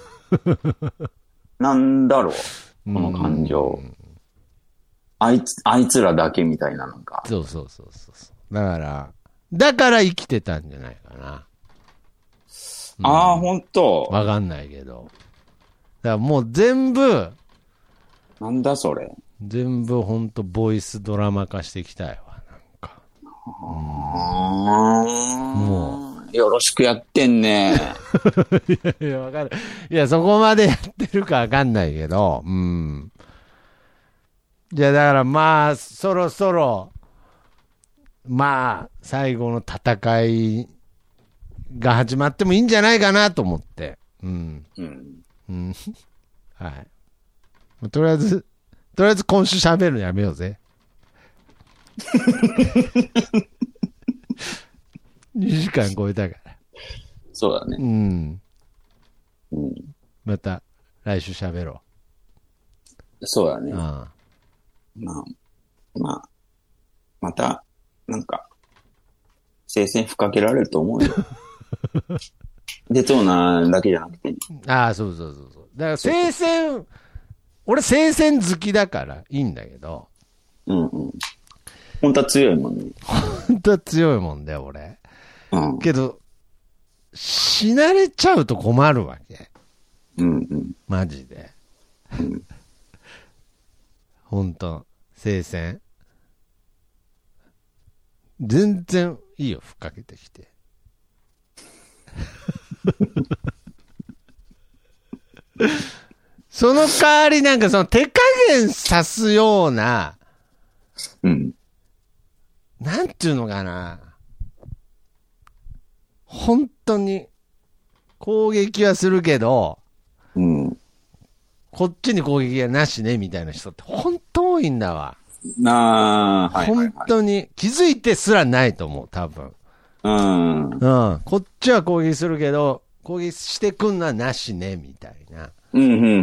なんだろう、この感情。あいつ、あいつらだけみたいなのか。 そうそうそうそう。だから、だから生きてたんじゃないかな。 うん、ああ、ほんと。 わかんないけど。だからもう全部、 なんだそれ。 全部ほんとボイスドラマ化していきたいわ、なんか。 うん、もう。よろしくやってんね。 いやいや、わかる。いや、そこまでやってるかわかんないけど、うん。じゃあだからまあ、そろそろ、まあ、最後の戦いが始まってもいいんじゃないかなと思って。うん。うん。うん。はい。とりあえず、とりあえず今週喋るのやめようぜ。にじかん超えたから。 そうだね。 うん。うん。また、来週喋ろう。そうだね。 ああまあ、まあ、また、なんか、聖戦吹っかけられると思うよ。で、そうなんだけじゃなくて、ね。 ああ、そうそうそうそう。だから聖戦、俺聖戦好きだからいいんだけど。 うんうん。本当は強いもんね。 本当は強いもんだよ、俺。うん。けど、死なれちゃうと困るわけ。 うんうん。 マジで。うん。本当聖戦。全然いいよ、ふっかけてきて。その代わりなんかその手加減さすような、 うん。 なんていうのかな。本当に攻撃はするけど、 うん。 こっちに攻撃がなしねみたいな人って本当多いんだわ。 なあ、はいはいはい、 本当に気づいてすらないと思う、多分。 うん。 うん。こっちは攻撃するけど、攻撃してくんのはなしね、みたいな。 うん、うん、うん、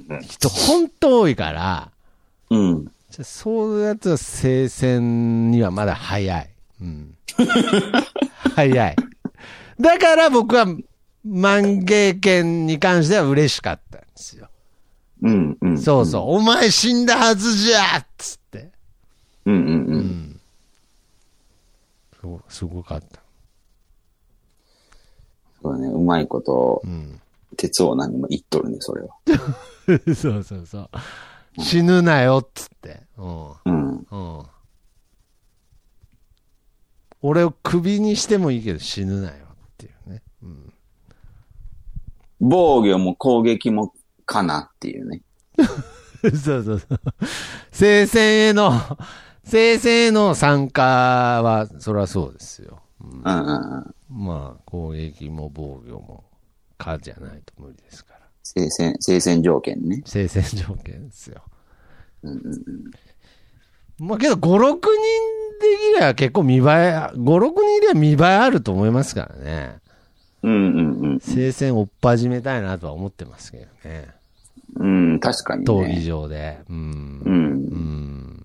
うん。 人、本当多いから、 うん。 そういうやつは聖戦にはまだ早い。うん。早い。だから僕は、万芸軒に関しては嬉しかったんですよ。 うん、うん。 そうそう。お前死んだはずじゃっつって。 うん、うん、うん。うんそう、すごかった。 そうね、うまいこと、うん、鉄を何も言っとるね、それは。 そうそうそう。死ぬなよ、っつって。うん。うん。うん。俺をクビにしてもいいけど死ぬなよっていうね。うん。 防御も攻撃もかなっていうね。 そうそうそう。聖戦への、聖戦への参加は、それはそうですよ。うん。うんうんうん、まあ、攻撃も防御も、かじゃないと無理ですから。 聖戦、聖戦条件ね。 聖戦条件ですよ。うんうんうん。まあけど、ご、ろくにんできれば結構見栄え、ご、ろくにんいれば見栄えあると思いますからね。 うんうんうん。 聖戦追っ始めたいなとは思ってますけどね。 うん、確かにね。 闘技場で。うん。うん。うん。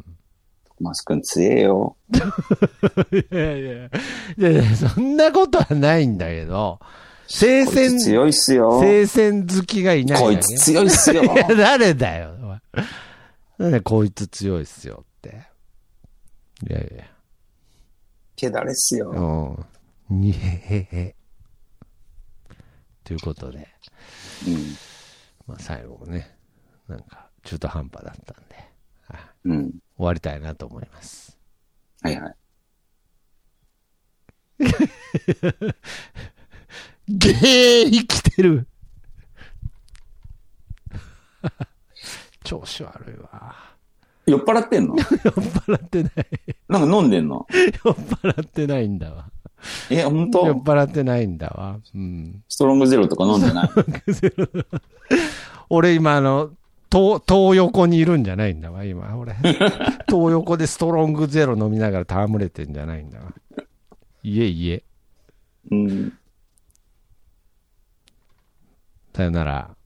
マス君強えよ。 いやいや。いやいや、そんなことはないんだけど、聖戦、 強いっすよ。 聖戦好きがいない、 ね。こいつ強いっすよ。 いや、誰だよ。なんでこいつ強いっすよって。いやいや。 けだれっすよ。 うん。にへへへ。ということで。うん。まあ最後もね、なんか中途半端だったんで。 うん。 終わりたいなと思います。 はいはい。 ゲー生きてる。調子悪いわ。 酔っ払ってんの？ 酔っ払ってない。 なんか飲んでんの？ 酔っ払ってないんだわ。 え、ほんと？ 酔っ払ってないんだわ。うん。 ストロングゼロとか飲んでない？ 俺今あの、東、東横にいるんじゃないんだわ、今。俺。東横でストロングゼロ飲みながら戯れてんじゃないんだわ。いえいえ。 うん。 さよなら。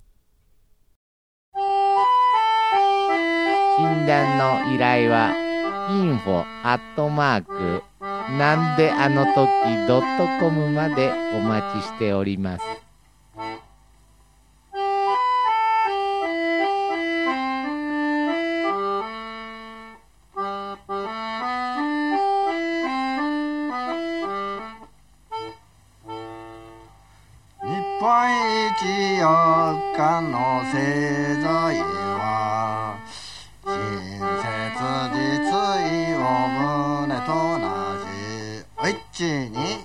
診断の依頼は インフォ アットマーク なんであの時 ドットコム までお待ちしております。 日本一四日の製材は親切実意を胸となしおいちに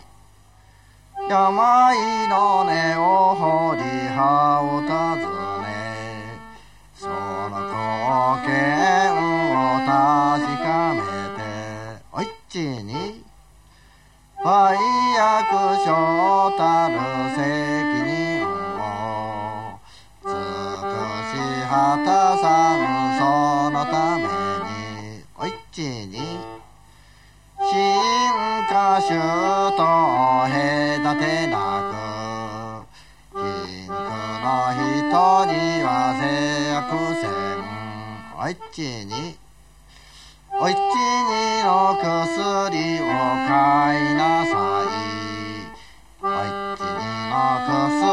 病の根を掘り葉を尋ねその貢献を確かめておいちに売約所たる責任を尽くし果たさぬそのためにおいちに進化種と隔てなく貧苦の人には制約せんおいちにおいちにの薬を買いなさいおいちにの薬